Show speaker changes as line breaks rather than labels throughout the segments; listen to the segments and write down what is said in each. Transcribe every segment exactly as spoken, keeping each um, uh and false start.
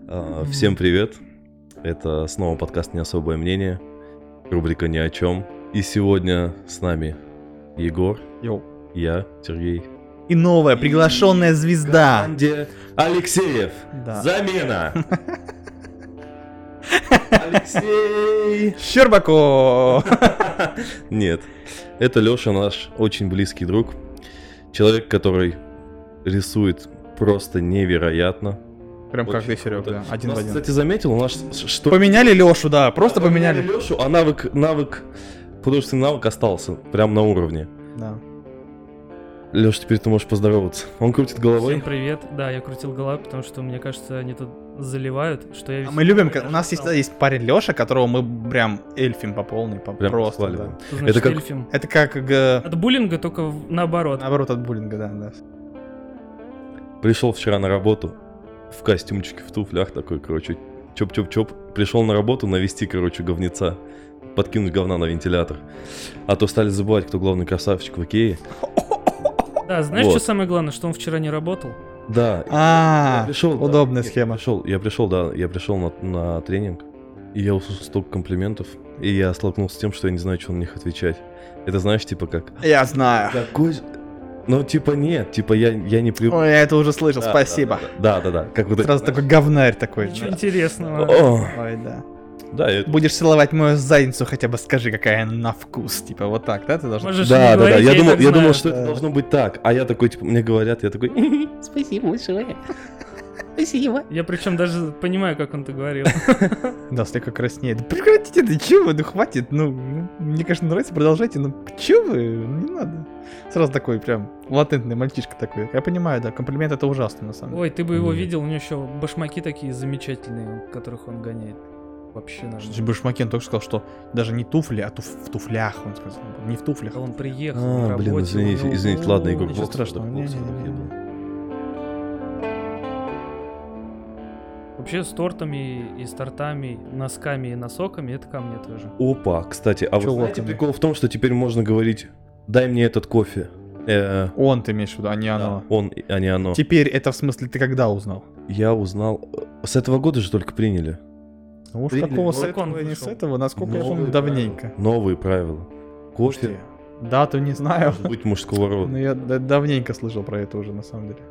Uh, всем привет, это снова подкаст «Не особое мнение», рубрика «Ни о чем». И сегодня с нами Егор,
Йоу.
я, Сергей.
И новая приглашенная звезда.
Команде Алексеев.
Да.
Замена. Алексей
Щербаков.
Нет, это Леша, наш очень близкий друг. Человек, который рисует просто невероятно.
Прям как
Очень
ты, Серег,
круто.
да, один
У нас,
в один.
кстати, заметил, у нас что...
Поменяли Лешу, да, просто поменяли.
Лешу, а навык, навык, художественный навык остался прям на уровне.
Да.
Леша, теперь ты можешь поздороваться. Он крутит головой.
Всем привет. Да, я крутил головой, потому что, мне кажется, они тут заливают, что я...
А мы любим, у нас есть, есть парень Леша, которого мы прям эльфим по полной, по
Прям
просто.
расхваливаем.
Да.
Что значит
Это как-
эльфим?
Это как г-
От буллинга, только в- наоборот.
наоборот от буллинга, да, да.
Пришел вчера на работу в костюмчике, в туфлях такой, короче, чоп-чоп-чоп. Пришел на работу навести, короче, говнеца. Подкинуть говна на вентилятор. А то стали забывать, кто главный красавчик в Икее.
Да, знаешь,
Вот.
что самое главное, что он вчера не работал?
Да.
А,
Я пришел, да,
удобная
я
схема.
пришел, я пришел, да, я пришел на, на тренинг, и я услышал столько комплиментов, и я столкнулся с тем, что я не знаю, что на них отвечать. Это знаешь, типа как...
Я знаю.
Какой же... Ну, типа нет, типа я, я не при...
Ой, я это уже слышал,
Да,
спасибо.
Да, да, да, да. Как вот
Сразу
это,
такой говнарь такой.
Ничего
Да.
интересного.
О,
Ой, да.
да, я...
Будешь целовать мою задницу, хотя бы скажи, какая она на вкус. Типа вот так, да, ты должен...
Можешь
Да,
не
да, да,
говорить,
я
и
думал,
так
я думал,
знаю.
что это
Да.
должно быть так, а я такой, типа, мне говорят, я такой,
Спасибо большое. Спасибо.
Я причем даже понимаю, как он это говорил.
Да, слегка краснеет. Да прекратите, да чё вы, ну хватит, ну, ну, мне, конечно, нравится, продолжайте, но чё вы, не надо. Сразу такой прям латентный мальчишка такой. Я понимаю, да, комплимент это ужасно, на самом деле.
Ой, ты бы его
Нет.
видел, у него еще башмаки такие замечательные, которых он гоняет. Вообще
Что
нормально.
ты Башмакен только что сказал, что даже не туфли, а туф- в туфлях, он сказал. Не в туфлях.
Он приехал на
а, блин,
работе,
извините,
у него-
извините, ладно, Егор,
Ничего
Бог
страшного,
святых, Бог
не-не-не.
святых, я был.
Вообще с тортами и с тортами, носками и носоками, это ко мне тоже.
Опа, кстати, а
Чё
вы знаете,
локоны?
прикол в том, что теперь можно говорить, дай мне этот кофе. Э,
Он ты имеешь в виду, а не
да,
оно.
он, а не оно.
Теперь это в смысле ты когда узнал?
Я узнал, э, с этого года же только приняли.
Ну уж
Приняли.
какого с
Закон
этого, не с
вышел.
этого, насколько я
Новые
помню, давненько.
правила. Новые правила. Кофе
Дату не знаю.
может быть мужского рода.
Но я д- давненько слышал про это уже, на самом деле.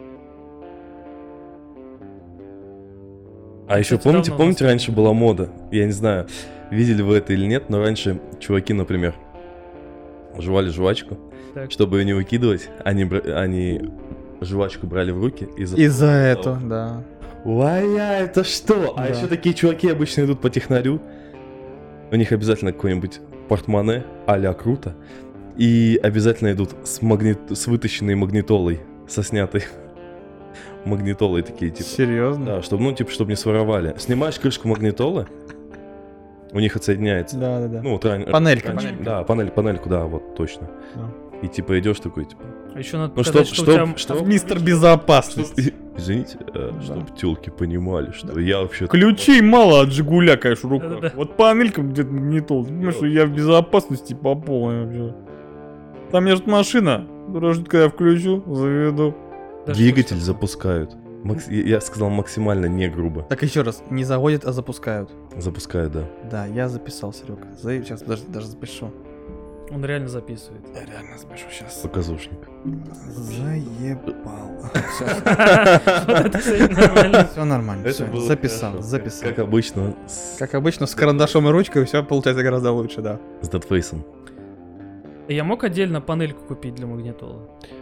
А еще
Кстати,
помните,
давно
помните,
нас-
раньше была мода? Я не знаю, видели вы это или нет, но раньше чуваки, например, жевали жвачку,
Так.
чтобы ее не выкидывать, они, бра- они жвачку брали в руки и за...
Из-за этого, да.
Вая, это что? А
Да.
еще такие чуваки обычно идут по технарю, у них обязательно какой-нибудь портмоне а-ля круто, и обязательно идут с, магнит... с вытащенной магнитолой, со снятой магнитолой такие, типа.
Серьезно?
Да, чтобы, ну, типа, чтобы не своровали. Снимаешь крышку магнитолы, у них отсоединяется.
Да, да, да.
Ну, вот ран-
Панелька,
раньше-
панелька.
Да, панель, панельку, да, вот, точно.
Да.
И, типа, идешь такой, типа...
А еще надо
Ну,
показать,
чтоб-
что,
чтоб-
у тебя...
чтоб-
Мистер Безопасность.
Чтоб- Извините, э,
Да.
чтобы тёлки понимали, что я вообще...
Ключей мало от Жигуля, конечно, в руках.
Да-да-да.
Вот панелька где-то не то. Понимаешь, что я в безопасности по полной вообще. Там есть машина. Подожди, когда я включу, заведу.
Да что
Двигатель
ж такое?
запускают. Макс- Я я сказал максимально не грубо.
Так еще раз, не заводят, а запускают.
Запускают, да.
Да, я записал, Серега. Сейчас, подожди, даже запишу.
Он реально записывает.
Я реально запишу сейчас.
Показушник.
Заебал.
Вот это, кстати, нормально.
Все нормально,
Это
все,
было
записал,
хорошо.
записал.
Как обычно, с,
Как обычно, с карандашом и ручкой все получается гораздо лучше, да.
с датфейсом.
Я мог отдельно панельку купить для магнитолы?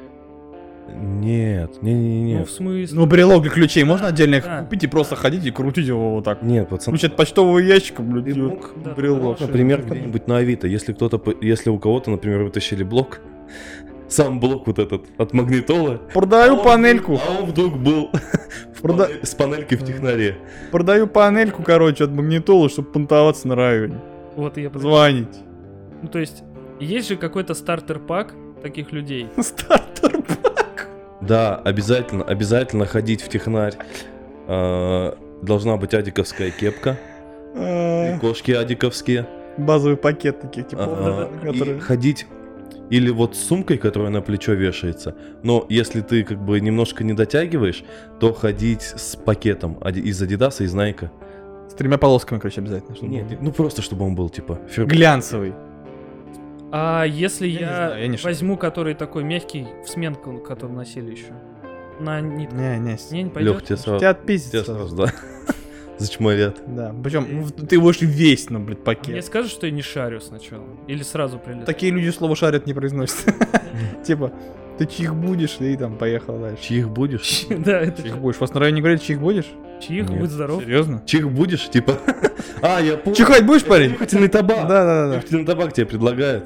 Нет,
Ну,
не-не-не.
в смысле?
Ну, брелок для ключей можно отдельно их
Да.
купить и просто ходить и крутить его вот так.
Нет, пацан.
Ключ от почтового ящика, блядь,
Ты
и
мог,
вот
да,
брелок.
например, где-нибудь на Авито, если кто-то, по- если у кого-то, например, вытащили блок, сам блок вот этот от магнитолы,
Продаю
а он
панельку.
вдруг- А он вдруг был в
Прода-
панель- с панелькой в технаре.
Продаю панельку, короче, от магнитолы, чтобы понтоваться на районе.
Вот я...
Звонить.
Ну, то есть, есть же какой-то стартер-пак таких людей.
Стартер.
Да, обязательно, обязательно ходить в технарь. А, Должна быть адиковская кепка,
А,
кошки адиковские.
Базовый пакет таких типов,
а,
да,
и
которые...
ходить или вот с сумкой, которая на плечо вешается. Но если ты как бы немножко не дотягиваешь, то ходить с пакетом ади- из Адидаса, из Найка.
С тремя полосками, короче, обязательно. чтобы
Нет,
было.
ну просто чтобы он был типа фир-
Глянцевый.
А если
Я не
я,
знаю, я не шарю.
возьму, который такой мягкий, в сменку, который носили еще? На нитку.
Не, не.
Не, не пойдет?
Лёх, тебе сразу,
Тебя отпиздят
тебя
сразу.
сразу, да, зачморят.
Да, причем ты будешь весь, ну, блядь,
Мне
пакет.
скажешь, что я не шарю сначала? Или сразу прилетит?
Такие люди слово шарят не произносят. Типа, ты чих будешь, и там поехал дальше.
Чих будешь?
Да, это
Чих будешь. У вас на районе говорят, чих будешь?
чих,
Нет.
будь здоров.
Серьезно?
Чих будешь? Типа, а, я понял.
Чихать будешь, парень?
Нюхательный табак.
Да, да, да.
Нюхательный табак тебе предлагают.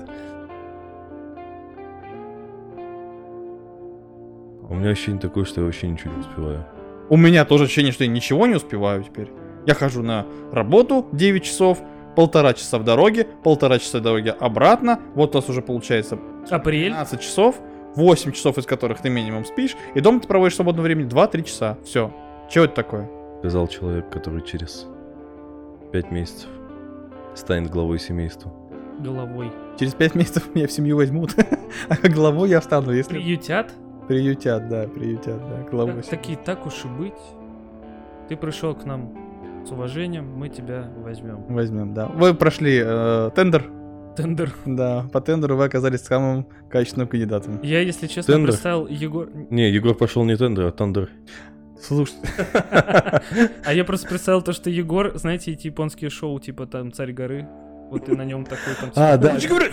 У меня ощущение такое, что я вообще ничего не успеваю.
У меня тоже ощущение, что я ничего не успеваю теперь. Я хожу на работу девять часов, полтора часа в дороге, полтора часа в дороге обратно. Вот у нас уже получается
Апрель.
пятнадцать часов, восемь часов из которых ты минимум спишь, и дома ты проводишь свободное время два-три часа. Все. Чего это такое?
Сказал человек, который через пять месяцев станет главой семейства.
Головой.
Через пять месяцев меня в семью возьмут, а главой я стану, если...
Приютят?
Приютят, да, приютят, да, главой
Так,
семьи.
такие, так уж и быть. Ты пришел к нам с уважением, мы тебя возьмем.
Возьмем, да. Вы прошли э, тендер,
Тендер.
да, по тендеру вы оказались самым качественным кандидатом.
Я, если честно,
Тендер?
представил Егор...
Не, Егор пошел не тендер, а тандер.
Слушай,
А я просто представил то, что Егор, знаете, эти японские шоу, типа там «Царь горы», вот ты на нем такой там...
А,
типа,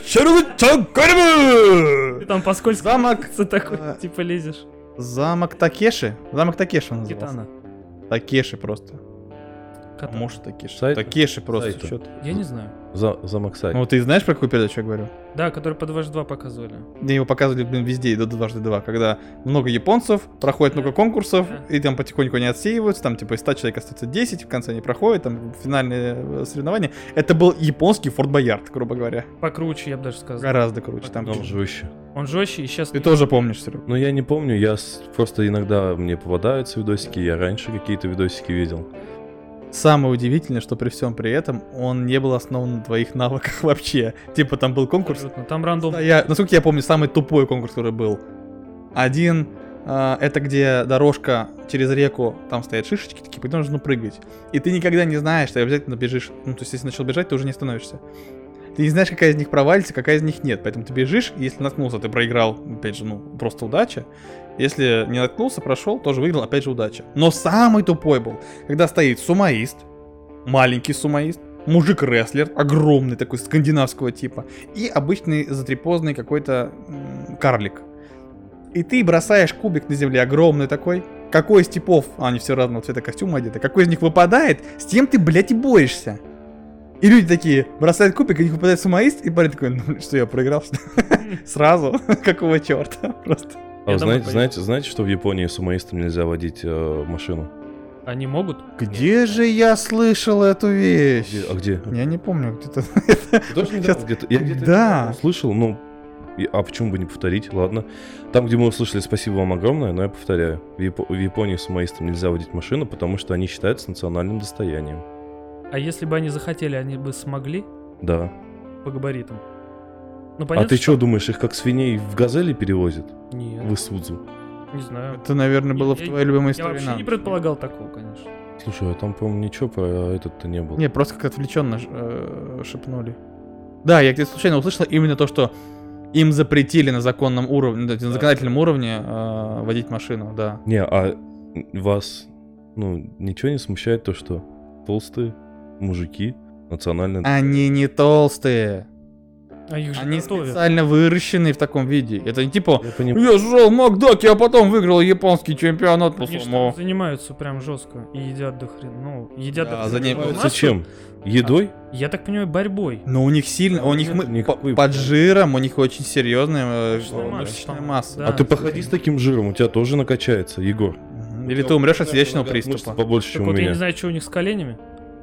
да.
Ты там по скользкому
Замок,
такой,
а,
типа, лезешь.
Замок Такеши? Замок Такеши он назывался.
Китана.
Такеши просто. А
Катана.
может Такеши.
Сайта?
Такеши просто.
Сайта.
Чё ты?
Я не знаю.
За, замок Сай.
Ну ты знаешь, про какую передачу я говорю?
Да, который по дважды два показывали.
Мне его показывали, блин, везде, до дважды два, когда много японцев, проходит много конкурсов,
Да.
и там потихоньку они отсеиваются, там типа из ста человек остается десять, в конце они проходят, там финальные э, соревнования. Это был японский Форт Боярд, грубо говоря.
Покруче, я бы даже сказал.
Гораздо круче. Там
Он жестче.
Он жестче, и сейчас...
ты тоже помнишь, Серег.
Ну, я не помню, я с- просто иногда мне попадаются видосики, я раньше какие-то видосики видел.
Самое удивительное, что при всем при этом он не был основан на твоих навыках вообще. Типа там был конкурс.
Абсолютно. Там рандом.
Да, я, насколько я помню, самый тупой конкурс, который был. Один, э, это где дорожка через реку, там стоят шишечки такие, потом нужно прыгать. И ты никогда не знаешь, ты обязательно бежишь. Ну, то есть, если начал бежать, ты уже не остановишься. Ты не знаешь, какая из них провалится, какая из них нет. Поэтому ты бежишь, и если наткнулся, ты проиграл. Опять же, ну, просто удача. Если не наткнулся, прошел, тоже выиграл, опять же, удача. Но самый тупой был, когда стоит сумоист, маленький сумоист, мужик-рестлер, огромный такой, скандинавского типа, и обычный затрепозный какой-то м, карлик. И ты бросаешь кубик на земле, огромный такой. Какой из типов, а они все разного цвета костюма одеты, какой из них выпадает, с тем ты, блядь, и борешься. И люди такие бросают кубик, и них выпадает сумоист, и парень такой, ну что, я проиграл, что ли? Сразу? Какого черта? Просто.
А
Я
вы
домой
знаете,
поеду.
знаете, знаете, что в Японии сумоистам нельзя водить э, машину?
Они могут?
Где же я слышал эту вещь?
Где- а где?
Я не помню, где-то.
Ты тоже недавно
Сейчас-
где-то? Я где-то
Да.
услышал, ну, и- а почему бы не повторить, ладно. Там, где мы услышали, спасибо вам огромное, но я повторяю. В, Япо- в Японии сумоистам нельзя водить машину, потому что они считаются национальным достоянием.
А если бы они захотели, они бы смогли
Да.
по габаритам? Ну,
А
понятно,
ты что, думаешь, их как свиней в газели перевозят?
Нет,
В Исудзу?
не знаю.
Это, наверное, было в
Я-
твоей любимой
Я
истории.
вообще
на.
не предполагал такого, конечно.
Слушай, а там, по-моему, ничего про этот-то не было.
Не, просто как отвлеченно э, шепнули. Да, я где-то случайно услышал именно то, что им запретили на законном уровне, на законодательном уровне э, водить машину, да.
Не, а вас, ну, ничего не смущает то, что толстые мужики национально...
Они не толстые.
А их же
Они
готовят.
специально выращены в таком виде. Это не типа,
Я понимаю.
я жрал Макдаки, а потом выиграл японский чемпионат по
Они же
сумо.
там занимаются прям жестко и едят до хрена. Ну, едят
Да,
до
за ним-
хрена.
Зачем? Едой?
Я так понимаю, борьбой.
Но у них сильно, у них мы-
Никакой-
по- под жиром, у них очень серьезная э,
Мышечная масса,
мышечная
там,
масса.
да.
А ты походи с таким жиром, у тебя тоже накачается, Егор.
Мгм. Или ты умрешь от сердечного
Мышцы
приступа.
побольше,
Так
чем у
вот, я
меня.
не знаю, что у них с коленями.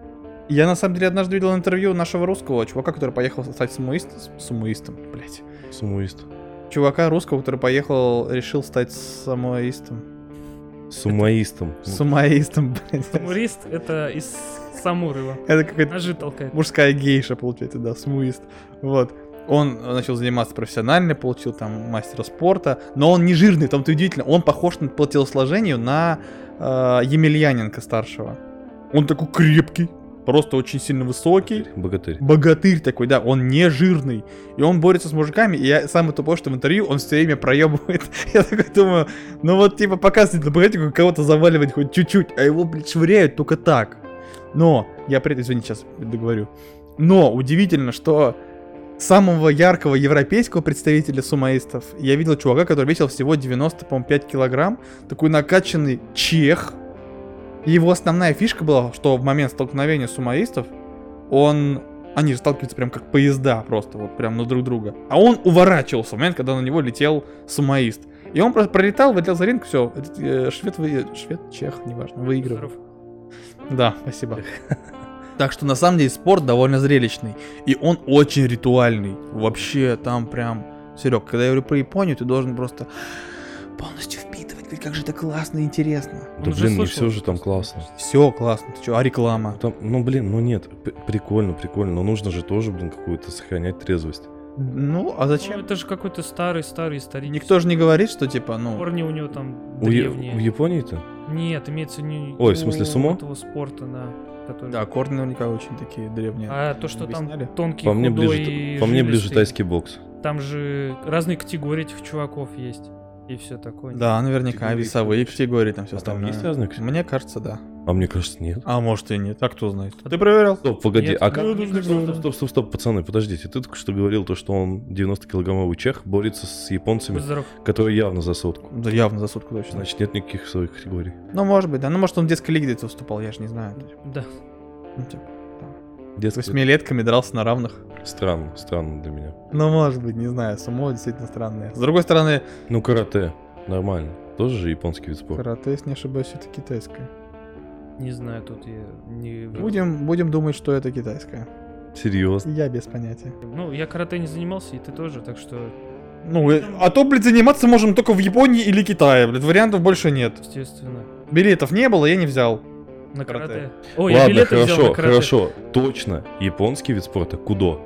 Я на самом деле однажды видел интервью нашего русского чувака, который поехал стать сумоистом. Сумоистом, блять.
Сумоист.
Чувака русского, который поехал, решил стать самоистом.
Сумоистом.
Сумоистом, блядь.
Самурист — это из Самурова.
Это какая-то
Ножи толкает.
мужская гейша, получается, да, сумоист. Вот. Он начал заниматься профессионально, получил там мастера спорта, но он не жирный, там-то удивительно. Он похож на, по телосложению на э, Емельяненко старшего. Он такой крепкий, просто очень сильно высокий.
Богатырь.
Богатырь такой, да, он не жирный. И он борется с мужиками, и я самое тупое, что в интервью он все время проебывает. Я такой думаю, ну вот типа показывает на богатыря, кого-то заваливать хоть чуть-чуть, а его, блядь, швыряют только так. Но, я при этом, извини, сейчас договорю. Но удивительно, что самого яркого европейского представителя сумоистов я видел чувака, который весил всего девяносто пять килограмм, такой накачанный чех. И его основная фишка была, что в момент столкновения сумоистов он... Они же сталкиваются прям как поезда просто, вот прям на друг друга. А он уворачивался в момент, когда на него летел сумоист. И он просто пролетал, вылетел за ринг, все. Э, швед, вы... швед, чех, неважно, выигрывал. Да, спасибо. Так что на самом деле спорт довольно зрелищный. И он очень ритуальный. Вообще там прям... Серег, когда я говорю про Японию, ты должен просто полностью впитывать. Ведь как же это классно и интересно.
Да блин, не все же там классно.
Все классно. Ты что, а реклама?
Там, ну блин, ну нет, п- прикольно, прикольно. Но нужно же тоже, блин, какую-то сохранять трезвость.
Ну, а
Ну,
зачем?
это же какой-то старый-старый исторический.
Никто же не говорит, что типа, ну...
Корни у него там
У Я-
древние.
в Японии-то?
Нет, имеется не
Ой, в смысле,
у
сумо?
этого спорта, да. Который...
Да, корни наверняка очень такие древние.
А то, что там
Объясняли?
тонкий,
По мне,
худой
ближе,
и
по мне ближе
жилистый.
тайский бокс.
Там же разные категории этих чуваков есть. И все такое.
Да, наверняка,
Категории,
весовые категории, там все
А там
остальное.
есть разные категории?
Мне кажется, да.
А мне кажется, нет.
А может и нет, а кто знает. Ты проверял?
Стоп, погоди,
Нет,
а
да,
как...
да,
Стоп,
да,
стоп,
да.
стоп, стоп, стоп, пацаны, подождите. Ты только что говорил то, что он девяностокилограммовый чех борется с японцами,
Будь здоров.
которые явно за сотку.
Да явно за сутку точно.
Значит, нет никаких своих категорий.
Ну, может быть, да. Ну, может, он в детской лиге где-то выступал, я же не знаю.
Да.
Ну, типа,
Детское.
восьмилетками дрался на равных.
Странно, странно для меня.
Ну, может быть, не знаю. Сумо действительно странное. С другой стороны,
Ну, карате, нормально. Тоже же японский вид спорта.
карате, если не ошибаюсь, это китайское.
Не знаю, тут я не...
Будем, будем думать, что это китайское.
Серьезно.
Я без понятия.
Ну, я карате не занимался, и ты тоже, так что,
Ну, э, а то, блядь, заниматься можем только в Японии или Китае, блядь, вариантов больше нет.
естественно,
Билетов не было, я не взял.
на
Карате.
карате. Ой, я
Ладно,
билеты взял
хорошо,
на карате.
хорошо. Точно. Японский вид спорта кудо.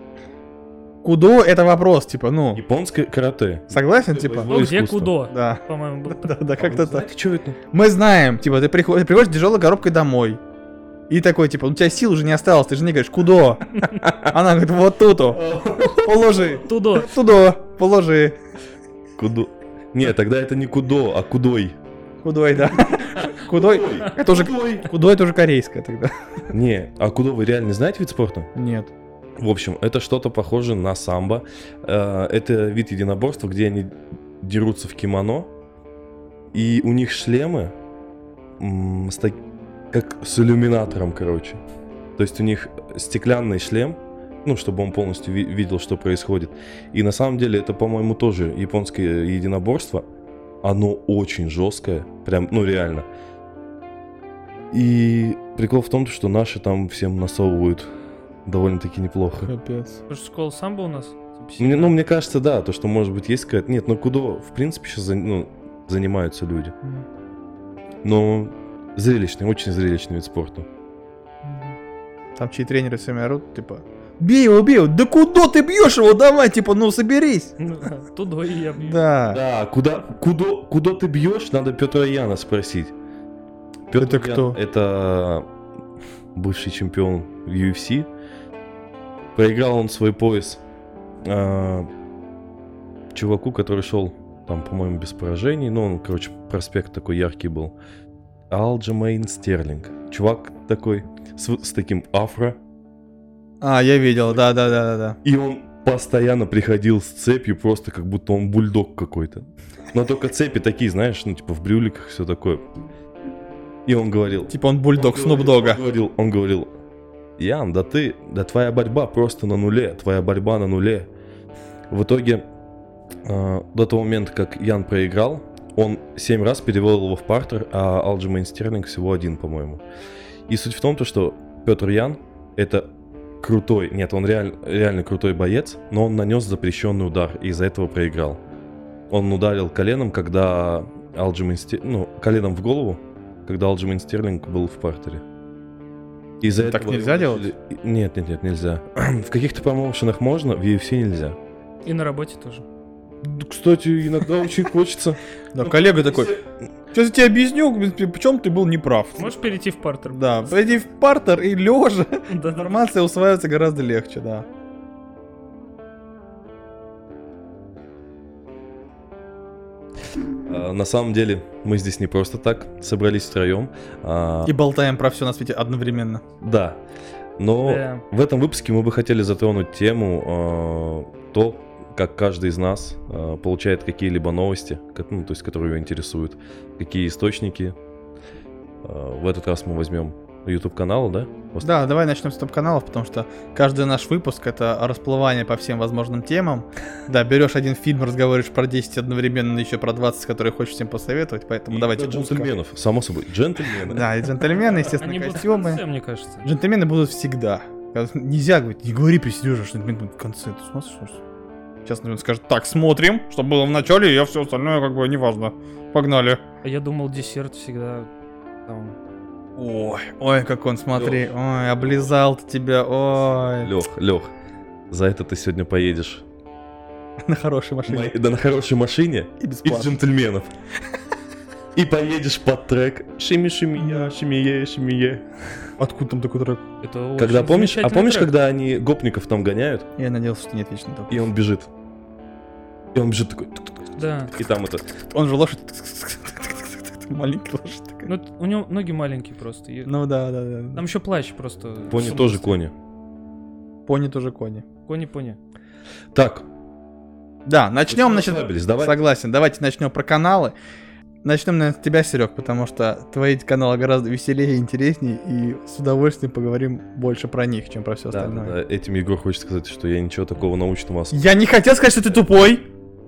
Кудо — это вопрос, типа, ну,
Японское карате.
согласен, типа?
Ну, где
искусство.
кудо?
Да.
По-моему, был
Да, да, как-то так.
Знаете, что это?
Мы знаем, типа, ты приходишь, приходишь с тяжелой коробкой домой. И такой, типа, у тебя сил уже не осталось, ты же не говоришь, кудо? Она говорит, вот тут, положи.
Тудо.
Тудо, положи.
Кудо. Не, тогда это не кудо, а кудой.
Худой, да. Худой. Это уже... Кудо — это уже корейское тогда.
Не, а кудо вы реально знаете вид спорта?
Нет.
В общем, это что-то похоже на самбо. Э, Это вид единоборства, где они дерутся в кимоно. И у них шлемы м, с так- как с иллюминатором, короче. То есть у них стеклянный шлем, ну, чтобы он полностью ви- видел, что происходит. И на самом деле это, по-моему, тоже японское единоборство. Оно очень жесткое, прям, ну, реально. И прикол в том, что наши там всем насовывают довольно-таки неплохо.
Капец.
Потому что школа самбо у нас. типа,
Мне, ну,
сильно.
мне кажется, да, то, что, может быть, есть какая-то... Нет, ну, кудо, в принципе, сейчас ну, занимаются люди. Но зрелищный, очень зрелищный вид спорта.
Там чьи тренеры все время орут, типа, бей его, бей его, да куда ты бьешь его, давай, типа, ну соберись.
Ну, да, Тудо и я бью.
Да.
Да, куда, куда, куда ты бьешь, надо Петра Яна спросить. Петр
Это
Ян
кто?
Это бывший чемпион в ю эф си. Проиграл он свой пояс а, чуваку, который шел там, по-моему, без поражений. Ну, он, короче, проспект такой яркий был. Алджемейн Стерлинг. Чувак такой с, с таким афро.
А, я видел, да-да-да-да.
И он постоянно приходил с цепью, просто как будто он бульдог какой-то. Но только цепи такие, знаешь, ну, типа в брюликах, все такое. И он говорил...
Типа он бульдог
он
Снуп
говорил-
Дога.
Он говорил, он говорил, Ян, да ты, да твоя борьба просто на нуле, твоя борьба на нуле. В итоге, э, до того момента, как Ян проиграл, он семь раз перевел его в партер, а Алджемейн Стерлинг всего один, по-моему. И суть в том, то, что Петр Ян это крутой, нет, он реаль, реально крутой боец, но он нанес запрещенный удар и из-за этого проиграл. Он ударил коленом, когда Алджемейн Стерлинг, ну, коленом в голову, когда Алджемейн Стерлинг был в партере. Из-за
Так
этого
нельзя
его
делать?
начали- Нет, нет, нет, нельзя. В каких-то промоушенах можно, в ю эф си нельзя.
И на работе тоже.
Да, кстати, иногда очень хочется.
Да, коллега такой, сейчас я тебе объясню, почему ты был неправ.
Можешь перейти в партер?
Да, пойди в партер и лежа.
Да,
Информация усваивается гораздо легче, да.
А, На самом деле, мы здесь не просто так собрались втроем. а,
И болтаем про все на свете одновременно.
Да. Но
Да.
в этом выпуске мы бы хотели затронуть тему а, то, как каждый из нас а, получает какие-либо новости, как- ну, то есть, которые его интересуют, какие источники. А, В этот раз мы возьмем YouTube канал, да?
Да, давай начнем с топ-каналов, потому что каждый наш выпуск — это расплывание по всем возможным темам. Да, берешь один фильм, разговариваешь про десять одновременно, еще про двадцать, которые хочешь всем посоветовать, поэтому
И
давайте
про
узко.
джентльменов, само собой, джентльмены.
Да, и джентльмены, естественно,
Они будут в
костюмы.
конце, мне кажется.
Джентльмены будут всегда. Нельзя говорить, не говори при Сереже, что джентльмен будет в конце. Ты смотришь, что ли? Сейчас он скажет, так, смотрим, что было в начале, и все остальное как бы неважно. Погнали.
А я думал, десерт всегда там.
Ой, ой, как он, смотри, ой, облизал-то тебя, ой.
Лех, Лех, за это ты сегодня поедешь.
На хорошей машине.
Да на хорошей машине
И
из
бесплатно.
джентльменов. И поедешь под трек «Шими-шими-я, шими-е, шими-е».
Откуда там такой трек?
Это
Когда
очень
помнишь, а
замечательный
помнишь,
трек.
когда они гопников там гоняют,
Я надеялся, что нет вечно такого.
и он бежит. И он бежит такой, тук-тук,
Да.
и там это.
Он же лошадь. Маленький лошадь такая.
Ну, у него ноги маленькие просто. и-
Ну да, да, да.
Там еще плащ просто.
Пони тоже кони.
Пони тоже кони.
Кони-пони.
Так,
Да, начнем,
мы
значит.
расслабились, давай.
Согласен. Давайте начнем про каналы. Начнем, наверное, с тебя, Серег, потому что твои каналы гораздо веселее и интереснее, и с удовольствием поговорим больше про них, чем про все
Да, да,
остальное.
да, этим Егор хочет сказать, что я ничего такого научного ос-
Я не хотел сказать, что ты тупой.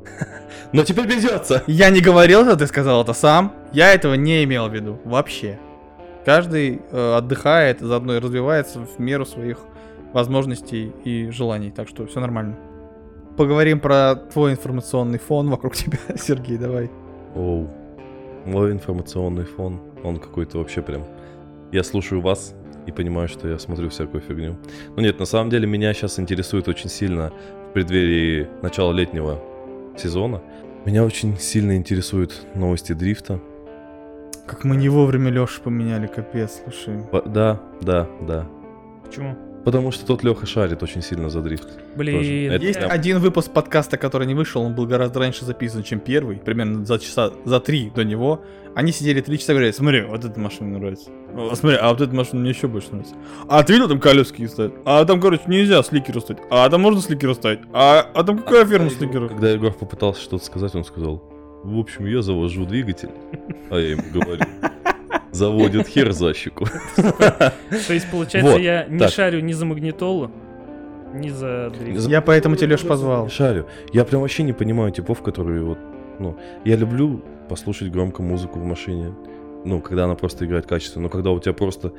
Но теперь придется.
Я не говорил это, ты сказал это сам. Я этого не имел в виду вообще. Каждый э, отдыхает, заодно и развивается в меру своих возможностей и желаний, так что все нормально. Поговорим про твой информационный фон вокруг тебя, Сергей, давай.
Оу. Мой информационный фон, он какой-то вообще прям... Я слушаю вас и понимаю, что я смотрю всякую фигню. Ну нет, на самом деле меня сейчас интересует очень сильно в преддверии начала летнего сезона. Меня очень сильно интересуют новости дрифта.
Как мы не вовремя Лешу поменяли, капец, слушай.
По- Да, да, да.
Почему?
Потому что тот Леха шарит очень сильно за дрифт.
Блин.
Тоже. Это
Есть
прям-
один выпуск подкаста, который не вышел, он был гораздо раньше записан, чем первый, примерно за часа, за три до него. Они сидели три часа и говорили, смотри, вот эта машина мне нравится. О, смотри, а вот эта машина мне еще больше нравится. А ты видел, там колески ставят? А там, короче, нельзя сликеры ставить. А там можно сликеры ставить? А, а там какая фирма сликеров?
Когда Егор попытался что-то сказать, он сказал: в общем, я завожу двигатель. А я ему говорю: заводит хер за щеку.
То есть, получается,
Вот,
я не
так.
шарю ни за магнитолу, ни за дрифт.
Я поэтому тебя, Леш, позвал.
Не шарю. Я прям вообще не понимаю типов, которые вот, ну, я люблю послушать громко музыку в машине, ну, когда она просто играет качественно, но когда у тебя просто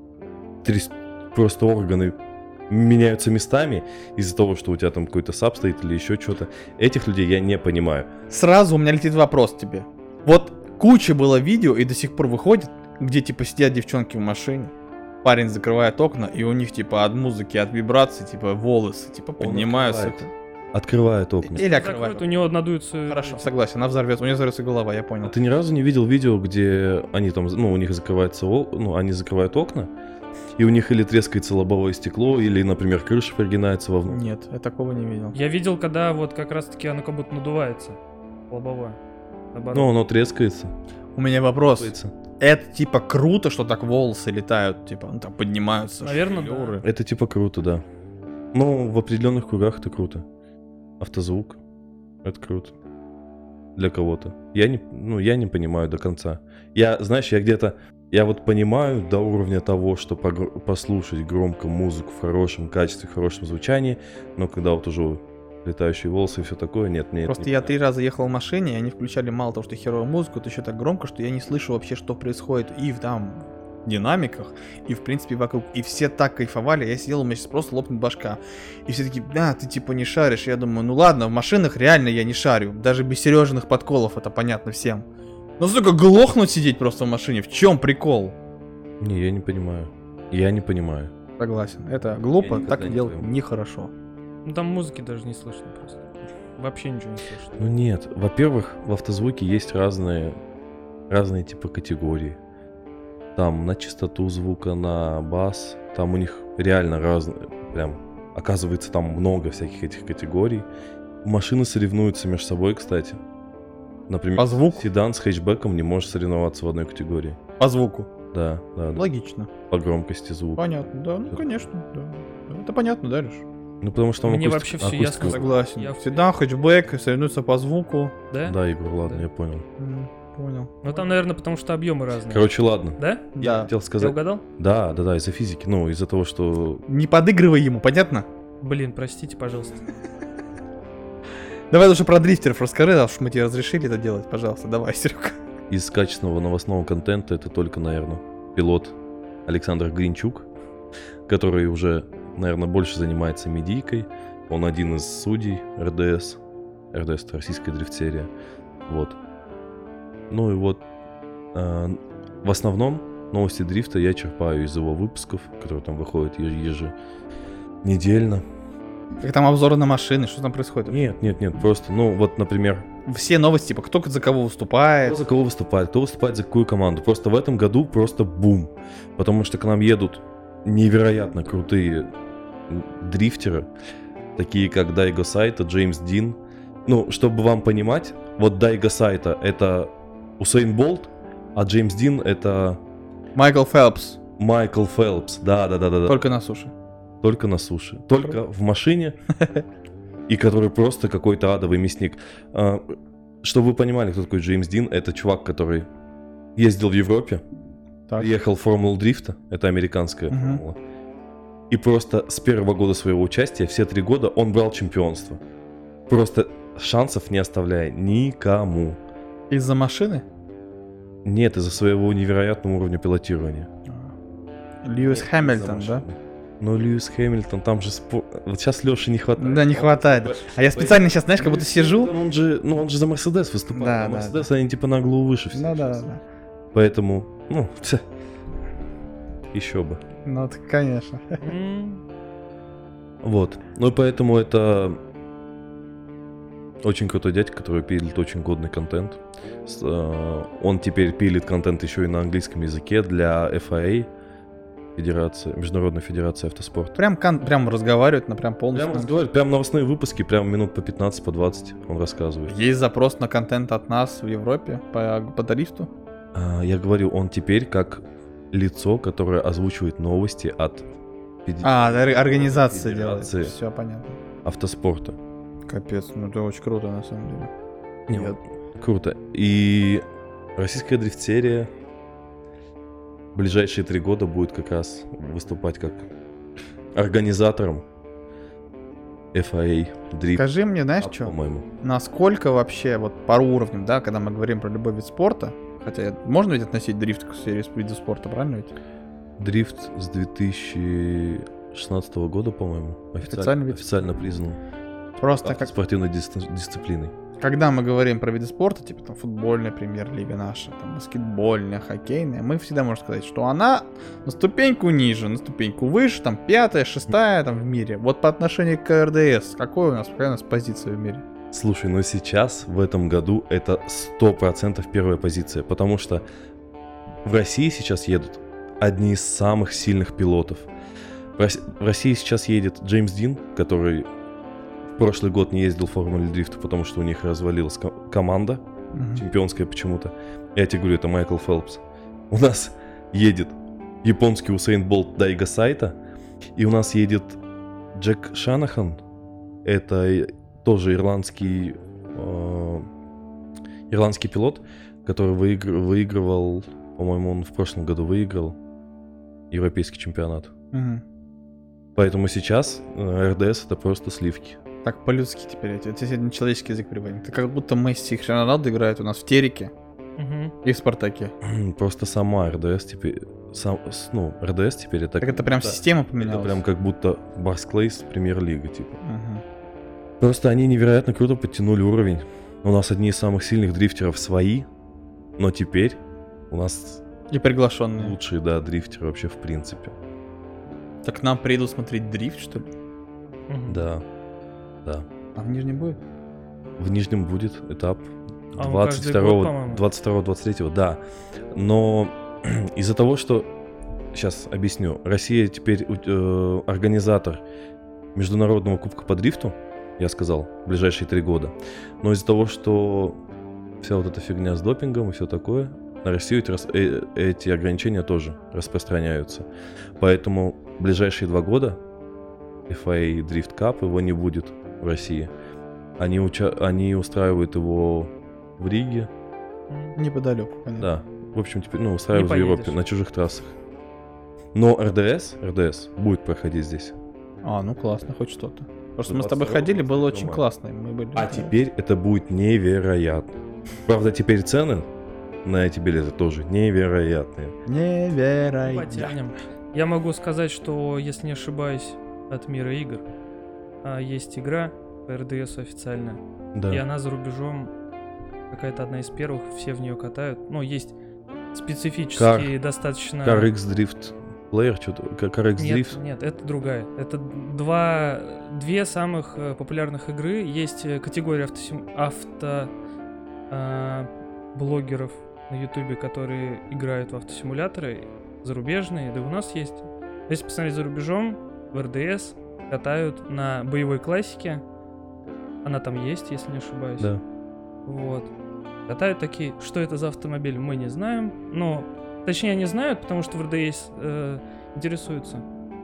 тряс- просто органы меняются местами из-за того, что у тебя там какой-то саб стоит или еще что-то, этих людей я не понимаю.
Сразу у меня летит вопрос тебе. Вот куча было видео и до сих пор выходит, где типа сидят девчонки в машине, парень закрывает окна, и у них типа от музыки, от вибраций, типа волосы, типа
Он
поднимаются.
открывает, открывает окна.
Или
Закроет,
открывает.
у него надуется...
Хорошо, согласен, она взорвется, у нее взорвется голова, я
А
понял.
ты ни разу не видел видео, где они там, ну, у них закрывается, о- ну, они закрывают окна, и у них или трескается лобовое стекло, или, например, крыша прогинается вовнутрь.
Нет, я такого не видел.
Я видел, когда вот как раз-таки оно как будто надувается. Лобовое. Наоборот.
Ну, оно трескается.
У меня вопрос.
трескается.
Это типа круто, что так волосы летают, типа, ну там поднимаются.
Наверно, да.
шевелюры.
Это типа круто, да. Ну, в определенных кругах это круто. Автозвук. Это круто. Для кого-то. Я не, ну, я не понимаю до конца. Я, знаешь, я где-то... Я вот понимаю до уровня того, что погр- послушать громко музыку в хорошем качестве, в хорошем звучании, но когда вот уже летающие волосы и все такое, нет, мне
Просто
это не
я
понятно.
три раза ехал в машине, и они включали мало того, что херовую музыку, то еще так громко, что я не слышу вообще, что происходит и в там динамиках, и в принципе вокруг. И все так кайфовали, я сидел, у меня сейчас просто лопнет башка. И все такие, да, ты типа не шаришь. Я думаю, ну ладно, в машинах реально я не шарю. Даже без Сережиных подколов это понятно всем. Но сука, глохнуть сидеть просто в машине, в чем прикол?
Не, я не понимаю. Я не понимаю.
Согласен. Это глупо,
Я никогда
так
не
делать
пойму.
нехорошо.
Ну там музыки даже не слышно просто. Вообще ничего не слышно.
Ну нет, во-первых, в автозвуке есть разные, разные типа категории. Там на частоту звука, на бас, там у них реально разные, прям, оказывается, там много всяких этих категорий. Машины соревнуются между собой, кстати. Например,
По звуку?
седан с хэтчбеком не может соревноваться в одной категории.
По звуку.
Да, да, да.
Логично.
По громкости звука.
Понятно, да, ну
Всё.
конечно, да. Это понятно, да, Леш?
Ну потому что он
Мне
акустик-
вообще всё
акустику-
ясно.
Согласен.
Я в-
Седан, хэтчбэк, соревнуются по звуку.
Да?
Да, Егор, ладно,
Да.
я понял.
М, Понял.
Ну там, наверное, потому что объемы разные.
Короче, ладно.
Да?
Я
Да.
хотел
Ты
сказать...
угадал?
Да, да, да, из-за физики. Ну, из-за того, что...
Не подыгрывай ему, понятно?
Блин, простите, пожалуйста.
Давай лучше про дрифтеров расскажи, раз уж мы тебе разрешили это делать, пожалуйста. Давай, Серега.
Из качественного новостного контента это только, наверное, пилот Александр Гринчук, который уже, наверное, больше занимается медийкой. Он один из судей эр дэ эс. эр дэ эс — это российская дрифт-серия. Вот. Ну и вот, э, в основном новости дрифта я черпаю из его выпусков, которые там выходят еж- еженедельно.
Как там обзоры на машины, что там происходит?
Нет, нет, нет, просто, ну вот, например,
Все новости, типа, кто за кого выступает.
кто за кого выступает, кто выступает за какую команду. Просто в этом году просто бум. Потому что к нам едут невероятно крутые дрифтеры, такие как Дайго Сайта, Джеймс Дин. Ну, чтобы вам понимать, вот Дайго Сайта — это Усейн Болт, а Джеймс Дин — это
Майкл Фелпс,
Майкл Фелпс. Да-да-да-да.
только на суше.
Только на суше. Только в машине. И который просто какой-то адовый мясник. А, Чтобы вы понимали, кто такой Джеймс Дин, это чувак, который ездил в Европе,
Так.
приехал в Формулу дрифта, это американская
Мгм.
формула. И просто с первого года своего участия, все три года, он брал чемпионство. Просто шансов не оставляя никому.
Из-за машины?
Нет, из-за своего невероятного уровня пилотирования.
Льюис
Нет,
Хэмилтон,
из-за
да?
машины. Ну, Льюис Хэмилтон, там же спор... Вот сейчас Лёши не хватает.
Да, не хватает. А я специально сейчас, знаешь, как будто сижу.
Он же, ну, он же за Мерседес выступает.
Да,
а
да,
Мерседес, они типа на голову выше всех.
Ну да,
сейчас.
да.
Поэтому, ну, еще бы.
Ну, так, конечно.
М,
Вот. Ну и поэтому это очень крутой дядька, который пилит очень годный контент. С, э, Он теперь пилит контент еще и на английском языке для эф эй эй, Федерация, Международной Федерации Автоспорта.
Прям, кон- прям разговаривать на прям полностью.
Прям разговаривает, прям новостные выпуски, прям минут по пятнадцать, по двадцать он рассказывает.
Есть запрос на контент от нас в Европе по, по дрифту.
А, Я говорю, он теперь как лицо, которое озвучивает новости от феди-
А, да, ор- организация делает.
Федерации.
Все понятно.
автоспорта.
Капец, ну это очень круто на самом деле.
Не,
Я-
Круто. И российская дрифт-серия в ближайшие три года будет как раз выступать как организатором эф эй эй дрифт.
Скажи мне, знаешь,
Cup,
что?
по-моему.
Насколько вообще, вот по уровням, да, когда мы говорим про любой вид спорта, хотя можно ведь относить дрифт к серии вида спорта, правильно ведь?
Дрифт с две тысячи шестнадцатого года, по-моему, официально,
Официальный вид
официально признан
Просто как,
спортивной дисциплиной.
когда мы говорим про виды спорта, типа там футбольная премьер-лига наша, там баскетбольная, хоккейная, мы всегда можем сказать, что она на ступеньку ниже, на ступеньку выше, там пятая, шестая там в мире. Вот по отношению к эр дэ эс, какой у нас, какая у нас позиция в мире?
Слушай, ну сейчас, в этом году, это сто процентов первая позиция, потому что в России сейчас едут одни из самых сильных пилотов. В Рос- в России сейчас едет Джеймс Дин, который в прошлый год не ездил в Формуле дрифта, потому что у них развалилась ко- команда,
Мгм.
чемпионская почему-то. Я тебе говорю, это Майкл Фелпс. У нас едет японский Усейн Болт Дайго Сайта, и у нас едет Джек Шанахан, это и- тоже ирландский э, ирландский пилот, который выигр- выигрывал, по-моему, он в прошлом году выиграл европейский чемпионат.
Мгм.
Поэтому сейчас э, эр дэ эс это просто сливки.
Так по-людски теперь, это, это сегодня человеческий язык приводим. Это как будто Месси и Криштиану Роналду играют у нас в Тереке
мгм.
и в Спартаке.
Просто сама эр дэ эс теперь, сам, с- ну, эр дэ эс теперь это...
Так это прям
да,
система
это
поменялась.
прям как будто Барсклейс премьер-лига, типа.
Мгм.
Просто они невероятно круто подтянули уровень. У нас одни из самых сильных дрифтеров свои, но теперь у нас
И приглашенные.
лучшие, да, дрифтеры вообще в принципе.
Так к нам приедут смотреть дрифт, что ли?
Мгм.
Да, да.
А в Нижнем будет?
В Нижнем будет этап
А он
двадцать
каждый год,
второго,
по-моему.
двадцать второго, двадцать третьего, да. Но из-за того, что... Сейчас объясню. Россия теперь э, организатор Международного кубка по дрифту, я сказал, в ближайшие три года. Но из-за того, что вся вот эта фигня с допингом и все такое, на Россию эти, рас- э- эти ограничения тоже распространяются. Поэтому в ближайшие два года эф эй Drift Cup его не будет в России. Они, уча- они устраивают его в Риге.
Мгм.
Неподалеку, понятно.
Да. В общем, теперь ну, устраивают в
Не
Европе
поедешь.
на чужих трассах. Но эр дэ эс, эр дэ эс будет проходить здесь.
А, ну классно, хоть что-то. Просто
Ну,
мы с тобой
двадцать второго,
ходили, было
двадцать
очень
третьего
классно. Мы были...
А теперь это будет невероятно. Правда, теперь цены на эти билеты тоже невероятные.
Невероятно.
Потянем. Я могу сказать, что, если не ошибаюсь, от Мира игр а, есть игра по эр дэ эс официальная.
Да.
И она за рубежом какая-то одна из первых, все в нее катают. Ну, есть специфические достаточно...
Car X Drift Player, что-то. Car X
Нет,
Drift.
нет, это другая. Это два, две самых э, популярных игры. Есть э, категория автосим- авто а, блогеров на Ютубе, которые играют в автосимуляторы, зарубежные, да и у нас есть. Если посмотреть за рубежом, в эр дэ эс катают на боевой классике. Она там есть, если не ошибаюсь.
Да.
Вот. Катают такие, что это за автомобиль, мы не знаем. Но, точнее, они знают, потому что в эр дэ эс э, интересуются.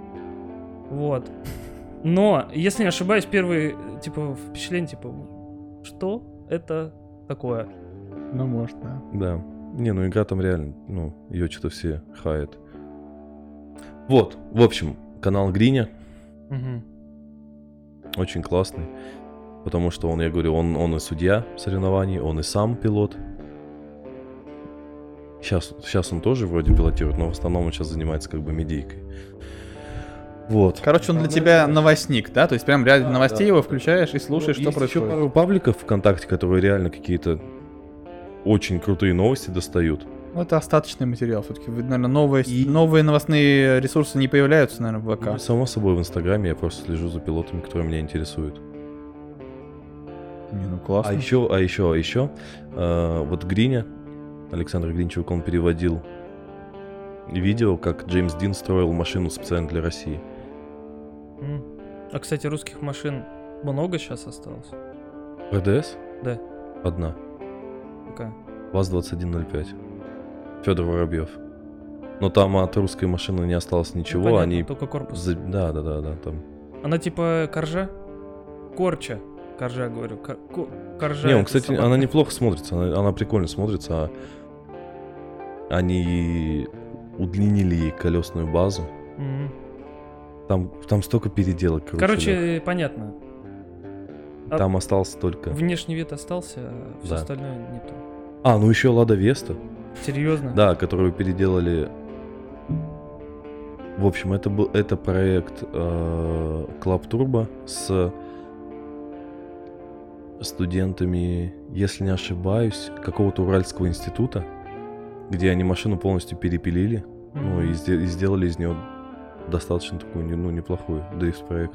Вот. Но, если не ошибаюсь, первые, типа, впечатления, типа, что это такое?
Ну, может, да.
Да. Не, ну игра там реально, ну, ее что-то все хаят. Вот, в общем, канал Гриня
Мгм.
очень классный. Потому что он, я говорю, он, он и судья соревнований, он и сам пилот. Сейчас, сейчас он тоже вроде пилотирует, но в основном он сейчас занимается как бы медийкой. Вот.
Короче, он для тебя новостник, да? То есть прям реально новостей его включаешь и слушаешь,
Ну,
что
есть
происходит.
еще пару пабликов ВКонтакте, которые реально какие-то очень крутые новости достают.
Ну, это остаточный материал. Все-таки, наверное, новые,
И-
новые новостные ресурсы не появляются, наверное, в
Ну,
ВК.
само собой, в Инстаграме я просто слежу за пилотами, которые меня интересуют.
Не, ну классно.
А еще, а еще, а еще, э, вот Гриня, Александр Гринчук, он переводил видео, как Джеймс Дин строил машину специально для России.
М. А, кстати, русских машин много сейчас осталось?
эр дэ эс?
Да.
Одна.
Какая?
ВАЗ двадцать один ноль пять. Федор Воробьев. Но там от русской машины не осталось ничего,
Ну, понятно,
они...
только корпус.
за- Да, да, да, да, там.
Она типа коржа? Корча. Коржа, говорю. Кор- ко- Коржа.
Не, он,
это
кстати,
собака.
она неплохо смотрится, она, она прикольно смотрится. а Они удлинили ей колесную базу.
Мгм.
Там, там столько переделок, короче.
Короче, понятно.
да. Там остался только...
Внешний вид остался, а все
Да.
остальное не то.
А, ну еще Лада Веста.
Серьезно?
Да, которую переделали. В общем, это был это проект э, Club Turbo с студентами, если не ошибаюсь, какого-то Уральского института, где они машину полностью перепилили, ну и, сде- и сделали из нее достаточно такую, не- ну, неплохую дрифт-проект.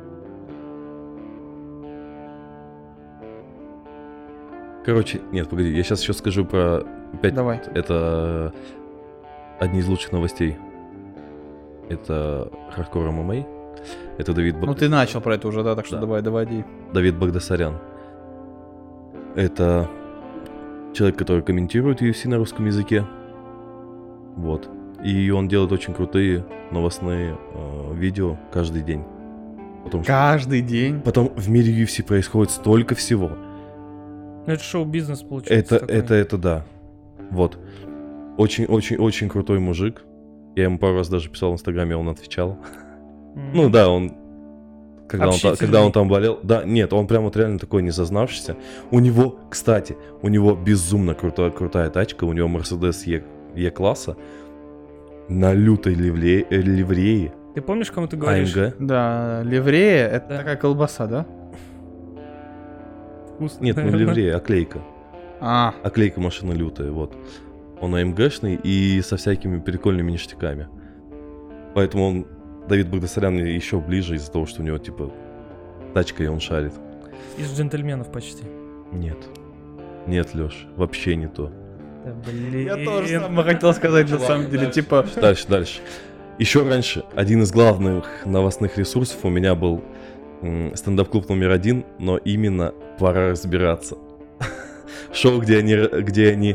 Короче, нет, погоди, я сейчас еще скажу про пять.
Давай.
Это одни из лучших новостей. Это Hardcore эм эм а. Это Давид, Баг-
Ну, ты начал про это уже, да, так что
Да.
давай, доводи.
Давид Багдасарян. Это человек, который комментирует ю эф си на русском языке. Вот. И он делает очень крутые новостные э, видео каждый день. Потому что
Каждый день.
потом в мире ю эф си происходит столько всего.
Ну, это шоу-бизнес получается.
Это,
такой.
это, это да. Вот. Очень-очень-очень крутой мужик. Я ему пару раз даже писал в Инстаграме, он отвечал.
М.
Ну да, он... Когда он, та-
Общительный.
когда он там болел... Да, нет, он прям вот реально такой не зазнавшийся. У него, кстати, у него безумно крутая, крутая тачка. У него Mercedes E- E-класса на лютой ливре- э, ливреи.
Ты помнишь, кому ты говоришь?
АМГ.
Да, ливрея, это
Да.
такая колбаса, да?
Вкусно,
Нет, ну
наверное.
ливрея, оклейка.
А,
Оклейка машины лютая, вот. Он АМГшный и со всякими прикольными ништяками. Поэтому он Давид Багдасарян мне еще ближе из-за того, что у него, типа, тачка, и он шарит.
Из джентльменов почти.
Нет. Нет, Леш, вообще не то.
Да, блин.
Я тоже самое хотел сказать, на самом деле, типа...
Дальше, дальше. Еще раньше один из главных новостных ресурсов у меня был м, стендап-клуб номер один, но именно «Пора разбираться». Шоу, где они, где они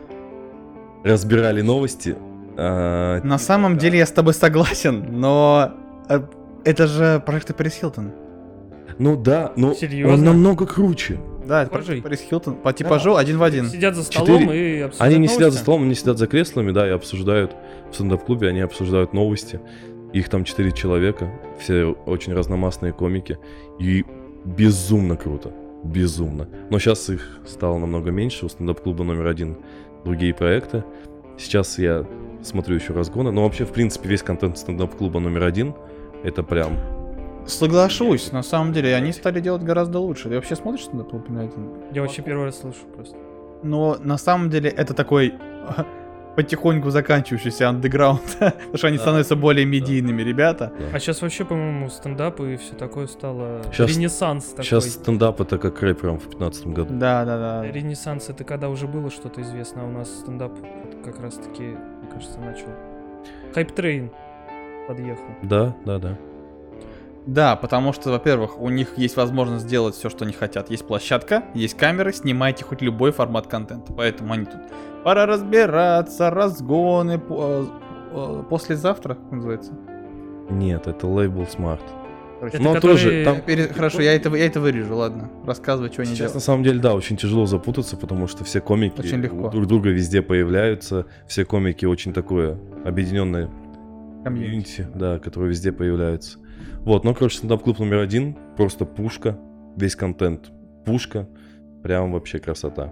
разбирали новости. а,
На самом деле я с тобой согласен, но э, это же проект Пэрис Хилтон.
Ну да, но
Серьезно?
он намного круче.
Да, это
Похожий?
проект Пэрис Хилтон. По типажу один в один.
Сидят за столом
Четыре.
и обсуждают
Они не сидят за
новости.
столом, они сидят за креслами, да, и обсуждают в стендап-клубе, они обсуждают новости. Их там четыре человека, все очень разномастные комики. И безумно круто, безумно. Но сейчас их стало намного меньше, у стендап-клуба номер один другие проекты. Сейчас я смотрю еще разгоны, но вообще, в принципе, весь контент стендап-клуба номер один, это прям...
Соглашусь, на самом деле, они стали делать гораздо лучше. Ты вообще смотришь стендап-клуб номер один?
Я вообще первый раз слышу просто.
Но на самом деле это такой потихоньку заканчивающийся андеграунд, потому что они
Да.
становятся более медийными ребята.
А сейчас вообще, по-моему, стендап и все такое стало
Щас-
ренессанс такой.
Сейчас стендап это как рэп прям в пятнадцатом году.
Да, да, да.
Ренессанс это когда уже было что-то известно, а у нас стендап вот как раз таки, мне кажется, начал. Хайп-трейн подъехал.
Да, да, да.
Да, потому что, во-первых, у них есть возможность сделать все, что они хотят. Есть площадка, есть камеры, снимайте хоть любой формат контента. Поэтому они тут пора разбираться, разгоны, по- э, послезавтра, как называется.
Нет, это лейбл Smart.
Короче,
Это
Но
который-
тоже там...
пере- Хорошо, я это, я это вырежу, ладно. Рассказывай, что они
Сейчас на
делают.
самом деле, да, очень тяжело запутаться, потому что все комики
Очень легко.
друг друга везде появляются. Все комики очень такое объединенное комьюнити, да, которые везде появляются. Вот, но, короче, стендап-клуб номер один, просто пушка, весь контент пушка, прям вообще красота.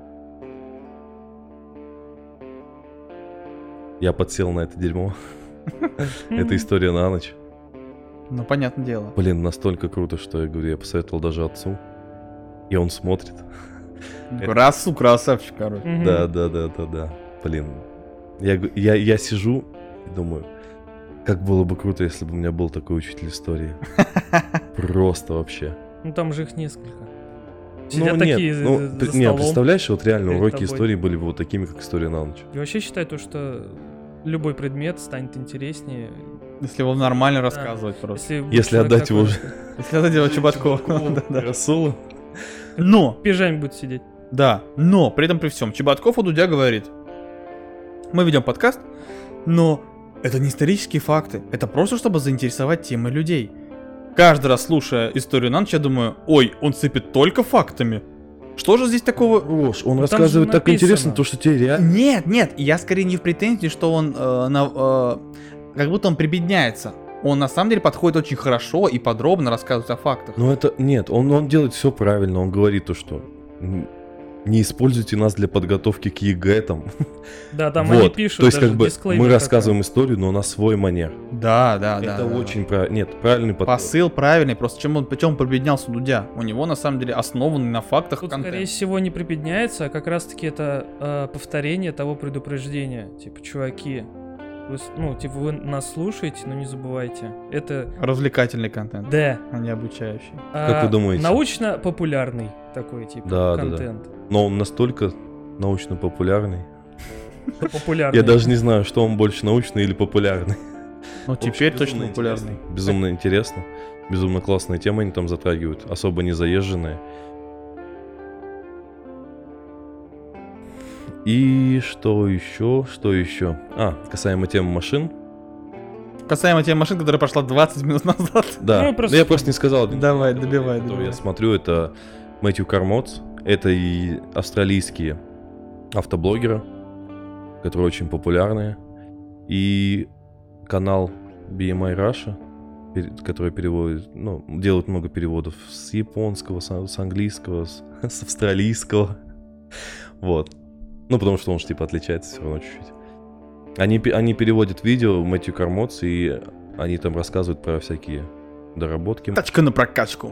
Я подсел на это дерьмо. Это история на ночь.
Ну, понятное дело.
Блин, настолько круто, что я говорю, я посоветовал даже отцу. И он смотрит.
Красу, красавчик, короче.
Мгм.
Да, да, да, да, да. Блин. Я, г- я, я сижу и думаю, как было бы круто, если бы у меня был такой учитель истории. Просто вообще.
Ну там же их несколько.
Ну,
Сидят
нет,
такие
ну,
за- за
пр- не,
столом.
представляешь, вот реально
перед
уроки
тобой.
истории были бы вот такими, как история на ночь.
Я вообще считаю то, что любой предмет станет интереснее,
Если его нормально рассказывать просто.
если... будет
Если
человек
отдать его
такой,
же-
Если это делать Чеботкова. Да, да.
Расула?
Но,
В пижаме будет сидеть.
да, но, при этом при всем, Чеботков у Дудя говорит, мы ведем подкаст, но это не исторические факты, это просто чтобы заинтересовать темы людей. Каждый раз, слушая историю на ночь, я думаю, ой, он сыпет только фактами. Что же здесь такого?
Рош, он
Ну, там
рассказывает
же
так
написано.
интересно, то, что тебе реально...
Нет, нет, я скорее не в претензии, что он э, на, э, как будто он прибедняется. Он на самом деле подходит очень хорошо и подробно рассказывает о фактах.
Но это... Нет, он, он делает все правильно, он говорит то, что... м, Не используйте нас для подготовки к ЕГЭ там.
Да, там
Вот,
они пишут,
то есть
даже
как бы
дисклеймер
мы
такой.
рассказываем историю, но на свой манер.
Да, да, да.
Это
да,
очень правильно. Нет, правильный подход.
Посыл правильный, просто чем он, причем он прибеднялся Дудя. У него на самом деле основанный на фактах
Тут,
контент.
скорее всего, не прибедняется, а как раз-таки это э, повторение того предупреждения. Типа, чуваки, вы, с- ну, типа, вы нас слушаете, но не забывайте. Это
Развлекательный контент,
Д.
а не обучающий.
Как вы думаете?
Научно-популярный такой, типа,
Да, да, да.
контент.
Но он настолько научно-популярный.
Популярный.
Я даже не знаю, что он больше научный или популярный.
Ну
В общем,
теперь
безумно
точно популярный.
интересно. Безумно интересно. Безумно классные темы они там затрагивают. Особо не заезженные. И что еще? Что еще? А, касаемо темы машин.
Касаемо темы машин, которая прошла двадцать минут назад.
Да,
Ну,
ну,
просто-
я просто не сказал. один
Давай,
человек,
добивай,
который
добивай.
я смотрю, это Мэтью Кармотс. Это и австралийские автоблогеры, которые очень популярные. И канал би эм ай Russia, пере- который переводит, ну, делает много переводов с японского, с, с английского, с, с австралийского. Вот. Ну, потому что он же, типа, отличается все равно чуть-чуть. Они, пе- они переводят видео Мэтью Кармотс, и они там рассказывают про всякие доработки.
Тачка на прокачку.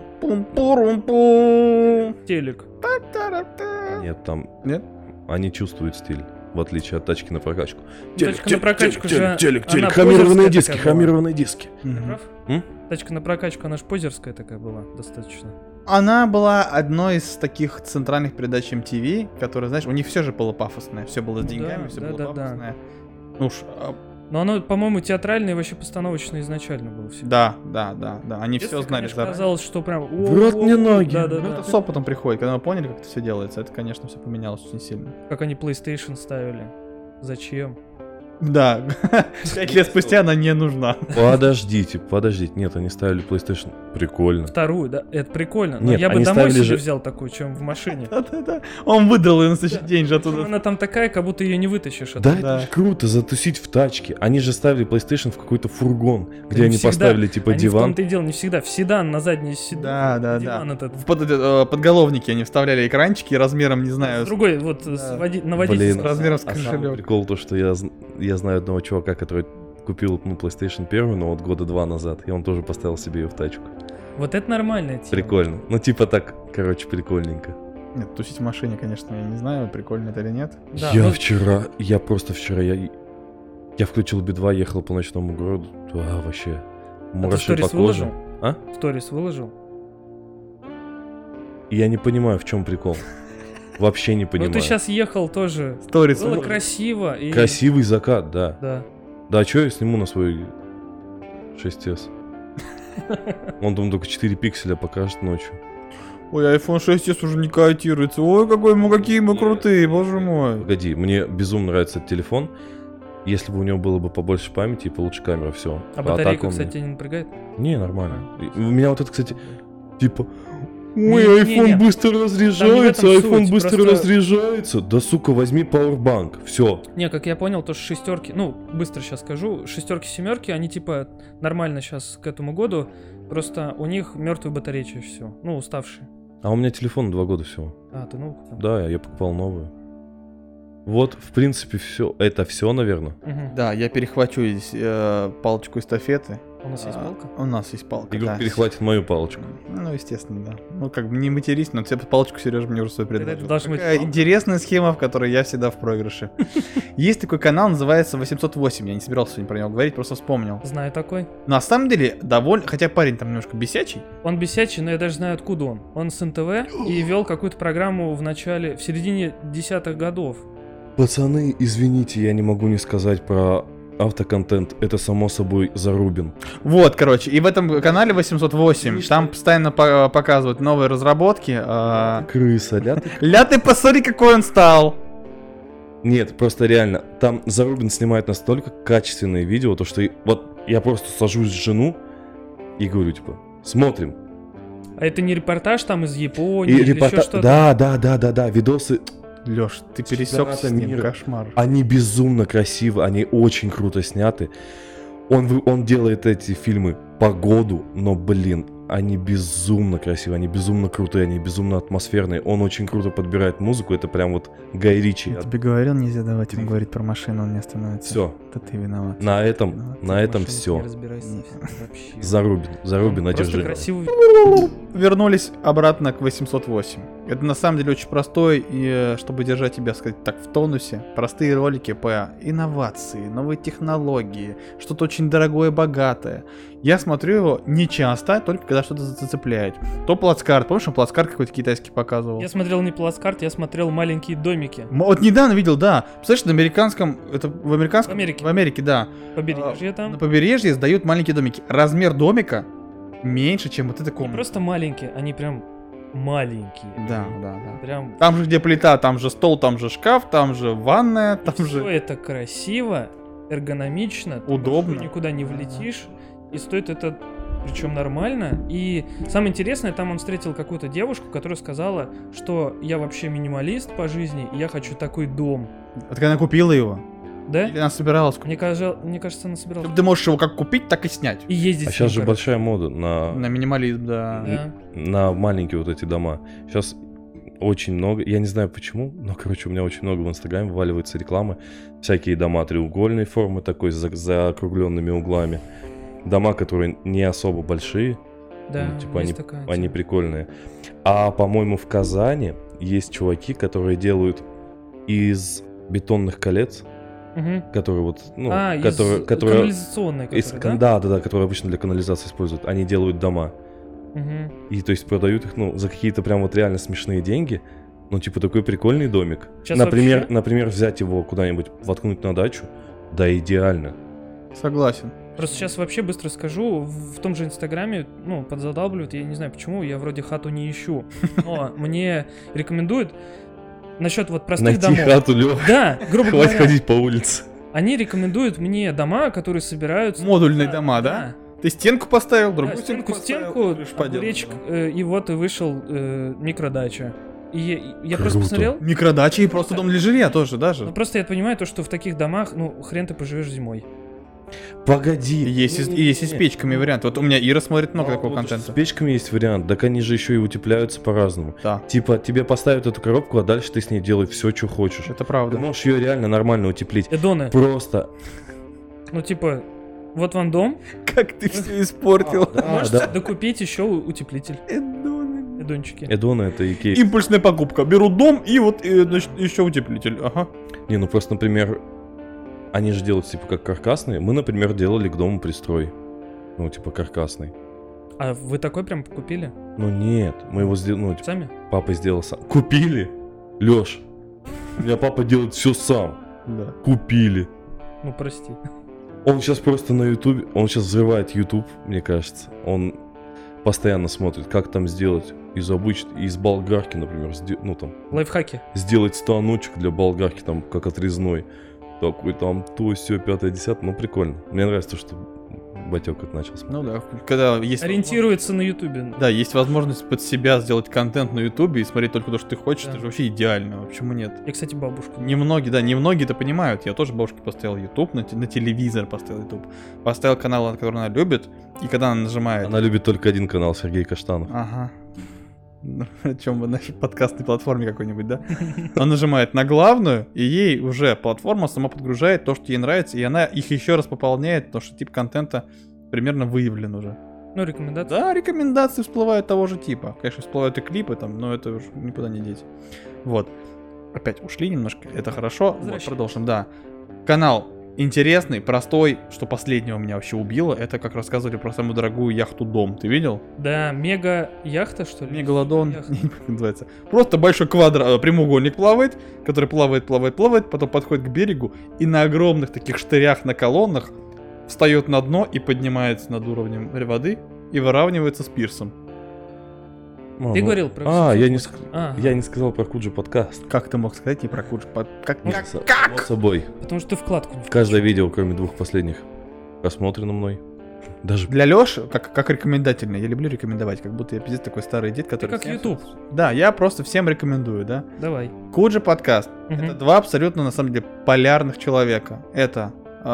Пум-пурум-пум.
Телек.
Та-та-ра-та.
Нет, там
Нет?
они чувствуют стиль. в отличие от тачки на прокачку.
Тачка на прокачку же,
телек, телек,
она
телек, хромированные
позерская
диски,
такая была.
хромированные диски.
Ты
Мгм.
прав?
М?
Тачка на прокачку, она же позерская такая была, достаточно.
Она была одной из таких центральных передач эм ти ви, которые, знаешь, у них все же было пафосное, все было с
Ну
деньгами,
да,
все
да,
было
да, да.
пафосное. Ну уж, а,
Но оно, по-моему, театральное и вообще постановочное изначально было всегда.
да, да, да, да, они
В детстве,
все знали
конечно,
заранее.
казалось, что прям...
В рот мне ноги.
Да, да,
Ну,
да.
это с опытом приходит, когда мы поняли, как это все делается, это, конечно, все поменялось очень сильно.
Как они PlayStation ставили. Зачем?
Да, пять лет спустя она не нужна.
Подождите, подождите. Нет, они ставили PlayStation. Прикольно.
Вторую, да? Это прикольно. Но
Нет,
я бы
они
домой
ставили
себе
же-
взял такую, чем в машине.
Да-да-да. Он выдрал ее на следующий день же оттуда.
Она там такая, как будто ее не вытащишь.
Да,
оттуда.
это
Да.
же круто, затусить в тачке. Они же ставили PlayStation в какой-то фургон, где
не
они
всегда.
поставили типа
Они в
диван.
том-то и дело, не всегда. В седан, на заднее седан.
Да, да, да.
Диван этот.
В под- э, подголовники они вставляли экранчики размером, не знаю, с-
Другой, вот, с
Да.
води- на
Блин,
водительском.
размером с
а самый
кошелек.
прикол то, что я, зн- я знаю одного чувака, который купил ну, PlayStation один, но вот года два назад, и он тоже поставил себе ее в тачку.
Вот это нормальная тема.
Прикольно. Ну типа так, короче, прикольненько.
Нет, тусить в машине, конечно, я не знаю, прикольно это или нет.
Да,
я
ну,
вчера, я просто вчера, я, я включил би два, ехал по ночному городу, а, вообще,
а ты
мураши по
сторис
коже.
выложил?
А?
Сторис выложил?
Я не понимаю, в чем прикол. Вообще не
Ну
понимаю.
ты сейчас ехал тоже.
Сторис.
Было
выложил.
красиво. И...
Красивый закат, да.
Да.
Да, а что я сниму на свой шесть эс? Он там только четыре пикселя покажет ночью.
Ой, айфон шесть эс уже не котируется. Ой, какой мы, какие мы крутые, боже мой.
Погоди, мне безумно нравится этот телефон. Если бы у него было бы побольше памяти и получше камера, все.
А батарейка, кстати, не напрягает?
Не, нормально. И у меня вот это, кстати, типа...
Не,
Ой,
не,
айфон
не.
быстро
Там не в
разряжается,
этом
айфон
суть,
быстро
просто-
разряжается. Да сука, возьми пауэрбанк. Все.
Не, как я понял, то что шестерки, ну, быстро сейчас скажу, шестерки, семерки, они типа нормально сейчас к этому году, просто у них мертвые батареи чаще всего, ну, уставшие.
А у меня телефон два года всего.
А, ты ну купил?
Да, я покупал новую. Вот, в принципе, все. Это все, наверное.
Мгм.
Да, я перехвачу здесь э, палочку эстафеты.
У нас есть
А,
палка?
У нас есть палка,
Игорь
да.
перехватит мою палочку.
Ну, естественно, да. Ну, как бы не матерись, но тебе палочку Сережа мне уже свой
Тогда
предложил.
это должна быть
Такая
палка.
интересная схема, в которой я всегда в проигрыше. Есть такой канал, называется восемьсот восемь. Я не собирался сегодня про него говорить, просто вспомнил.
Знаю такой.
На самом деле, довольно... Хотя парень там немножко бесячий.
Он бесячий, но я даже знаю, откуда он. Он с эн тэ вэ и вел какую-то программу в начале, в середине десятых годов.
Пацаны, извините, я не могу не сказать про автоконтент. Это, само собой, Зарубин.
Вот, короче, и в этом канале восемьсот восемь, там постоянно по- показывают новые разработки. а,
Крыса, ля ты-
Ля ты посмотри, какой он стал!
Нет, просто реально, там Зарубин снимает настолько качественные видео, то что и- вот я просто сажусь с жену и говорю, типа, смотрим.
А это не репортаж там из Японии
И
или
репорта...
еще что-то?
Да, да, да, да, да, видосы,
Лёш, ты пересекся
Чемпионата
с ним,
мира.
кошмар.
они безумно красивы, они очень круто сняты. Он, вы- он делает эти фильмы по году, но, блин, они безумно красивые, они безумно крутые, они безумно атмосферные. Он очень круто подбирает музыку, это прям вот Гай Ричи.
Я тебе говорил, нельзя давать ему говорить про машину, он не остановится.
Все,
Это ты виноват.
на этом,
Виноват.
на этом
Машинах
все.
Не разбирайся вообще.
Зарубин, Зарубин,
Просто
одержи.
красивый.
Вернулись обратно к восемьсот восемь. Это на самом деле очень простой, и э, чтобы держать тебя, сказать так, в тонусе, простые ролики по инновации, новые технологии, что-то очень дорогое, богатое. Я смотрю его не часто, только когда что-то зацепляет. То плацкарт, помнишь, он плацкарт какой-то китайский показывал?
Я смотрел не плацкарт, я смотрел маленькие домики.
М, Вот недавно видел, да. Представляешь, на американском, это в американском?
В Америке.
В Америке, да.
Побережье
На
там.
побережье сдают маленькие домики. Размер домика меньше, чем вот эта
Не
комната.
просто маленькие, они прям маленькие.
Да, да, да.
Прям
Там же где плита, там же стол, там же шкаф, там же ванная, там
все
же...
это красиво, эргономично, ты
Удобно.
большой никуда не влетишь, и стоит это причем нормально. И самое интересное, там он встретил какую-то девушку, которая сказала, что я вообще минималист по жизни, и я хочу такой дом.
Вот когда она купила его,
Да?
или она собиралась купить.
Мне, кажется, мне кажется, она собиралась.
Ты можешь его как купить, так и снять.
И ездить
А
с ним,
сейчас же
короче.
большая мода на,
На минимализм, да.
Да.
на маленькие вот эти дома. Сейчас очень много, я не знаю почему, но, короче, у меня очень много в Инстаграме вываливается рекламы. Всякие дома треугольной формы, такой с за- закругленными углами. Дома, которые не особо большие,
Да,
ну, типа
есть
они,
такая
они
тема.
прикольные. А, по-моему, в Казани есть чуваки, которые делают из бетонных колец,
Мгм.
которые вот, ну,
а,
которые,
из
которые,
канализационной,
из
которые,
кан-
да?
да, да, да, которые обычно для канализации используют, они делают дома.
Мгм.
И то есть продают их, ну, за какие-то прям вот реально смешные деньги. Ну, типа такой прикольный домик.
Щас
Например,
вообще-
например, взять его куда-нибудь, воткнуть на дачу, да идеально.
Согласен.
Просто сейчас вообще быстро скажу, в в том же Инстаграме, ну, подзадалбливают, я не знаю почему, я вроде хату не ищу, но мне рекомендуют насчет вот простых
Найти
домов.
хату, Лёх.
Да, грубо
Хватит
говоря,
ходить по улице.
они рекомендуют мне дома, которые собираются...
Модульные дома, да? Ты стенку поставил,
Да,
другую
стенку,
поставил,
стенку,
крышу поделал,
огуречек,
да.
э, и вот и вышел э, микродача. И я, и я просто
Круто.
посмотрел,
Микродача и просто дом для жилья тоже, даже.
ну просто я понимаю то, что в таких домах, ну, хрен ты поживешь зимой.
Погоди.
Есть, и с- и есть и с печками вариант. Вот у меня Ира смотрит много такого
Вот С
контента.
печками есть вариант, так они же еще и утепляются по-разному.
Да,
Типа, тебе поставят эту коробку, а дальше ты с ней делай все, что хочешь.
это
Ты
правда.
можешь ее реально нормально утеплить.
Эдоны,
Просто.
ну типа, вот вам дом,
Как ты все испортил.
Да,
можете
да.
докупить еще утеплитель.
Эдоны.
Эдончики.
Эдона это Икея.
Импульсная покупка. Беру дом и вот э, значит, еще утеплитель. Ага.
Не, ну просто, например, они же делают типа как каркасные. Мы, например, делали к дому пристрой. Ну, типа каркасный.
А вы такой прям купили?
Ну нет, мы его сделали, ну, типа,
Сами?
папа сделал сам. Купили? Лёш, у меня папа делает все сам.
Да.
Купили.
Ну прости.
Он сейчас просто на ютубе, он сейчас взрывает ютуб, мне кажется. Он постоянно смотрит, как там сделать из обычной, из болгарки, например, сде- ну там,
Лайфхаки.
сделать станочек для болгарки, там, как отрезной. Такой там, то, все, пятое, десятое, ну прикольно. Мне нравится то, что батек это начал смотреть.
Ну да, когда есть...
Ориентируется на ютубе.
Да, есть возможность под себя сделать контент на ютубе и смотреть только то, что ты хочешь,
Да.
это же вообще идеально, почему нет?
Я, кстати, бабушка.
Немногие, да, немногие это понимают. Я тоже бабушке поставил YouTube, на, те- на телевизор поставил YouTube. Поставил канал, который она любит, и когда она нажимает...
Она любит только один канал, Сергей Каштанов.
Ага. Ну, о чем вы, на подкастной платформе какой-нибудь, да? Она нажимает на главную, и ей уже платформа сама подгружает то, что ей нравится, и она их еще раз пополняет, потому что тип контента примерно выявлен уже.
Ну, рекомендации.
Да, рекомендации всплывают того же типа. Конечно, всплывают и клипы там, но это уж никуда не деть. Вот. Опять ушли немножко, это хорошо. Вот,
Возвращаемся.
продолжим, да. Канал интересный, простой, что последнего меня вообще убило, это как рассказывали про самую дорогую яхту Дом. Ты видел?
Да, мега яхта, что ли?
Мегалодон,
Яхта.
не помню, как называется. Просто большой квадрат, прямоугольник плавает, который плавает, плавает, плавает, потом подходит к берегу и на огромных таких штырях на колоннах встает на дно и поднимается над уровнем воды и выравнивается с пирсом.
А,
Ты
ну-
говорил про
А, я не,
восемьсот
ск-
Ага.
я не сказал про Куджи подкаст.
Как ты мог сказать не про Кудж? По- Как?
Ну,
как?
са- Само собой.
Потому что ты вкладку не
Каждое видео, кроме двух последних, просмотрено мной. Даже
Для Лёши, как, как рекомендательно, я люблю рекомендовать, как будто я пиздец такой старый дед, который...
как
всем-
YouTube.
Да, я просто всем рекомендую, да.
Давай.
Куджи подкаст.
Мгм.
Это два абсолютно, на самом деле, полярных человека. Это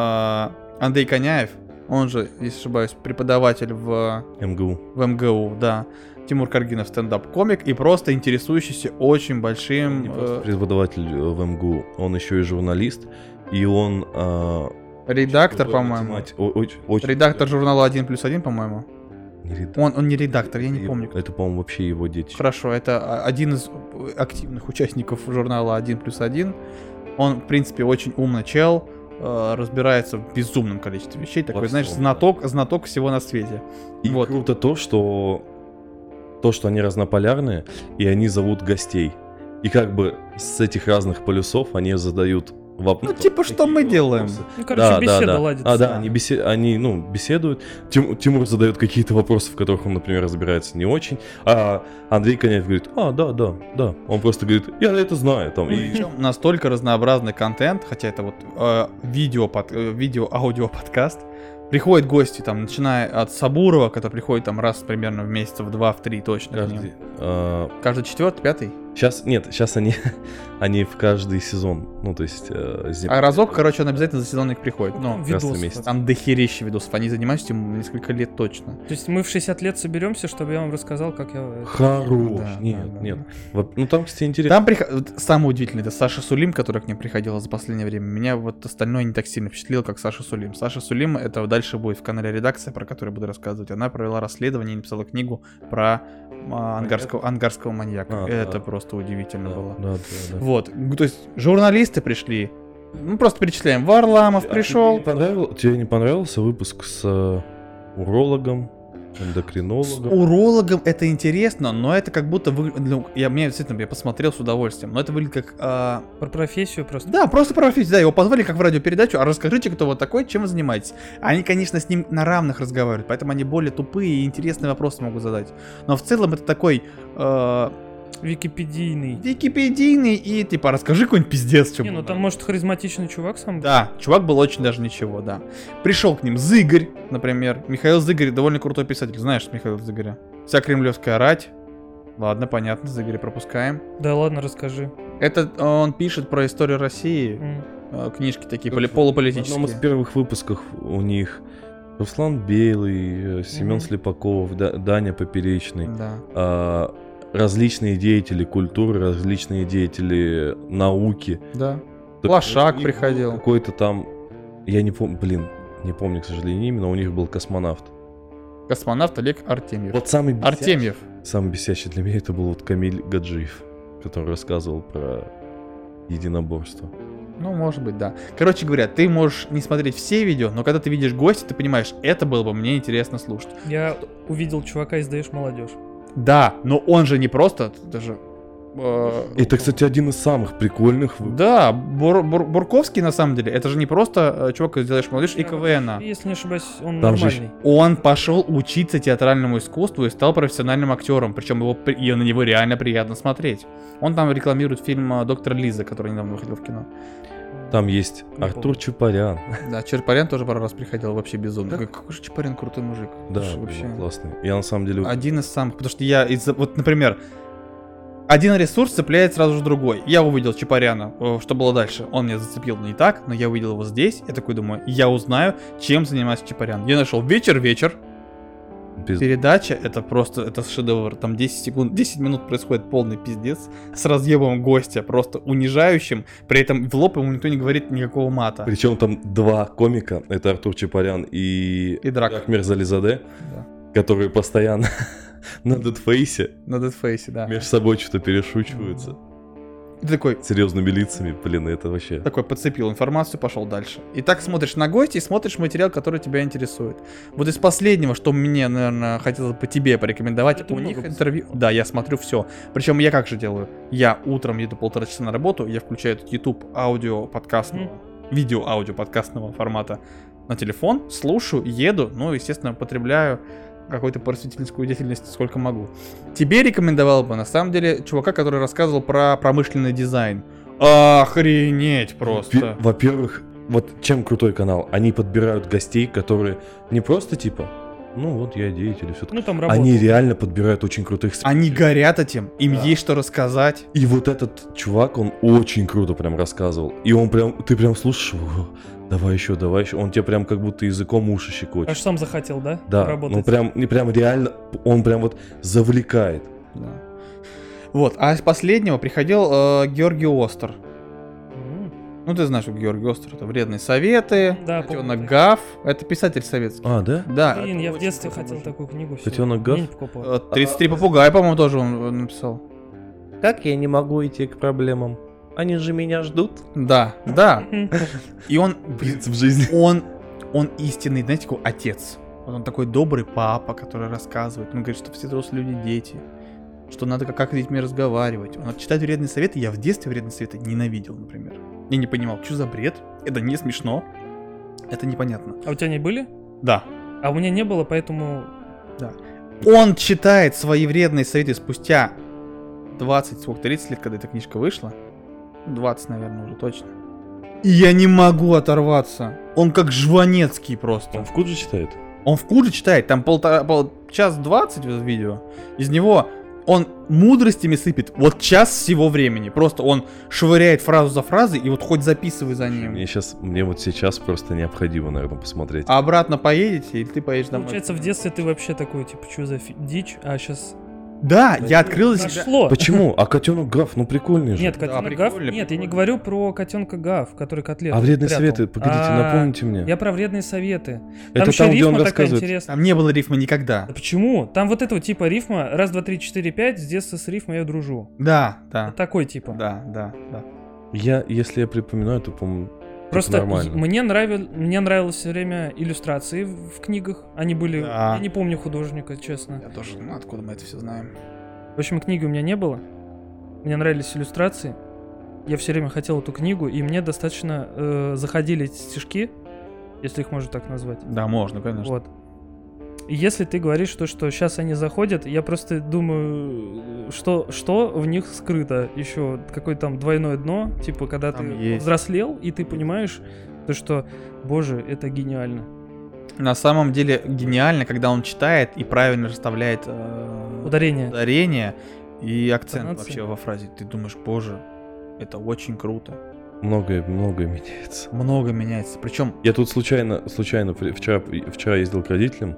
э, Андрей Коняев, он же, если не ошибаюсь, преподаватель в,
МГУ.
в МГУ, да. Тимур Каргинов, стендап-комик, и просто интересующийся очень большим...
Не просто
э,
преподаватель э, в МГУ, он еще и журналист, и он... а,
редактор,
очень
по-моему.
математик- о- очень- очень-
Редактор журнала один плюс один, по-моему.
Не редактор.
Он, он не редактор, я не
И-
помню.
Это, по-моему, вообще его дети.
Хорошо, это а, один из активных участников журнала один плюс один. Он, в принципе, очень умный чел, э, разбирается в безумном количестве вещей. Такой,
всем,
знаешь,
да.
знаток, знаток всего на свете.
И
Вот.
круто то, что то, что они разнополярные, и они зовут гостей. И как бы с этих разных полюсов они задают воп-
Ну, типа, что мы делаем?
Ну, короче, беседа
да.
ладится.
А, да, они, бесе- они ну, беседуют. Тим- Тимур задает какие-то вопросы, в которых он, например, разбирается не очень. А Андрей Коняев говорит, а, да, да, да. Он просто говорит, я это знаю. Там, и...
Причем настолько разнообразный контент, хотя это вот э, видео, под, э, видео-аудио подкаст. Приходят гости, там, начиная от Сабурова, который приходит там раз примерно в месяца в два, в три точно. к ним.
Каждый, а,
Каждый четвертый, пятый.
Сейчас, нет, сейчас они, они в каждый сезон, ну, то есть... э, зим-
А разок, короче, он обязательно за сезон их приходит. Ну,
Красный
Видос.
месяц.
там дохерища видосов. Они занимаются этим несколько лет точно.
То есть мы в шестьдесят лет соберемся, чтобы я вам рассказал, как я... это-
Хорош,
Да,
нет,
да, да,
нет.
да.
Во- Ну, там, кстати, интересно.
Там приход... вот самое удивительное, это Саша Сулим, которая к ним приходила за последнее время. Меня вот остальное не так сильно впечатлило, как Саша Сулим. Саша Сулим, это дальше будет в канале «Редакция», про который я буду рассказывать. Она провела расследование и написала книгу про а, ангарского, ангарского маньяка.
А,
это
да.
просто просто удивительно
Да,
было.
да, да, да.
Вот, то есть журналисты пришли, ну просто перечисляем, Варламов
А
пришел.
Тебе не, понравил- тебе не понравился выпуск с э, урологом,
С
эндокринологом?
урологом это интересно, но это как будто вы... ну, я, мне действительно, я посмотрел с удовольствием, но это выглядит как... а,
Про профессию просто.
Да, просто про профессию, да, его позвали как в радиопередачу, а расскажите, кто вот такой, чем вы занимаетесь. Они, конечно, с ним на равных разговаривают, поэтому они более тупые и интересные вопросы могут задать. Но в целом это такой э,
Википедийный.
википедийный и типа расскажи какой-нибудь пиздец, что
Не, ну
было.
там, может, харизматичный чувак сам.
Да, чувак был очень даже ничего, да. Пришел к ним Зыгорь, например. Михаил Зыгорь довольно крутой писатель. Знаешь Михаила Зыгоря? Вся кремлевская рать. Ладно, понятно, Зыгоря пропускаем.
Да ладно, расскажи.
Это он пишет про историю России.
М.
э, Книжки такие поли-
В одном из
полуполитические.
первых выпусков у них Руслан Белый, Семен
Мгм.
Слепаков, Да- Даня Поперечный,
Да.
а, различные деятели культуры, различные деятели науки.
Да.
Так
Лошак
у них был
приходил.
Какой-то там, я не помню, блин, не помню, к сожалению, именно, у них был космонавт.
Космонавт Олег Артемьев.
Вот самый бесящий,
Артемьев.
самый бесящий для меня это был вот Камиль Гаджиев, который рассказывал про единоборство.
Ну, может быть, да. Короче говоря, ты можешь не смотреть все видео, но когда ты видишь гостя, ты понимаешь, это было бы мне интересно слушать.
Я увидел чувака из «Даешь молодежь».
Да, но он же не просто, даже... э,
Это, кстати, один из самых прикольных выпусков.
Да, Бур- Бур- Бурковский на самом деле, это же не просто э, чувак, который сделаешь молодежь и КВН.
Если не ошибаюсь, он
Там же
нормальный.
Он пошел учиться театральному искусству и стал профессиональным актером, причем его, при- и на него реально приятно смотреть. Он там рекламирует фильм э, «Доктор Лиза», который недавно выходил в кино.
Там есть
Не
Артур
помню.
Чапарян.
Да, Черпарян тоже пару раз приходил, вообще безумно. Какой, какой же Чапарян крутой мужик.
Да,
Слушай,
был
вообще.
классный. Я на самом деле...
Один из самых, потому что я из вот, например, один ресурс цепляет сразу же другой. Я увидел Чапаряна, э, что было дальше. Он меня зацепил не так, но я увидел его здесь. Я такой думаю, я узнаю, чем занимается Чапарян. Я нашел вечер-вечер.
без-
Передача, это просто, это шедевр. Там десять секунд, десять минут происходит полный пиздец с разъебом гостя, просто унижающим. При этом в лоб ему никто не говорит никакого мата.
Причем там два комика. Это Артур Чапарян и...
И Драк.
Ахмер Зализаде,
Да.
которые постоянно на дедфейсе
На дедфейсе, да.
между собой что-то перешучиваются.
И ты такой,
Серьезными лицами, блин, это вообще...
такой подцепил информацию, пошел дальше. И так смотришь на гостя и смотришь материал, который тебя интересует. Вот из последнего, что мне, наверное, хотелось бы тебе порекомендовать,
Это
у
много
них
посмотрел.
интервью. Да, я смотрю все. Причем я как же делаю? Я утром еду полтора часа на работу, я включаю этот YouTube аудио подкастного, видео аудио подкастного формата на телефон, слушаю, еду, ну, естественно, потребляю какую-то просветительскую деятельность сколько могу. Тебе рекомендовал бы, на самом деле, чувака, который рассказывал про промышленный дизайн. Охренеть просто.
Во- Во-первых, вот чем крутой канал? Они подбирают гостей, которые не просто типа, ну вот я деятель и все.
Ну, там работал.
Они реально подбирают очень крутых
Они
спикеров.
горят этим, им
Да.
есть что рассказать.
И вот этот чувак, он очень круто прям рассказывал. И он прям, ты прям слушаешь, «О, давай еще, давай еще. Он тебе прям как будто языком уши щекочет.
Аж сам захотел, да?
Да,
Работать.
ну прям, не прям реально, он прям вот завлекает.
Да. Вот, а с последнего приходил э, Георгий Остер.
М.
Ну, ты знаешь, что Георгий Остер — это «Вредные советы»,
Да,
«Котенок
помню.
Гав», это писатель советский.
А, да?
Да,
Блин,
это
я в
очень
детстве
крутой
хотел
мужик.
такую книгу. всё.
Котенок Гав?
Я не покупал.
Э, тридцать три попугая, по-моему, тоже он э, написал.
Как я не могу идти к проблемам? Они же меня ждут.
Да, да.
Мгм.
И он,
Принцип жизни.
он, он истинный, знаете, какой отец. Вот он такой добрый папа, который рассказывает. Он говорит, что все взрослые люди дети. Что надо как, как с детьми разговаривать. Он читает вредные советы. Я в детстве вредные советы ненавидел, например. Я не понимал, что за бред. Это не смешно. Это непонятно.
А у тебя не были?
Да.
А у меня не было, поэтому...
Он читает свои вредные советы спустя двадцать, сколько, тридцать лет, когда эта книжка вышла. двадцать, наверное, уже точно. И я не могу оторваться. Он как Жванецкий просто.
Он в Кудже читает?
Он в Кудже читает, там полтора, пол, час двадцать в видео. Из него он мудростями сыпет. Вот час всего времени. Просто он швыряет фразу за фразой и вот хоть записывай за ним.
Мне сейчас, мне вот сейчас просто необходимо, наверное, посмотреть.
А обратно поедете или ты поедешь домой?
Получается, в детстве ты вообще такой, типа, что за фи- дичь, а сейчас
Да, я открыл для себя...
Нашло.
Почему? А котенок Гав, ну прикольный же.
Нет, котенок Гав.
прикольно,
Нет, я не
прикольно.
говорю про котенка Гав, который котлету
А вредные
прятал.
советы, погодите,
А,
напомните мне.
Я про вредные советы.
Это
еще
там, где он
рифма такая
рассказывает.
интересная.
Там не было рифма никогда.
Да почему? Там вот этого типа рифма раз, два, три, четыре, пять, с детства с рифмой я дружу.
Да, да.
Вот такой типа.
Да, да, да.
Я, если я припоминаю, то, по-моему,
Просто
нормально.
и- мне, нравил, мне нравилось все время иллюстрации в, в книгах. Они были...
Да.
Я не помню художника, честно.
Я тоже, ну откуда мы это все знаем?
В общем, книги у меня не было. Мне нравились иллюстрации. Я все время хотел эту книгу, и мне достаточно э, заходили эти стишки, если их можно так назвать.
Да, можно, конечно.
Вот. И если ты говоришь, то, что сейчас они заходят, я просто думаю, что, что в них скрыто. Еще какое-то там двойное дно, типа, когда
Там
ты
есть.
взрослел, и ты понимаешь, то, что, боже, это гениально.
На самом деле гениально, когда он читает и правильно расставляет э,
Ударение.
ударение и акцент
Интонация.
вообще во фразе. Ты думаешь, боже, это очень круто.
многое, многое меняется.
Много меняется. Причем,
Я тут случайно, случайно при- вчера, вчера ездил к родителям,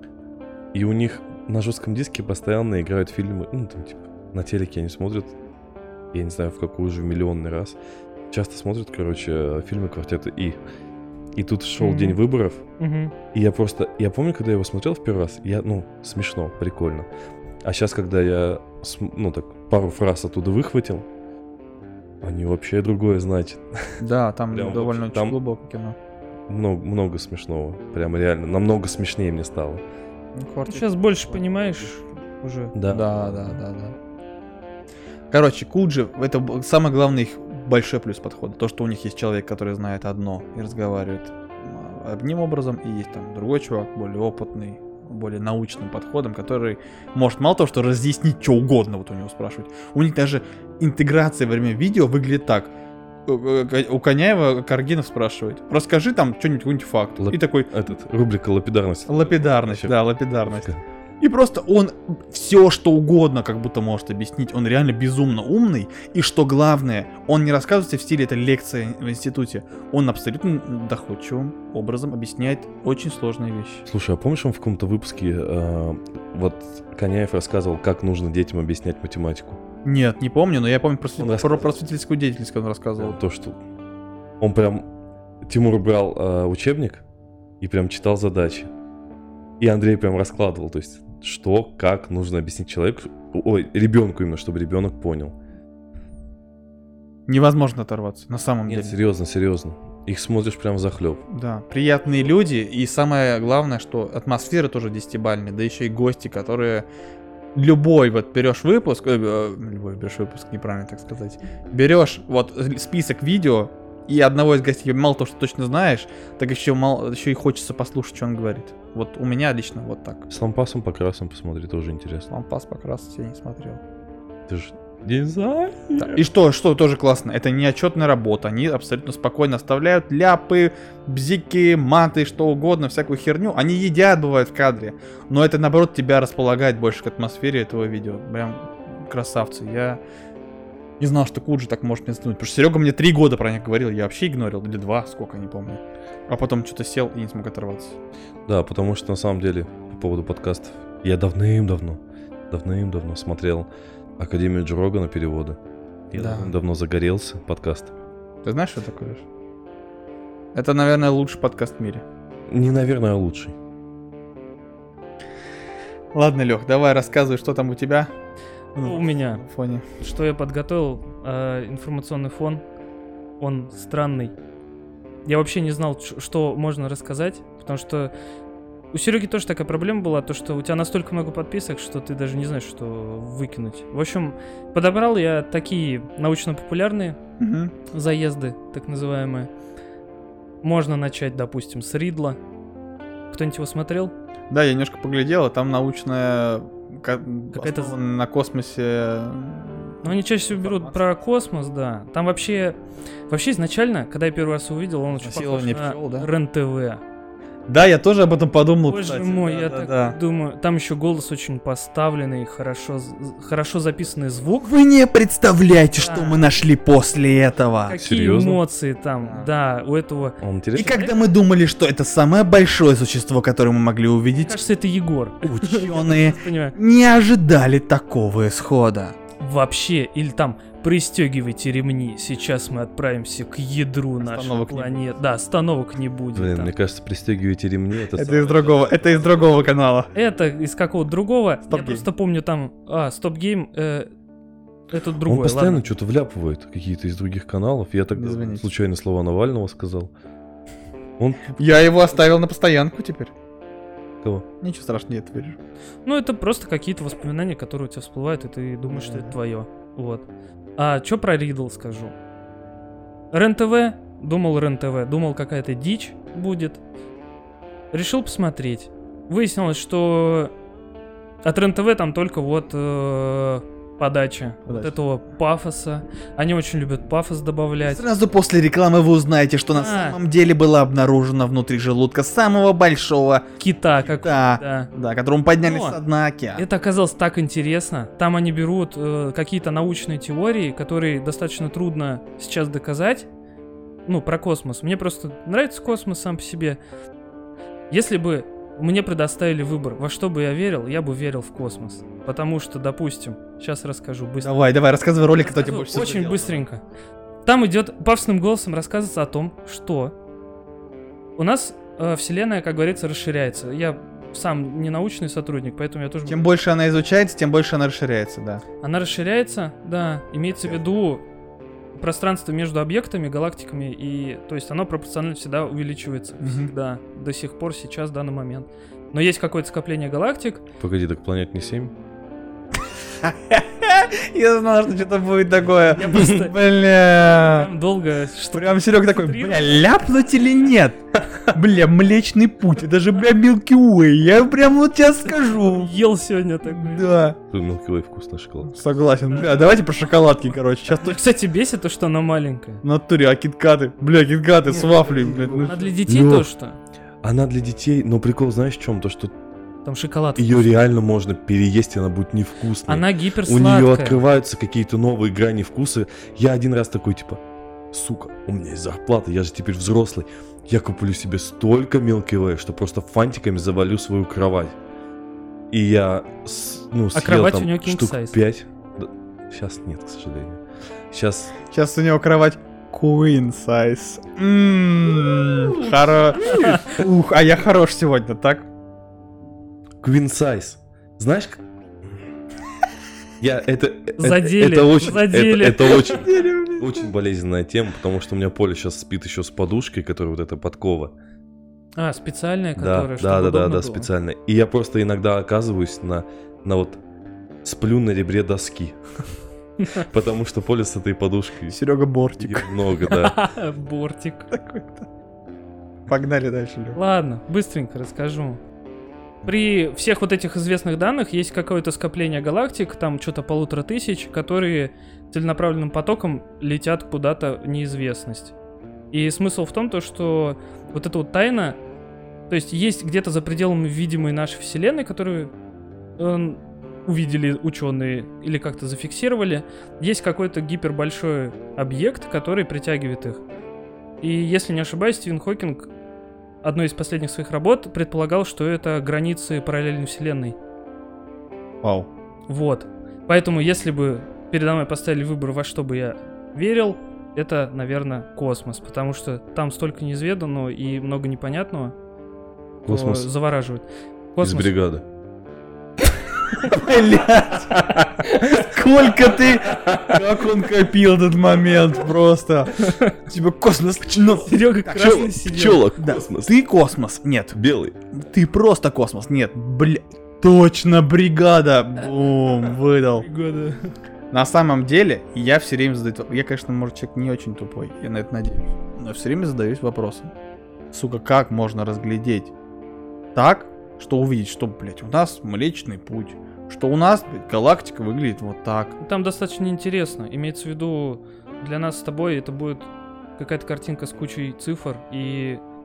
и у них на жестком диске постоянно играют фильмы, ну там типа на телеке они смотрят, я не знаю в какой уже миллионный раз, часто смотрят, короче, фильмы «Квартета И». И тут шел
Мгм.
день выборов,
Мгм.
и я просто, я помню, когда я его смотрел в первый раз, я, ну, смешно, прикольно. А сейчас, когда я, см- ну так, пару фраз оттуда выхватил, они вообще другое значат.
да, там
Прям
довольно
вообще,
очень
там-
глубокое кино.
Много, много смешного, прям реально, намного смешнее мне стало.
Ну, «Квартет».
Сейчас больше понимаешь уже.
Да.
Да, да, да, да. Короче, Куджи, это б- самый главный их большой плюс подхода. То, что у них есть человек, который знает одно и разговаривает м, одним образом, и есть там другой чувак, более опытный, более научным подходом, который может мало того, что разъяснить что угодно, вот у него спрашивать. У них даже интеграция во время видео выглядит так. Э, э, У Коняева Каргинов спрашивает, расскажи там что-нибудь, какой-нибудь факт.
Лап-
И такой,
Этот, рубрика «Лапидарность».
лапидарность,
Вообще.
да, лапидарность. И просто он все, что угодно, как будто может объяснить. Он реально безумно умный. И что главное, он не рассказывает в стиле это лекция в институте. Он абсолютно доходчивым образом объясняет очень сложные вещи.
Слушай, а помнишь, он в каком-то выпуске, э, вот Коняев рассказывал, как нужно детям объяснять математику?
Нет, не помню, но я помню просвет-
Он
про
рассказывал.
просветительскую деятельность, как он рассказывал.
То, что он прям... Тимур брал э, учебник и прям читал задачи. И Андрей прям раскладывал, то есть, что, как нужно объяснить человеку, ой, ребенку именно, чтобы ребенок понял.
Невозможно оторваться, на самом
Нет,
деле.
серьезно, серьезно. Их смотришь прям взахлеб.
Да, приятные люди, и самое главное, что атмосфера тоже десятибалльная, да еще и гости, которые любой вот берешь выпуск, э, э, любой берешь выпуск, неправильно так сказать, берешь вот список видео и одного из гостей мало того, что точно знаешь, так еще мало, еще и хочется послушать, что он говорит. Вот у меня лично вот так.
С лампасом по красам посмотри, тоже интересно.
Лампас покрас я не смотрел.
Ты же дизайн.
Да. И что, что тоже классно, это не отчетная работа, они абсолютно спокойно оставляют ляпы, бзики, маты, что угодно, всякую херню. Они едят, бывает, в кадре, но это, наоборот, тебя располагает больше к атмосфере этого видео. Прям красавцы. Я не знал, что Куджи так может мне затянуть, потому что Серега мне три года про них говорил, я вообще игнорил, или два, сколько, не помню. А потом что-то сел и не смог оторваться.
Да, потому что на самом деле по поводу подкастов я давным-давно, давным-давно смотрел Академию Джо Рогана переводы. Я
Да.
давно загорелся подкастом.
Ты знаешь, что такое? Леш? Это, наверное, лучший подкаст в мире.
Не, наверное, лучший.
Ладно, Лех, давай рассказывай, что там у тебя.
Ну, у меня.
В фоне.
Что я подготовил? А, информационный фон. Он странный. Я вообще не знал, ч- что можно рассказать, потому что у Сереги тоже такая проблема была, то что у тебя настолько много подписок, что ты даже не знаешь, что выкинуть. В общем, подобрал я такие научно-популярные
Мгм.
заезды, так называемые. Можно начать, допустим, с Ридла. Кто-нибудь его смотрел?
Да, я немножко поглядел, а там научная ка-
Какая-то
основана на космосе.
Ну, они чаще всего берут про космос, да. Там вообще... Вообще изначально, когда я первый раз увидел, он очень похож
Насилование
на
пчел, да?
РЕН-ТВ.
Да, я тоже об этом подумал,
Боже
кстати.
мой,
да,
я
да,
так
да.
думаю. Там еще голос очень поставленный, хорошо, з- хорошо записанный звук.
Вы не представляете,
Да.
что мы нашли после этого.
Какие
Серьезно?
эмоции там, да, у этого.
Он
И
интересно?
когда мы думали, что это самое большое существо, которое мы могли
Мне
увидеть,
кажется, это Егор.
ученые
Понимаю.
не ожидали такого исхода.
Вообще, или там пристегивайте ремни, сейчас мы отправимся к ядру нашей
Остановок не
планеты. Да, остановок не будет.
Блин,
там.
мне кажется, пристегивайте ремни. Это,
Это
самое-
из другого, это из другого канала.
Это из какого-то другого.
Stop
Я
Game.
просто помню там. А, Стоп Гейм. Э, это
Он
другое.
постоянно
ладно.
что-то вляпывает, какие-то из других каналов. Я тогда
Извините.
случайно слова Навального сказал. Он
Я его оставил на постоянку теперь.
кого?
Ничего страшного, нет, вырежу.
Ну, это просто какие-то воспоминания, которые у тебя всплывают, и ты думаешь, что это
Да.
твое. Вот. А что про Ридл скажу? РЕН-ТВ, думал РЕН-ТВ, думал какая-то дичь будет. Решил посмотреть. Выяснилось, что от РЕН-ТВ там только вот э, подача вот
Подача.
этого пафоса. Они очень любят пафос добавлять.
Сразу после рекламы вы узнаете, что на
А.
самом деле было обнаружено внутри желудка самого большого
Кита, как
кита,
да.
да, которому подняли
Но
с дна океана.
Это оказалось так интересно. Там они берут э, какие-то научные теории, которые достаточно трудно сейчас доказать. Ну, про космос. Мне просто нравится космос сам по себе. Если бы мне предоставили выбор, во что бы я верил, я бы верил в космос. Потому что, допустим, сейчас расскажу быстро.
Давай, давай, рассказывай ролик, кто тебе
Рассказываю
больше всего
Очень
задело.
быстренько. Там идет пафосным голосом рассказывается о том, что у нас э, Вселенная, как говорится, расширяется. Я сам не научный сотрудник, поэтому я тоже...
Чем больше она изучается, тем больше она расширяется, да.
Она расширяется, да, имеется в виду пространство между объектами, галактиками, и то есть оно пропорционально всегда увеличивается,
Мгм.
всегда, до сих пор, сейчас, в данный момент. Но есть какое-то скопление галактик,
Погоди, так планет не семь?
Я знал, что что-то будет такое.
Я просто-
Бля.
прям долго... Что...
Прям Серега такой,
Концентрирован.
бля, ляпнуть или нет? Бля, Млечный Путь, это же, бля, Milky Way, я прям вот тебе скажу.
Ел сегодня такой.
Да,
Milky Way вкусный шоколад.
согласен. Бля, давайте про шоколадки, короче. Сейчас точно.
Кстати, бесит то, что она маленькая.
В натуре, а киткаты? Бля, киткаты с вафлей, блядь. ну.
Она для детей
Лёх.
то, что?
Она для детей, но прикол знаешь в чем? То, что
Там шоколад.
ее реально можно переесть, и она будет невкусной.
Она
У
гиперсладкая.
нее открываются какие-то новые грани вкуса. Я один раз такой, типа, сука, у меня есть зарплата, я же теперь взрослый. Я куплю себе столько Milky Way, что просто фантиками завалю свою кровать. И я, с- ну, съел
кровать
там
у неё king
штук
size.
пять. Сейчас нет, к сожалению. Сейчас
Сейчас у него кровать Queen size. Ммм, хоро... Ух, а я хорош сегодня, так?
Queen Size. Знаешь, как... Я это... это-
Задели,
Это очень...
задели.
Это, это очень... Очень болезненная тема, потому что у меня Поля сейчас спит еще с подушкой, которая вот эта подкова.
А, специальная,
Да,
которая,
да,
чтобы
да, да,
удобно
да,
было.
специально. И я просто иногда оказываюсь на, на вот сплю на ребре доски. Потому что Поля с этой подушкой
Серега Бортик.
её много, да.
Бортик.
Такой-то. Погнали дальше, Лёх.
Ладно, быстренько расскажу. При всех вот этих известных данных есть какое-то скопление галактик, там что-то полутора тысяч, которые целенаправленным потоком летят куда-то в неизвестность. И смысл в том, то, что вот эта вот тайна, то есть есть где-то за пределами видимой нашей Вселенной, которую э, увидели ученые или как-то зафиксировали, есть какой-то гипербольшой объект, который притягивает их. И если не ошибаюсь, Стивен Хокинг одной из последних своих работ предполагал, что это границы параллельной вселенной.
Вау.
Вот. Поэтому, если бы передо мной поставили выбор, во что бы я верил, это, наверное, космос. Потому что там столько неизведанного и много непонятного. то
Космос
завораживает.
из
Космос.
бригады.
Блять. Сколько ты... Как он копил этот момент просто. Типа космос... Ну,
Серега красный
Пчела,
сидел.
пчела,
да,
космос.
ты космос. Нет,
Белый.
ты просто космос. Нет, бля... Точно, бригада. Бум, выдал.
Года.
На самом деле, я все время задаю... воп- Я, конечно, может, человек не очень тупой, я на это надеюсь. Но все время задаюсь вопросом. Сука, как можно разглядеть так, что увидеть, что, блядь, у нас Млечный Путь, что у нас, блядь, галактика выглядит вот так.
Там достаточно интересно. Имеется в виду, для нас с тобой это будет какая-то картинка с кучей цифр и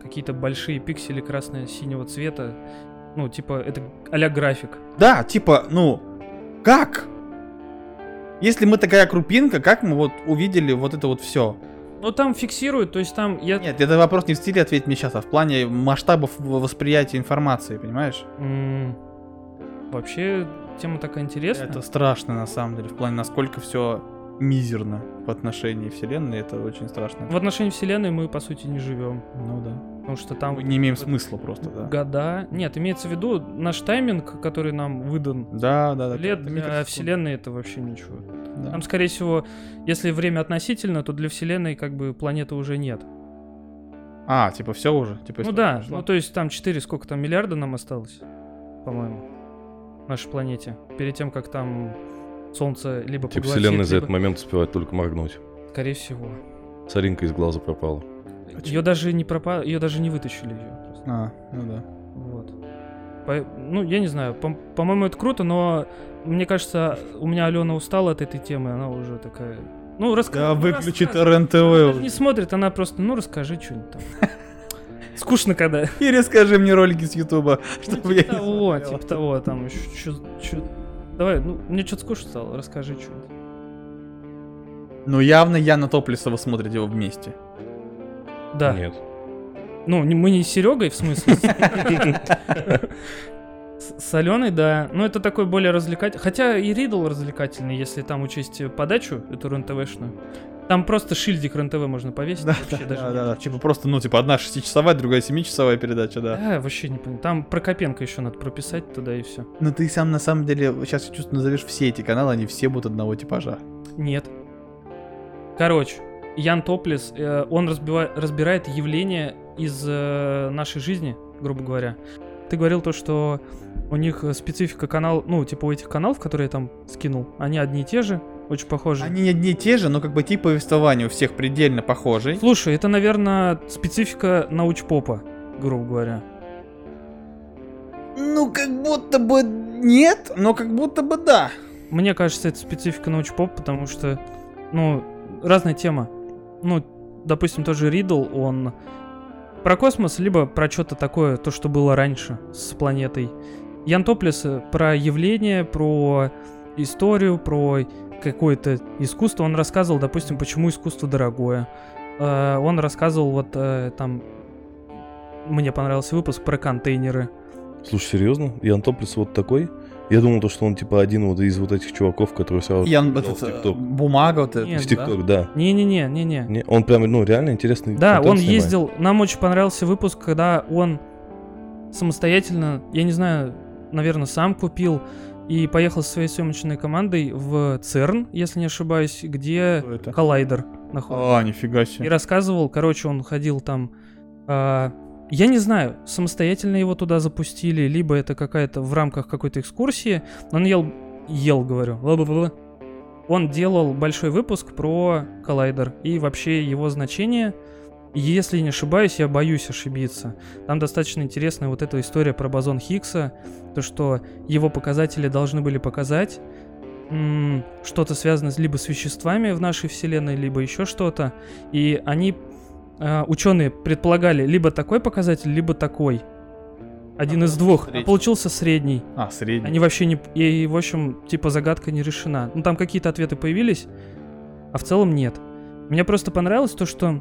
какие-то большие пиксели красно-синего цвета. Ну, типа, это а-ля график.
Да, типа, ну, как? Если мы такая крупинка, как мы вот увидели вот это вот все?
Ну, там фиксируют, то есть там... Я...
Нет, это вопрос не в стиле «ответь мне сейчас», а в плане масштабов восприятия информации, понимаешь?
М, Вообще, тема такая интересная.
Это страшно, на самом деле, в плане, насколько все мизерно в отношении вселенной, это очень страшно.
В отношении Вселенной мы, по сути, не живем.
Ну да.
Потому что там...
Мы не имеем смысла просто, да.
Года... Нет, имеется в виду наш тайминг, который нам выдан.
Да, да, да.
Лет
это
для
микросекунды.
Вселенной это вообще ничего.
Да.
Там, скорее всего, если время относительно, то для Вселенной как бы планеты уже нет.
А, типа все уже? Типа,
Ну
история
да,
прошла?
ну то есть там четыре, сколько там, миллиарда нам осталось, по-моему, нашей планете. Перед тем, как там Солнце либо
Типа
поглотит,
вселенная за
либо-
этот момент успевает только моргнуть.
Скорее всего.
Соринка из глаза пропала.
Ее даже не пропа... ее даже не вытащили ее.
А, ну да.
Вот. По- Ну, я не знаю, по- по-моему, это круто, но мне кажется, у меня Алена устала от этой темы, она уже такая... Ну, расскажи.
Да, выключит РЕН-ТВ
Не
уже.
смотрит, она просто, ну, расскажи что-нибудь там. Скучно, когда...
И расскажи мне ролики с Ютуба,
Ну,
чтобы я
типа
не
того,
смотрел.
типа того, там еще... Давай, ну, мне что-то скучно стало, расскажи что-нибудь.
Ну явно Яна Топлесова смотрит его вместе.
Да.
Нет.
Ну, не- мы не с Серегой, в смысле. С с Аленой, да. Ну, это такой более развлекательный. Хотя и Ридл развлекательный, если там учесть подачу, эту РЕН-ТВшную. Там просто шильдик РЕН-ТВ можно повесить.
Да,
вообще
да,
даже
да,
не
да.
отличишь.
Типа просто, ну, типа, одна шестичасовая, другая семичасовая передача, да.
Да, вообще не понимаю. Там Прокопенко еще надо прописать туда и все.
Но ты сам, на самом деле, сейчас я чувствую, назовешь все эти каналы, они все будут одного типажа.
Нет. Короче, Ян Топлес, э, он разбива- разбирает явления из э, нашей жизни, грубо говоря. Ты говорил то, что у них э, специфика канал, ну, типа у этих каналов, которые я там скинул, они одни и те же, очень похожи.
Они не одни и те же, но как бы тип повествования у всех предельно похожий.
Слушай, это, наверное, специфика научпопа, грубо говоря.
Ну, как будто бы нет, но как будто бы да.
Мне кажется, это специфика научпоп, потому что, ну, разная тема. Ну, допустим, тот же Ридл, он про космос, либо про что-то такое, то, что было раньше с планетой. Ян Топлес э, про явления, про историю, про какое-то искусство. Он рассказывал, допустим, почему искусство дорогое. Э, Он рассказывал, вот э, там, мне понравился выпуск про контейнеры.
Слушай, серьезно? Ян Топлес вот такой? Я думал, то, что он типа один вот из вот этих чуваков, которые сразу...
Ян,
делал
этот,
в
э,
ТикТок.
бумага вот эта.
Нет,
В ТикТок, да.
Не-не-не, не-не.
Не, он прям, ну, реально интересный
Да,
контент
он
снимает.
ездил, нам очень понравился выпуск, когда он самостоятельно, я не знаю, наверное, сам купил и поехал со своей съемочной командой в ЦЕРН, если не ошибаюсь, где
Что это?
коллайдер находится.
А, нифига
И
себе.
рассказывал, короче, он ходил там, а, я не знаю, самостоятельно его туда запустили, либо это какая-то в рамках какой-то экскурсии, но он ел, ел, говорю, бла-бла-бла. Он делал большой выпуск про коллайдер и вообще его значение. И если не ошибаюсь, я боюсь ошибиться. Там достаточно интересная вот эта история про бозон Хиггса, то, что его показатели должны были показать м, что-то связанное с- либо с веществами в нашей вселенной, либо еще что-то. И они, э, ученые, предполагали либо такой показатель, либо такой. Один из двух. А
Средний.
получился средний.
А, средний.
Они вообще не... И, в общем, типа, загадка не решена. Ну, там какие-то ответы появились, а в целом нет. Мне просто понравилось то, что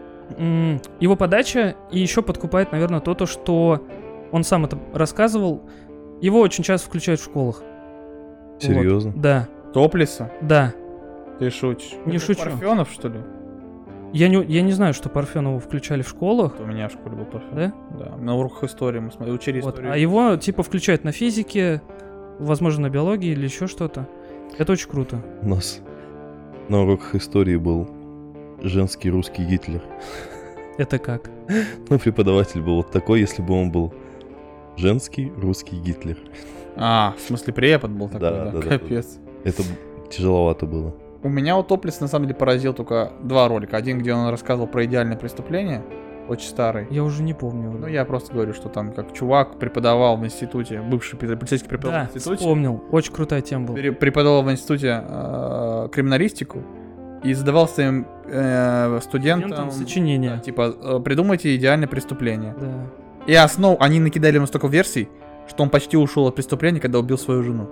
м, его подача и еще подкупает, наверное, то, то, что он сам это рассказывал. Его очень часто включают в школах.
Серьезно?
Вот. Да,
Топлеса?
да.
Ты шутишь?
Не
Это
шучу.
Парфенов, что ли?
Я не, я не знаю, что Парфенову включали в школах,
У меня в школе был Парфенов.
да?
Да, на уроках истории мы смотрели, учили
Вот.
историю.
А его, типа, включают на физике, возможно, на биологии или еще что-то. Это очень круто.
У нас на уроках истории был женский русский Гитлер.
Это как?
Ну, преподаватель был вот такой, если бы он был женский русский Гитлер.
А, в смысле препод был такой,
Да,
да?
да, да, да.
Капец.
Это б- тяжеловато было.
У меня вот Топлес на самом деле поразил только два ролика. Один, где он рассказывал про идеальное преступление, очень старый.
Я уже не помню.
Ну, я просто говорю, что там как чувак преподавал в институте, бывший пи- полицейский преподавал
Да,
в институте.
вспомнил. Очень крутая тема была.
Пере- Преподавал в институте э, криминалистику. и задавал своим э, студентам,
Студентам сочинения.
да, типа, э, придумайте идеальное преступление.
Да.
И основ, они накидали ему столько версий, что он почти ушел от преступления, когда убил свою жену.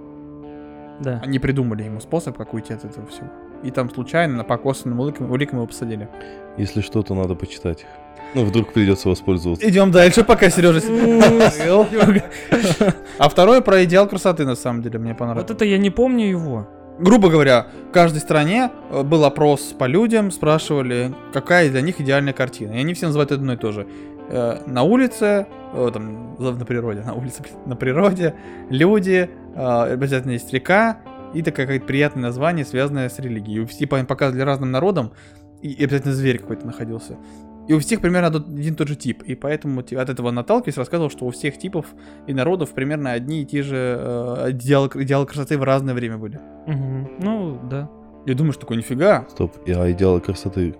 Да.
Они придумали ему способ, как уйти от этого всего. И там случайно, по косвенным уликам, уликам его посадили.
Если что-то, надо почитать их. Ну, вдруг придется воспользоваться.
Идем дальше, пока Сережа себя. А второе про идеал красоты, на самом деле, мне понравилось.
Вот это я не помню его.
Грубо говоря, в каждой стране э, был опрос по людям, спрашивали, какая для них идеальная картина. И они все называют одно и то же. Э, на улице, э, там, на природе, на улице, на природе, люди, э, обязательно есть река, и такое какое-то приятное название, связанное с религией. И типа они показывали разным народам, и, и обязательно зверь какой-то находился. И у всех примерно один и тот же тип. И поэтому от этого наталкиваясь, рассказывал, что у всех типов и народов примерно одни и те же э, идеалы, идеалы красоты в разное время были.
Угу. Ну, да.
Я думаю, что такое нифига.
Стоп, а идеалы красоты?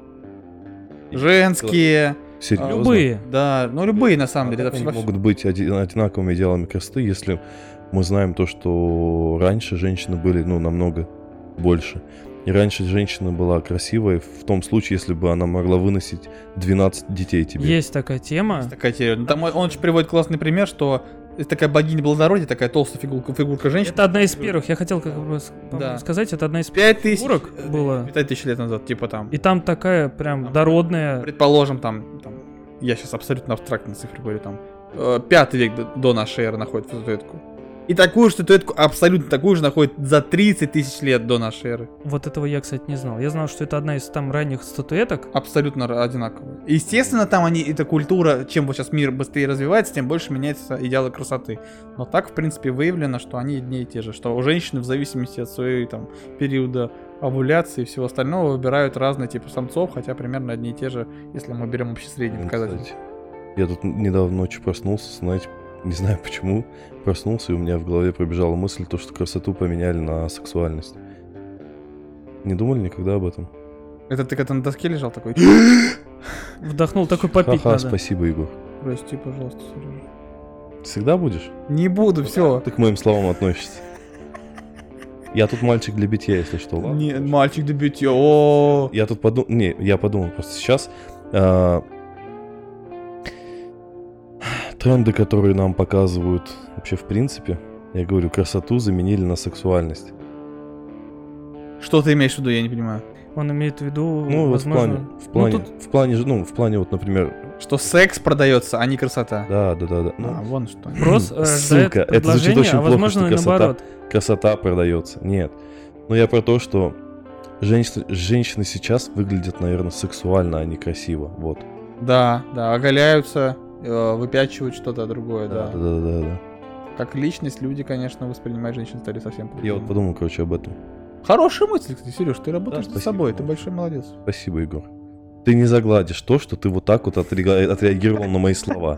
Женские.
Серьезно?
Любые.
Да, ну любые на самом
А
деле.
как
Это
они
всё-
могут быть оди- одинаковыми идеалами красоты, если мы знаем то, что раньше женщины были, ну, намного больше. И раньше женщина была красивой в том случае, если бы она могла выносить двенадцать детей тебе.
Есть такая тема.
Такая теория. Ну, там он он же приводит классный пример, что есть такая богиня плодородия, такая толстая фигурка, фигурка женщины.
Это одна из первых. Я хотел как раз
Да.
сказать, это одна из
Пять тысяч
фигурок
э,
было.
Пять тысяч лет назад, типа там.
И там такая прям
Там,
дородная.
Предположим, там, там, я сейчас абсолютно абстрактные цифры говорю, там, э, пятый век до, до нашей эры находит статуэтку. И такую же статуэтку, абсолютно такую же, находит за тридцать тысяч лет до нашей эры.
Вот этого я, кстати, не знал. Я знал, что это одна из там ранних статуэток.
Абсолютно ра- одинаковые. Естественно, там они, эта культура, чем вот сейчас мир быстрее развивается, тем больше меняются идеалы красоты. Но так, в принципе, выявлено, что они одни и те же. Что у женщины в зависимости от своей там периода овуляции и всего остального выбирают разные типы самцов, хотя примерно одни и те же, если мы берем общий средний
Блин,
показатель.
кстати, я тут недавно ночью проснулся, знаете, не знаю почему, проснулся, и у меня в голове пробежала мысль, то, что красоту поменяли на сексуальность. Не думали никогда об этом?
Это ты когда на доске лежал такой?
Вдохнул, такой попить
Ха-ха,
надо.
спасибо, Егор.
Прости, пожалуйста, Сережа.
Всегда будешь?
Не буду, все.
Ты к моим словам относишься. Я тут мальчик для битья, если что, ладно?
Не, мальчик для битья. О,
Я тут подумал, не, я подумал просто сейчас, а, тренды, которые нам показывают вообще в принципе, я говорю, красоту заменили на сексуальность.
что ты имеешь в виду, я не понимаю.
Он имеет в виду,
Ну, вот в
возможно...
плане, в плане,
Ну, тут
в плане, же, ну, в плане вот, например,
Что секс продается, а не красота.
да, да, да, да. Ну,
А, вон что.
спрос э,
Сука,
рождает
это звучит
предложение,
очень
а
плохо,
возможно
что
и
красота.
наоборот.
красота продается. Нет. Но я про то, что женщины, женщины сейчас выглядят, наверное, сексуально, а не красиво. Вот.
Да, да, оголяются, э, выпячивают что-то другое, да.
Да, да, да, да.
Как личность люди, конечно, воспринимать женщин стали совсем
Я
по-другому.
вот подумал, короче, об этом.
Хорошая мысль, кстати, Сереж, ты работаешь
Да,
над
спасибо,
собой, ты
малыш.
большой молодец.
Спасибо, Егор. Ты не загладишь то, что ты вот так вот отреага- отреагировал на мои слова.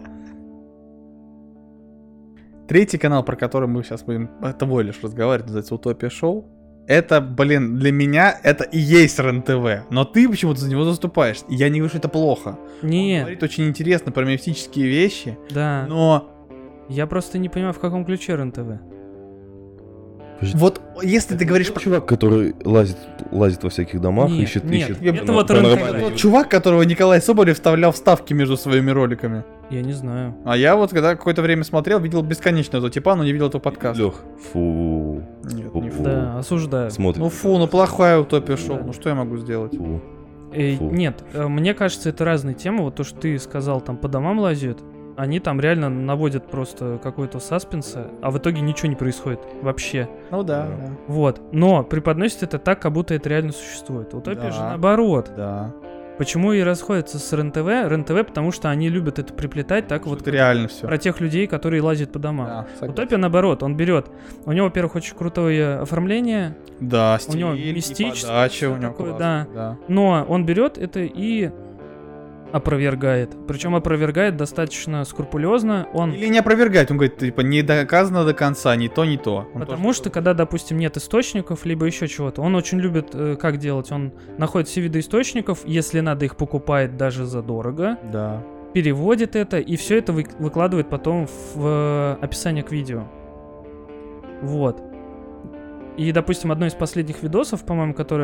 Третий канал, про который мы сейчас будем того лишь разговаривать, называется Утопия Шоу. Это, блин, для меня это и есть РЕН-ТВ. Но ты почему-то за него заступаешь. И я не говорю, что это плохо. Он
Нет,
говорит очень интересно про мифические вещи,
да.
но
Я просто не понимаю, в каком ключе РЕН-ТВ.
вот если ты говоришь про...
Чувак, который лазит, лазит во всяких домах,
Нет,
ищет,
нет,
ищет.
это
парано-
вот РЕН-ТВ.
паранормальные-
Тот чувак, которого Николай Соболев вставлял вставки между своими роликами.
Я не знаю.
А я вот, когда какое-то время смотрел, видел бесконечно этого типа, но не видел этого подкаста.
Лёх, фу,
Нет,
фу,
не фу.
Да, осуждаю.
смотрит.
Ну фу, ну плохая утопия шоу.
Да.
Ну что я могу сделать?
Фу.
Э,
Фу.
нет, э, мне кажется, это разные темы. Вот то, что ты сказал, там по домам лазят, они там реально наводят просто какой-то саспенса, а в итоге ничего не происходит вообще.
Ну да,
Да.
да.
Вот. Но преподносит это так, как будто это реально существует. Утопия
Да.
же наоборот.
Да.
Почему и расходятся с РЕН-ТВ? РЕН-ТВ, потому что они любят это приплетать так вот
Вот реально все.
про тех людей, которые лазят по домам.
Да, согласен.
Утопия наоборот, он берет. У него, во-первых, очень крутое оформление,
Да,
у него
стиль и
мистическое
подача
всё
у него
такое,
классная, да.
но он берет это и опровергает. Причем опровергает достаточно скрупулезно. Он
Или не опровергает, он говорит, типа, не доказано до конца, ни то, ни то. Он
Потому
тоже-
что, когда, допустим, нет источников, либо еще чего-то, он очень любит, э, как делать, он находит все виды источников, если надо, их покупает даже задорого,
Да.
переводит это, и все это вы- выкладывает потом в э, описание к видео. Вот. И, допустим, одно из последних видосов, по-моему, которое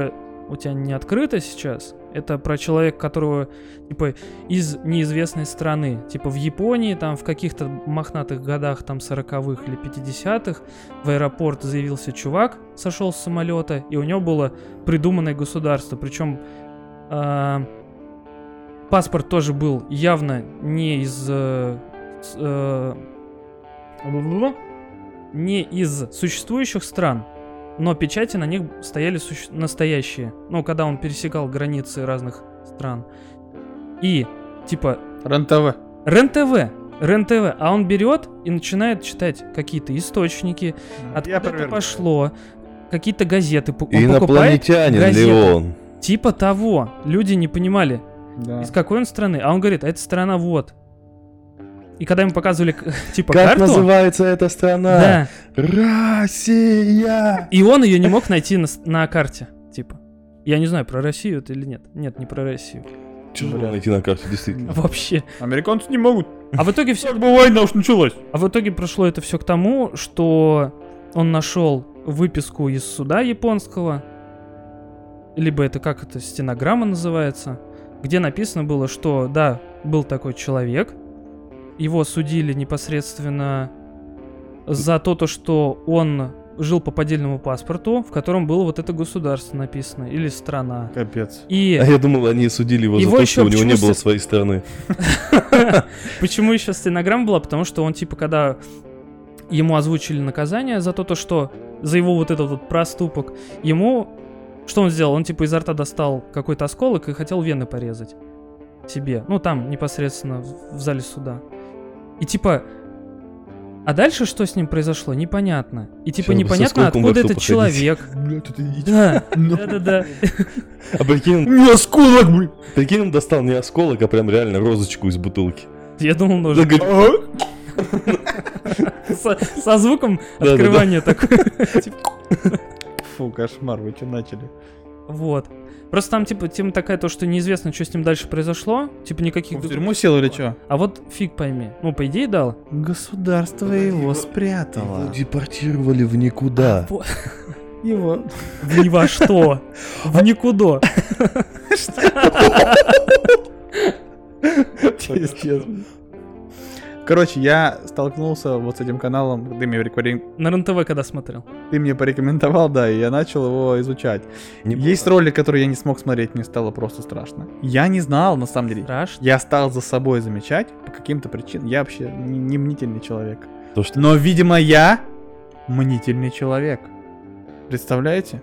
у тебя не открыто сейчас, это про человека, которого, типа, из неизвестной страны. Типа в Японии, там, в каких-то мохнатых годах, там, сороковых или пятидесятых, в аэропорт заявился чувак, сошел с самолета, и у него было придуманное государство. Причем э, паспорт тоже был явно не из... Э, с, э, не из существующих стран, но печати на них стояли суще... настоящие. Ну, когда он пересекал границы разных стран. И, типа...
РЕН-ТВ.
РЕН-ТВ. РЕН-ТВ. А он берет и начинает читать какие-то источники, откуда это пошло, какие-то газеты. Он
инопланетянин
газеты.
ли он?
Типа того. Люди не понимали,
Да.
из какой он страны. А он говорит, а эта страна вот. И когда ему показывали, типа,
Как
карту...
называется эта страна?
Да.
Россия!
И он ее не мог найти на, с- на карте, типа. Я не знаю, про Россию это или нет. Нет, не про Россию.
Тяжело найти на карте, действительно.
Вообще.
Американцы не могут.
А в итоге все...
Как бы война уж началась.
А в итоге прошло это все к тому, что он нашел выписку из суда японского, либо это как это, стенограмма называется, где написано было, что да, был такой человек, его судили непосредственно за то, то, что он жил по поддельному паспорту, в котором было вот это государство написано, или страна.
Капец.
И
А я думал, они судили его,
Его
за то,
еще
что у него не
почему
было
с-
своей страны.
почему еще стенограмма была? Потому что он, типа, когда ему озвучили наказание за то, то, что за его вот этот вот проступок, ему... Что он сделал? Он, типа, изо рта достал какой-то осколок и хотел вены порезать себе. Ну, там, непосредственно, в, в зале суда. И, типа... А дальше что с ним произошло? Непонятно. И, типа,
Всё, с
непонятно,
осколком
откуда
во рту
этот
походить.
человек.
Блядь, это идите.
Да,
Ну.
да-да-да.
А прикинь, он-
Не осколок, блин.
прикинь, он достал не осколок, а прям реально розочку из бутылки.
Я думал,
Да,
ножик.
говорит,
Со, со звуком
Да-да-да.
открывания такой.
Фу, кошмар, вы что начали?
Вот. Просто там, типа, тема такая, то, что неизвестно, что с ним дальше произошло. Типа, никаких...
В тюрьму сел или что?
А вот фиг пойми. Ну, по идее, дал.
Государство его спрятало.
его депортировали в никуда.
Во-
Его.
Ни во что. В никуда.
Пиздец. Короче, я столкнулся вот с этим каналом, ты мне, порекомен-
На РЕН-ТВ когда смотрел.
ты мне порекомендовал, да, и я начал его изучать.
Не
Есть ролик, который я не смог смотреть, мне стало просто страшно. Я не знал, на самом деле.
Страшно.
Я стал за собой замечать по каким-то причинам. Я вообще не, не мнительный человек.
То, что...
Но, видимо, я мнительный человек. Представляете?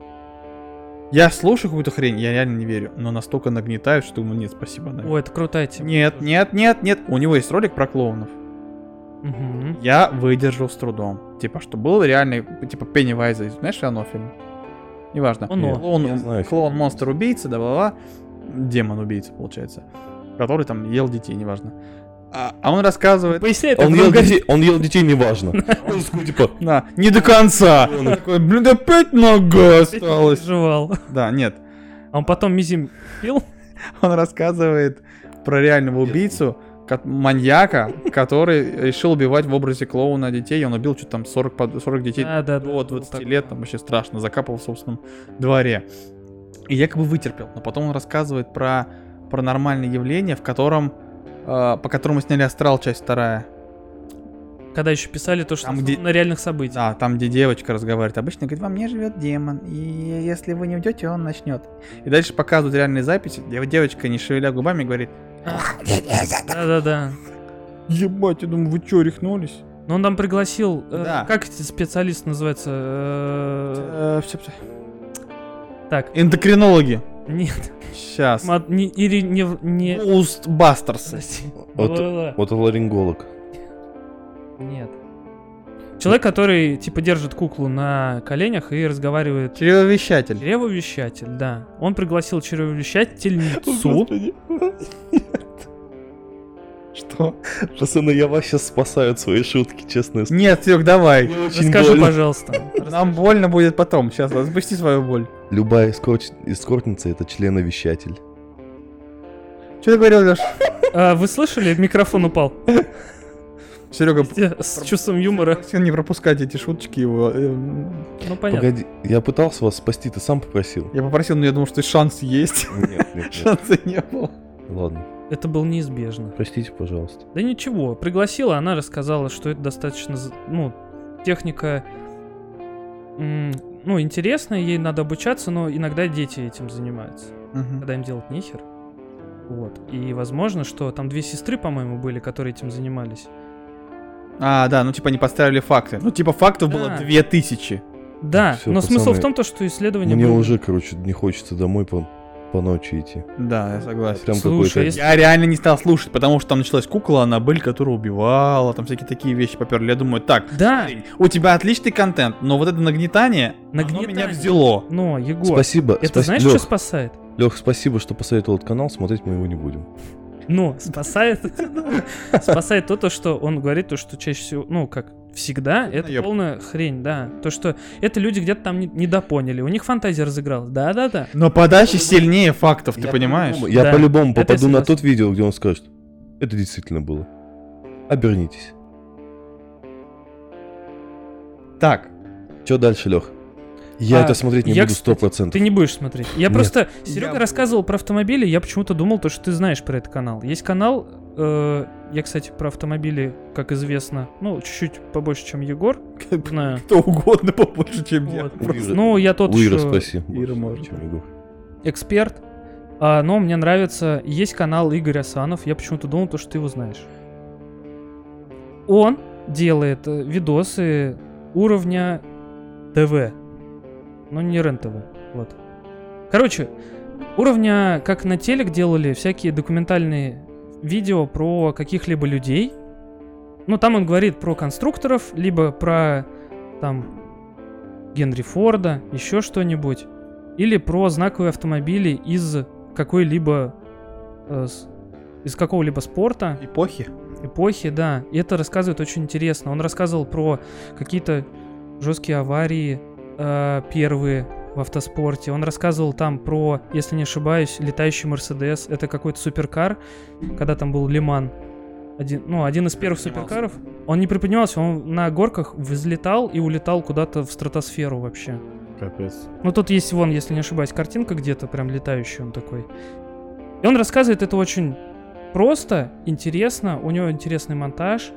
Я слушаю какую-то хрень, я реально не верю. Но настолько нагнетают, что думаю, нет, спасибо. да.
Ой, это крутая тема.
Нет, нет, нет, нет. У него есть ролик про клоунов.
Мгм.
Я выдержал с трудом. Типа, что был реальный, типа, Пеннивайза. Знаешь, оно фильм? Неважно.
Оно.
Клоун,
Я знаю.
клоун, монстр-убийца, да, бла-бла. Демон-убийца, получается. Который там ел детей, неважно. А, а он рассказывает...
Поясняй,
Он
это
ел,
много-
детей, он ел детей, неважно. Он такой, типа,
Да, не до конца.
Он-
Такой, блин, опять нога осталась.
Жевал.
Да, нет.
А он потом мизим пил?
Он рассказывает про реального убийцу, ко- маньяка, который решил убивать в образе клоуна детей. Он убил что-то там сорок, под- сорок детей
Да, да, да,
до
было
двадцати
такое.
лет, там вообще страшно, закапывал в собственном дворе. И якобы вытерпел. Но потом он рассказывает про паранормальное явление, в котором, э, по которому сняли «Астрал», часть вторая.
Когда еще писали то, что
Там, где-
на реальных событиях.
Да, там, где девочка разговаривает. Обычно говорит, во мне живет демон, и если вы не уйдете, он начнет. И дальше показывают реальные записи, где девочка, не шевеля губами, говорит,
Да-да-да.
ебать, я думаю, вы чё, рехнулись?
Но он там пригласил... э,
Да.
Как эти специалисты называются? Э,
Э, всё, всё.
Так,
Эндокринологи.
нет.
Сейчас.
Ма- не- Или не... не...
Ghostbusters.
Подожди.
Вот-
Да-да-да.
вот ларинголог.
Нет. Человек, который, типа, держит куклу на коленях и разговаривает...
Чревовещатель.
Чревовещатель, да. Он пригласил чревовещательницу.
Что?
Пацаны, я вас сейчас спасаю от своей шутки, честно.
Нет, Серег, давай.
Мне очень
Расскажи,
больно.
пожалуйста.
Нам больно будет потом. Сейчас, распусти свою боль.
Любая эскорт- эскортница — это членовещатель.
Что ты говорил, Леш?
А, вы слышали? Микрофон упал.
Серега,
С чувством юмора.
просил не пропускать эти шуточки его. э,
Ну, понятно.
Погоди, я пытался вас спасти, ты сам попросил.
Я попросил, но я думал, что шанс есть.
Нет, нет, нет.
Шанса не было.
Ладно,
Это было неизбежно.
простите, пожалуйста.
Да ничего, пригласила, она рассказала, что это достаточно, з- ну, техника, м, ну, интересная, ей надо обучаться, но иногда дети этим занимаются,
Мгм.
когда им делать нехер. Вот. И возможно, что там две сестры, по-моему, были, которые этим занимались.
А, да, ну типа не поставили факты. Ну типа фактов
Да.
было две тысячи.
Да,
Всё,
но смысл
пацаны,
в том, то, что исследование
Мне
было-
уже, короче, не хочется домой по, по ночи идти.
Да, я согласен.
Прям
Слушай,
какой-то...
если-
Я реально не стал слушать, потому что там началась кукла Аннабель, которая убивала, там всякие такие вещи поперли. Я думаю, так,
Да,
парень, у тебя отличный контент, но вот это нагнетание, оно
Нагнетание.
меня взяло.
но, Егор,
Спасибо.
это
спас-
знаешь,
Лёх,
что спасает?
Лёх, спасибо, что посоветовал этот канал, смотреть мы его не будем.
Ну, спасает, спасает то, то, что он говорит, то, что чаще всего, ну, как всегда, это
Наёб.
полная хрень, да. То, что это люди где-то там не- недопоняли, у них фантазия разыгралась, да-да-да.
Но подача сильнее фактов, ты
Я
понимаешь?
по-любому- Я
Да,
по-любому
это я
попаду на
согласен.
тот видео, где он скажет, это действительно было. Обернитесь.
Так,
Что дальше, Лех? Я
А,
это смотреть не
я,
буду сто процентов.
Ты не будешь смотреть. Я
Нет.
просто... Серега
Я-
рассказывал про автомобили, я почему-то думал, то, что ты знаешь про этот канал. Есть канал, э, я, кстати, про автомобили, как известно, ну, чуть-чуть побольше, чем Егор. Знаю.
кто угодно побольше, чем я.
Вот.
Просто.
Ну, я тот
У Иры
еще
спроси.
Ира
больше,
может.
чем Егор.
эксперт. А, но мне нравится... Есть канал Игорь Асанов, я почему-то думал, то, что ты его знаешь. Он делает э, видосы уровня ТВ. Но не РЕН-ТВ. Вот. Короче, уровня, как на телек делали, всякие документальные видео про каких-либо людей. Ну, там он говорит про конструкторов, либо про, там, Генри Форда, еще что-нибудь. Или про знаковые автомобили из какой-либо... э, с- из какого-либо спорта,
Эпохи.
эпохи, да. И это рассказывает очень интересно. Он рассказывал про какие-то жесткие аварии э, первые в автоспорте. Он рассказывал там про, если не ошибаюсь, летающий Мерседес. Это какой-то суперкар, когда там был Лиман. Один, ну, один из первых суперкаров. Он не приподнимался, он на горках взлетал и улетал куда-то в стратосферу вообще.
Капец.
Ну, тут есть, вон, если не ошибаюсь, картинка где-то, прям летающий он такой. И он рассказывает это очень просто, интересно, у него интересный монтаж.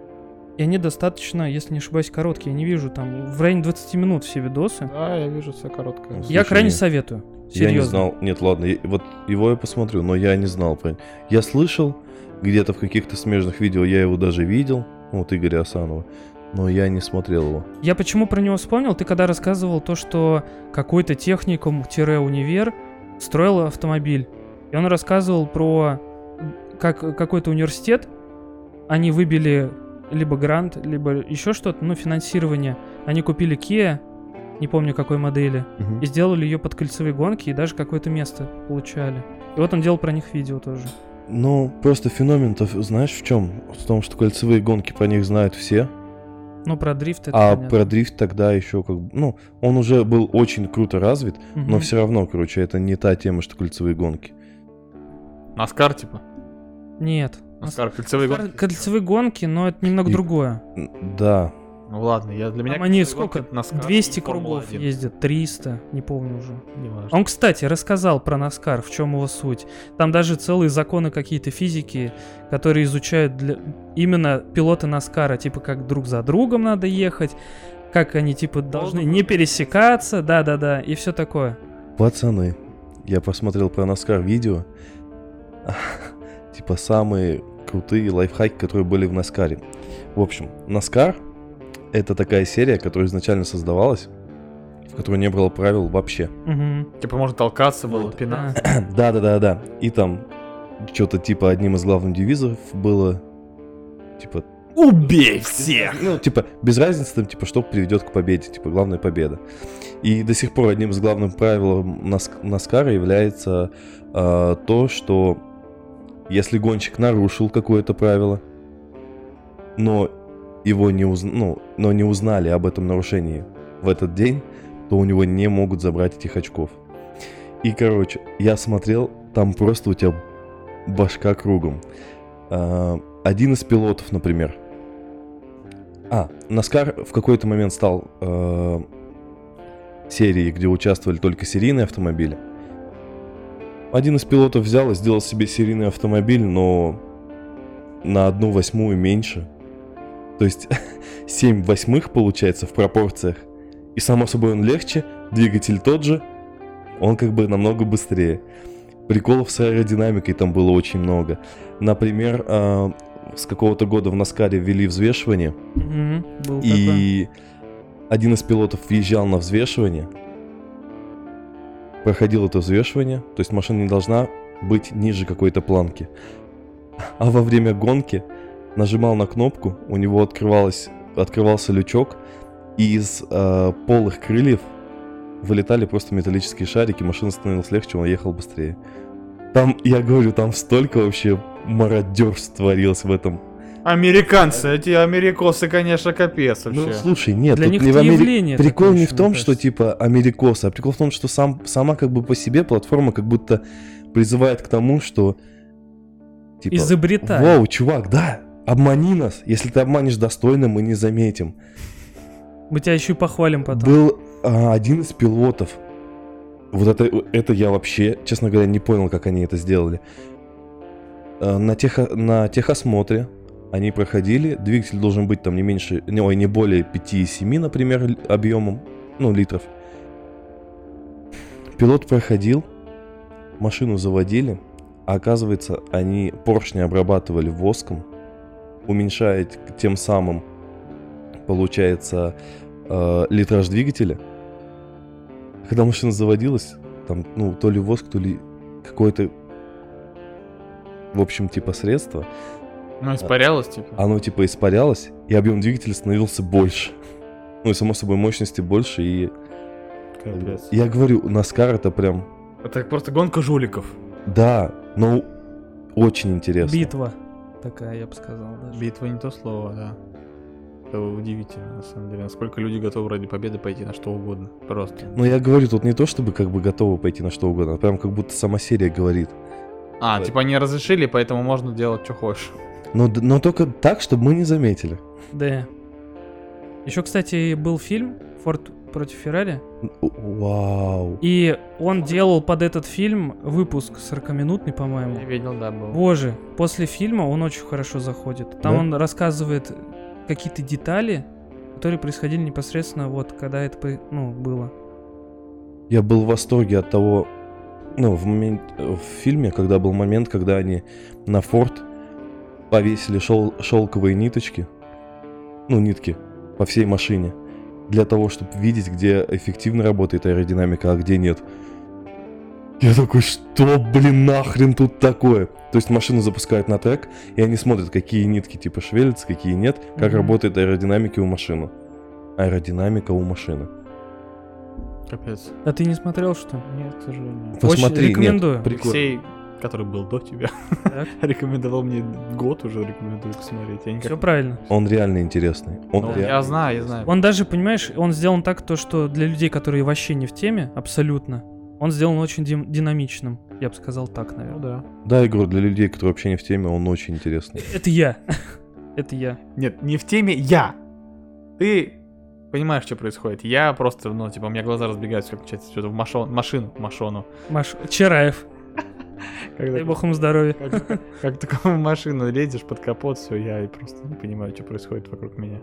И они достаточно, если не ошибаюсь, короткие. Я не вижу там в районе двадцати минут все видосы.
Да, я вижу, все короткое.
Ну,
Я
слушай,
крайне
не-
советую.
Я не
Серьезно.
знал. Нет, ладно, я- вот его я посмотрю, но я не знал про. Я слышал, где-то в каких-то смежных видео я его даже видел, вот Игоря Асанова, но я не смотрел его.
Я почему про него вспомнил? Ты когда рассказывал то, что какой-то техникум-универ строил автомобиль. И он рассказывал про как какой-то университет, они выбили либо грант, либо еще что-то, ну, финансирование. Они купили Kia, не помню какой модели,
Мгм.
и сделали ее под кольцевые гонки, и даже какое-то место получали. И вот он делал про них видео тоже.
Ну, просто феномен-то, знаешь, в чем? В том, что кольцевые гонки про них знают все,
Ну, про дрифт это
а
понятно.
про дрифт тогда еще как бы, ну, он уже был очень круто развит, но
Мгм.
все равно, короче, это не та тема, что кольцевые гонки.
Наскар, типа.
Нет.
Наскар, кольцевые
Кар-
гонки.
Кольцевые гонки, но это немного
И-
другое.
Н- Да,
Ну ладно, я для меня...
Там они
кольцевые
сколько?
гонки — Наскар
двести
и Формула
кругов
один.
ездят, триста, не помню уже.
Неважно.
Он, кстати, рассказал про Наскар, в чем его суть. Там даже целые законы какие-то физики, которые изучают для... именно пилоты Наскара, типа как друг за другом надо ехать, как они типа должны не пересекаться, да-да-да, и все такое.
пацаны, я посмотрел про Наскар видео, типа самые крутые лайфхаки, которые были в Наскаре. В общем, Наскар — это такая серия, которая изначально создавалась, в которой не было правил вообще.
Мгм.
Типа можно толкаться было,
Вот.
пинаться.
Да.
Да-да-да-да. И там что-то типа одним из главных девизов было, типа,
Убей всех!
ну, типа, без разницы, там, типа, что приведет к победе, типа, главная победа. И до сих пор одним из главных правил Нас- Наскара является а, то, что если гонщик нарушил какое-то правило, но его не, уз... ну, но не узнали об этом нарушении в этот день, то у него не могут забрать этих очков. И, короче, я смотрел, там просто у тебя башка кругом. А, один из пилотов, например, А, Наскар в какой-то момент стал э, серией, где участвовали только серийные автомобили. Один из пилотов взял и сделал себе серийный автомобиль, но на одну восьмую меньше. То есть семь восьмых получается в пропорциях. И само собой он легче, двигатель тот же, он как бы намного быстрее. Приколов с аэродинамикой там было очень много. Например, э, с какого-то года в Наскаре ввели взвешивание.
Мгм, был такой.
И один из пилотов въезжал на взвешивание, проходил это взвешивание, то есть машина не должна быть ниже какой-то планки. А во время гонки нажимал на кнопку, у него открывалось, открывался лючок, и из э, полых крыльев вылетали просто металлические шарики, машина становилась легче, он ехал быстрее. Там, я говорю, там столько вообще мародерств творилось в этом.
Американцы, эти америкосы, конечно, капец вообще.
Ну, слушай, нет,
Для
тут
них
не в
это
Амери-
явление
Прикол
такое
не
еще,
в том,
мне
что
кажется.
типа америкосы, а прикол в том, что сам, сама как бы по себе платформа как будто призывает к тому, что типа,
Изобретай.
вау, чувак, да, обмани нас. Если ты обманешь достойно, мы не заметим.
Мы тебя еще и похвалим потом.
Был а, один из пилотов. Вот это, это я вообще, честно говоря, не понял, как они это сделали. А, на, техо, на техосмотре они проходили, двигатель должен быть там не меньше, не, ой, не более пять и семь, например, л- объемом, ну, литров. Пилот проходил, машину заводили, а оказывается, они поршни обрабатывали воском, уменьшая т- тем самым, получается, э, литраж двигателя. Когда машина заводилась, там, ну, то ли воск, то ли какое-то, в общем, типа средство,
Ну, испарялось, типа.
оно типа испарялось, и объем двигателя становился больше. Ну и само собой мощности больше, и
Капец.
я говорю, Наскар это прям,
Это просто гонка жуликов.
да, но очень интересно.
Битва такая, я бы сказал даже.
Битва не то слово, да. Это удивительно, на самом деле. Насколько люди готовы ради победы пойти на что угодно. Просто.
Но я говорю, тут не то, чтобы как бы готовы пойти на что угодно, а прям как будто сама серия говорит.
А, типа они разрешили, поэтому можно делать, что хочешь.
Но, д- но только так, чтобы мы не заметили.
Да. Еще, кстати, был фильм «Форд против Феррари»,
У- Вау.
и он делал под этот фильм выпуск сорокаминутный, по-моему.
Я видел, да, был.
Боже, после фильма он очень хорошо заходит. Там
Да?
он рассказывает какие-то детали, которые происходили непосредственно вот, когда это, по- ну, было.
Я был в восторге от того, ну, в, момент, в фильме, когда был момент, когда они на Форд повесили шел, шелковые ниточки, ну, нитки по всей машине, для того, чтобы видеть, где эффективно работает аэродинамика, а где нет. Я такой, что, блин, нахрен тут такое? То есть машину запускают на трек, и они смотрят, какие нитки типа шевелятся, какие нет, как
Мгм.
работает аэродинамика у машины. Аэродинамика у машины.
Капец.
А ты не смотрел, что?
Нет, к сожалению.
Посмотри, нет,
рекомендую.
прикольно.
Алексей, который был до тебя,
Так.
рекомендовал мне год уже, рекомендую посмотреть. Я никак...
Все правильно.
Он реально интересный. Он
Ну,
реально
я знаю, я знаю.
Он даже, понимаешь, он сделан так, то, что для людей, которые вообще не в теме, абсолютно, он сделан очень дим- динамичным. Я бы сказал так,
Ну
наверное.
да.
Да, игру для людей, которые вообще не в теме, он очень интересный.
Это я. Это я.
Нет, не в теме я. Ты понимаешь, что происходит. Я просто, ну, типа, у меня глаза разбегаются, как начать что-то в машон, машину, машину.
Маш... Чараев.
Когда,
Дай бог ему здоровья.
как, как только в машину лезешь под капот, все, я и просто не понимаю, что происходит вокруг меня.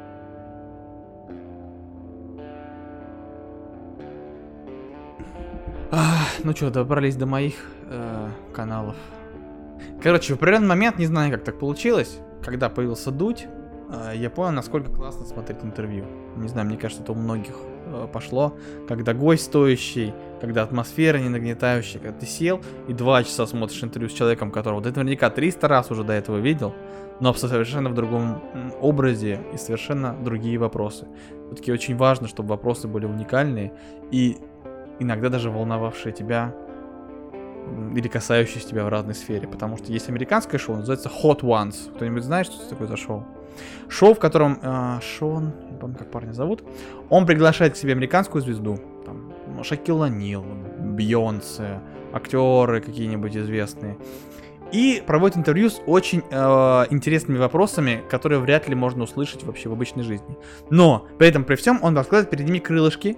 А, ну что, добрались до моих э, каналов. Короче, в определенный момент, не знаю, как так получилось, когда появился Дудь, э, я понял, насколько классно смотреть интервью. Не знаю, мне кажется, это у многих э, пошло, когда гость стоящий, когда атмосфера не нагнетающая, когда ты сел и два часа смотришь интервью с человеком, которого ты наверняка триста раз уже до этого видел, но совершенно в другом м, образе и совершенно другие вопросы. Все-таки очень важно, чтобы вопросы были уникальные и иногда даже волновавшие тебя м, или касающиеся тебя в разной сфере, потому что есть американское шоу, называется Hot Ones. Кто-нибудь знает, что это такое за шоу? Шоу, в котором э, Шон, не помню, как парня зовут, он приглашает к себе американскую звезду, там, ну, Шакил О'Нил, Бейонсе, актеры какие-нибудь известные, И проводит интервью с очень э, интересными вопросами, которые вряд ли можно услышать вообще в обычной жизни. Но при этом, при всем, он раскладывает перед ними крылышки,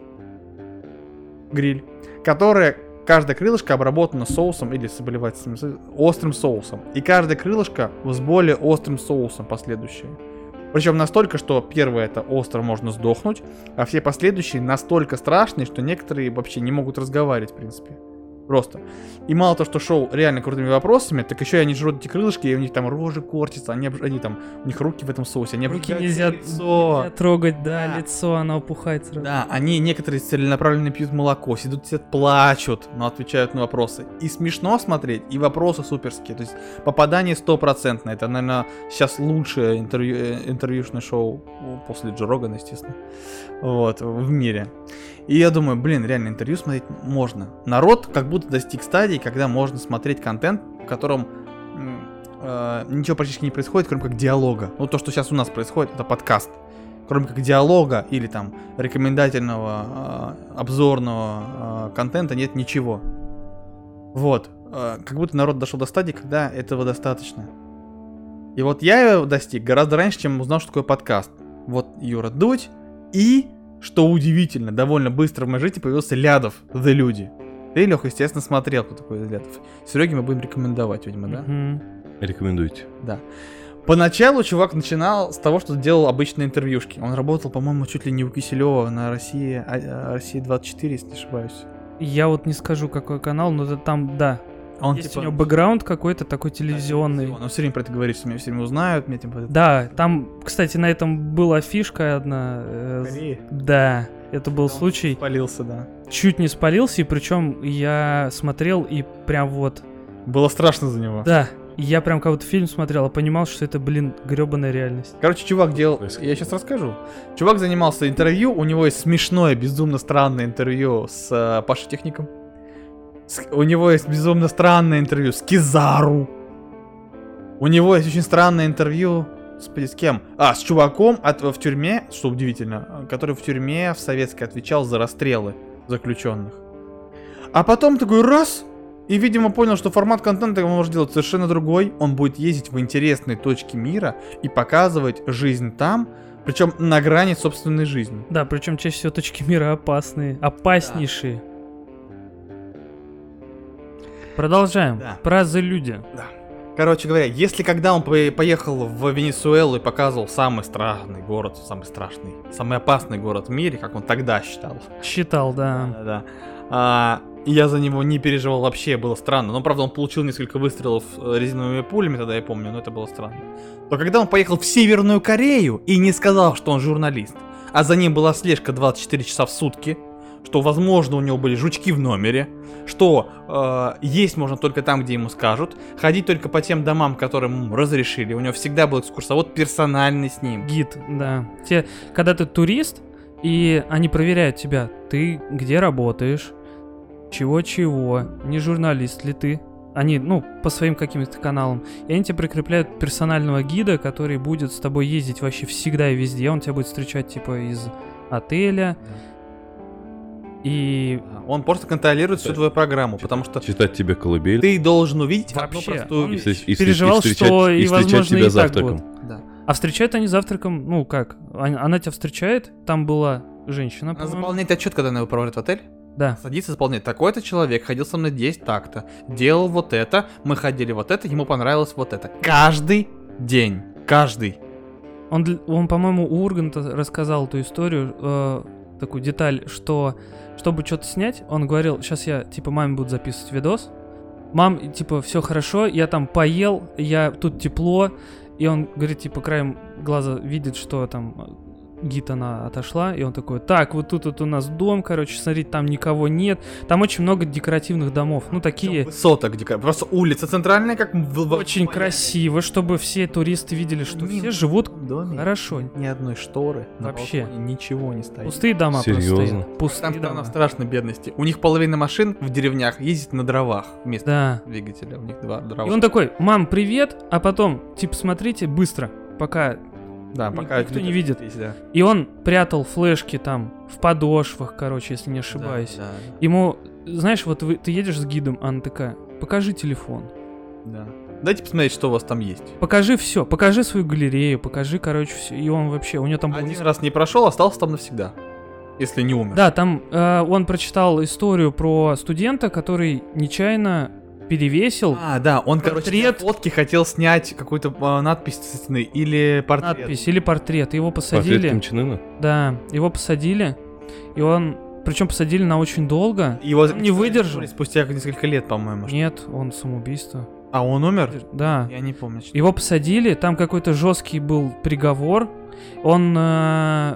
гриль, которые, каждое крылышко обработано соусом или с обливательным острым соусом. И каждое крылышко с более острым соусом последующее. Причем настолько, что первое это остро можно сдохнуть, а все последующие настолько страшные, что некоторые вообще не могут разговаривать, в принципе. Просто. И мало того, что шоу реально крутыми вопросами, так еще и они жрут эти крылышки, и у них там рожи кортятся, они, они там, у них руки в этом соусе, они
Руки
обжигают
нельзя,
лицо.
нельзя трогать, да,
Да.
лицо, оно опухает сразу.
Да, они некоторые целенаправленно пьют молоко, сидят, сидят, плачут, но отвечают на вопросы. И смешно смотреть, и вопросы суперские. То есть попадание стопроцентное. Это, наверное, сейчас лучшее интервью, э, интервьюшное шоу ну, после Джо Рогана, естественно. Вот, в мире. И я думаю, блин, реально интервью смотреть можно. Народ как будто достиг стадии, когда можно смотреть контент, в котором м, э, ничего практически не происходит, кроме как диалога. Ну, то, что сейчас у нас происходит, это подкаст. Кроме как диалога или там рекомендательного, э, обзорного э, контента нет ничего. Вот. Э, как будто народ дошел до стадии, когда этого достаточно. И вот я его достиг гораздо раньше, чем узнал, что такое подкаст. Вот Юра Дудь и, что удивительно, довольно быстро в моей жизни появился Лядов, The Люди. Ты, Леха, естественно, смотрел, кто такой Лядов. Сереге мы будем рекомендовать, видимо, да?
Мгм.
Рекомендуйте.
Да. Поначалу чувак начинал с того, что делал обычные интервьюшки. Он работал, по-моему, чуть ли не у Киселева на России, а, Россия двадцать четыре, если не ошибаюсь.
Я вот не скажу, какой канал, но это там, да.
Он
Есть
типа
у него бэкграунд какой-то такой телевизионный.
Он все время про это говорит, что меня все время узнают, меня типа...
Да, там, кстати, на этом была фишка одна. э, с-
Кореи.
Да, это был
Он
случай.
Спалился, да.
Чуть не спалился, и причем я смотрел и прям вот...
Было страшно за него.
Да, и я прям как будто фильм смотрел, а понимал, что это, блин, гребаная реальность.
Короче, чувак делал...
Происходит.
Я сейчас расскажу. Чувак занимался интервью, у него есть смешное, безумно странное интервью с э, Пашей Техником. С- У него есть безумно странное интервью с Кизару. У него есть очень странное интервью... Господи, с кем? А, с чуваком от, в тюрьме, что удивительно, который в тюрьме в советской отвечал за расстрелы заключенных. А потом такой раз... И, видимо, понял, что формат контента он может делать совершенно другой. Он будет ездить в интересные точки мира и показывать жизнь там, причем на грани собственной жизни.
Да, причем чаще всего точки мира опасные, опаснейшие. Продолжаем.
Да.
Про The Люди.
Короче говоря, если когда он по- поехал в Венесуэлу и показывал самый страшный город, самый страшный, самый опасный город в мире, как он тогда считал,
Считал, да.
да, а, и я за него не переживал вообще, было странно. Но, правда, он получил несколько выстрелов э, резиновыми пулями, тогда я помню, но это было странно. То когда он поехал в Северную Корею и не сказал, что он журналист, а за ним была слежка двадцать четыре часа в сутки, что, возможно, у него были жучки в номере, что э, есть можно только там, где ему скажут, ходить только по тем домам, которым ему разрешили. У него всегда был экскурсовод персональный с ним.
Гид, да. Те, когда ты турист, и они проверяют тебя, ты где работаешь, чего-чего, не журналист ли ты. Они, ну, по своим каким-то каналам. И они тебе прикрепляют персонального гида, который будет с тобой ездить вообще всегда и везде. Он тебя будет встречать, типа, из отеля. И
Он просто контролирует всю твою программу, потому что
Читать тебе колыбель.
ты должен увидеть одну
Вообще,
простую
он-
вещь.
И встреч- и встреч-
переживал,
и встречать-
что и,
встречать
возможно,
тебя
и так
завтраком.
будет.
Да.
А встречают они завтраком, ну как, он- она тебя встречает, там была женщина,
Она
по-моему.
заполняет отчет, когда она его проводит в отель.
Да.
Садится заполнять. Такой-то человек ходил со мной здесь так-то. Делал вот это. Мы ходили вот это. Ему понравилось вот это. Каждый день. Каждый.
Он, дл- он по-моему, у Урганта рассказал эту историю, э, такую деталь, что чтобы что-то снять, он говорил, сейчас я, типа, маме буду записывать видос. Мам, и, типа, все хорошо, я там поел, я тут тепло. И он говорит, типа, краем глаза видит, что там гид она отошла, и он такой, так, вот тут вот у нас дом, короче, смотрите, там никого нет. Там очень много декоративных домов, ну, такие...
Высоток дика. Просто улица центральная, как в, в-
Очень
в-
красиво, чтобы все туристы видели, что
Ни-
все живут
в доме
хорошо.
Ни одной шторы. на
Вообще.
балконе ничего не стоит.
Пустые дома
Серьезно?
просто стоят. Пустые
Там страна
дома.
в страшной бедности. У них половина машин в деревнях ездит на дровах вместо
Да.
двигателя. У них два дрова.
И он такой, мам, привет, а потом, типа, смотрите, быстро, пока...
Да,
ни-
пока
никто
люди
не видит.
здесь, да.
И он прятал флешки там в подошвах, короче, если не ошибаюсь.
Да,
Ему, знаешь, вот вы, ты едешь с гидом, она такая, покажи телефон.
да, да. Дайте посмотреть, что у вас там есть.
Покажи все, покажи свою галерею, покажи, короче, все. И он вообще, у него там был...
Один раз не прошел, остался там навсегда. Если не умер.
Да, там э, он прочитал историю про студента, который нечаянно перевесил
А, да, он, короче,
Портрет.
на фотке хотел снять какую-то э, надпись со стены или портрет.
надпись или портрет. Его
Портрет
посадили.
Ким Чен Ына?
Да, его посадили. И он, причем посадили на очень долго.
Его
Он не выдержал.
Спустя несколько лет, по-моему. что-
Нет, он самоубийство.
А он умер?
Да.
Я не помню. что-
Его посадили, там какой-то жесткий был приговор. Он... э,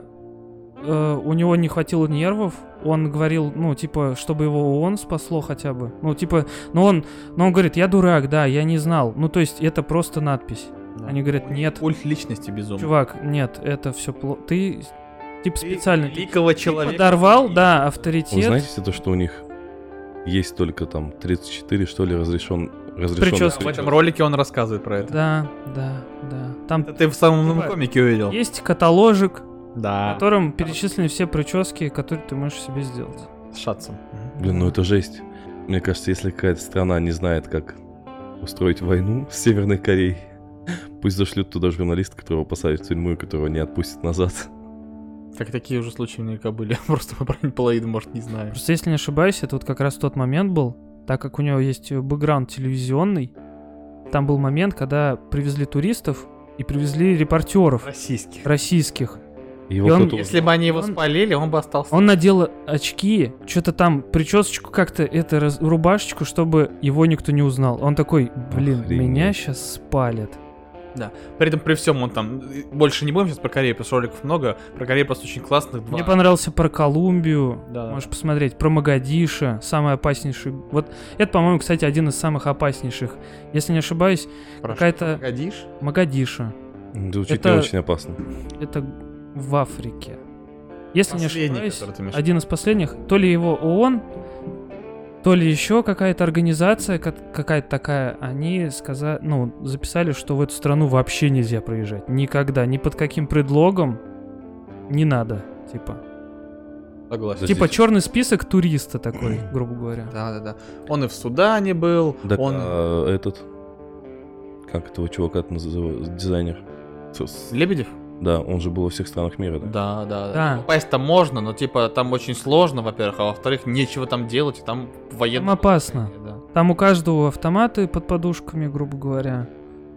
э, у него не хватило нервов. Он говорил, ну, типа, чтобы его ООН спасло хотя бы. Ну, типа, ну он, ну, он говорит, я дурак, да, я не знал. Ну, то есть, это просто надпись.
Да.
Они говорят, нет,
Культ личности безумный.
чувак, нет, это все плохо. Ты, типа,
Ты
специально...
великого
Типа,
человека.
подорвал, да,
Вы
авторитет.
знаете то, что у них есть только там тридцать четыре, что ли, разрешен... разрешенных
Прически.
В этом ролике он рассказывает про это.
Да, да, да. Там
Это ты в самом новом
Типа,
комике увидел.
есть каталожик, в
Да.
котором перечислены все прически, которые ты можешь себе сделать.
С Шатцем.
Блин, ну это жесть. Мне кажется, если какая-то страна не знает, как устроить войну с Северной Кореей, пусть зашлют туда журналиста, которого посадят в тюрьму и которого не отпустят назад.
Как такие уже случаи наверняка были. Просто мы про половину, может, не знаем.
Просто если не ошибаюсь, это вот как раз тот момент был, так как у него есть бэкграунд телевизионный, там был момент, когда привезли туристов и привезли репортеров
Российских.
российских.
Его
И он-
кто-то-
Если бы они его
Он-
спалили, он бы остался.
Он надел очки, что-то там, причесочку как-то, это, раз- рубашечку, чтобы его никто не узнал. Он такой, блин,
Охренеть.
меня сейчас спалят.
При этом, при всем, он там... Больше не будем сейчас про Корею, потому что роликов много. Про Корею просто очень классных два.
Мне понравился про Колумбию,
Да.
можешь посмотреть, про Могадишо, самый опаснейший. Вот это, по-моему, кстати, один из самых опаснейших. Если не ошибаюсь,
Про
какая-то-
что, Могадиш?
Могадишо.
Звучит
это-
не очень опасно.
Это в Африке. Если не
Последний,
ошибаюсь,
который ты имеешь в
один из последних, то ли его ООН, то ли еще какая-то организация, ка- какая-то такая, они сказали, ну, записали, что в эту страну вообще нельзя проезжать. Никогда, ни под каким предлогом не надо, типа.
Согласен.
Подождите.
Типа черный список туриста такой, грубо говоря.
Да-да-да. Он и в Судане был,
Так,
он...
а, этот... Как этого чувака называется? Дизайнер. С- с-
Лебедев?
Да, он же был во всех странах мира, да?
Да, да,
Да.
Попасть там можно, но типа там очень сложно, во-первых, а во-вторых, нечего там делать, и там военное...
Там опасно.
Да.
Там у каждого автоматы под подушками, грубо говоря.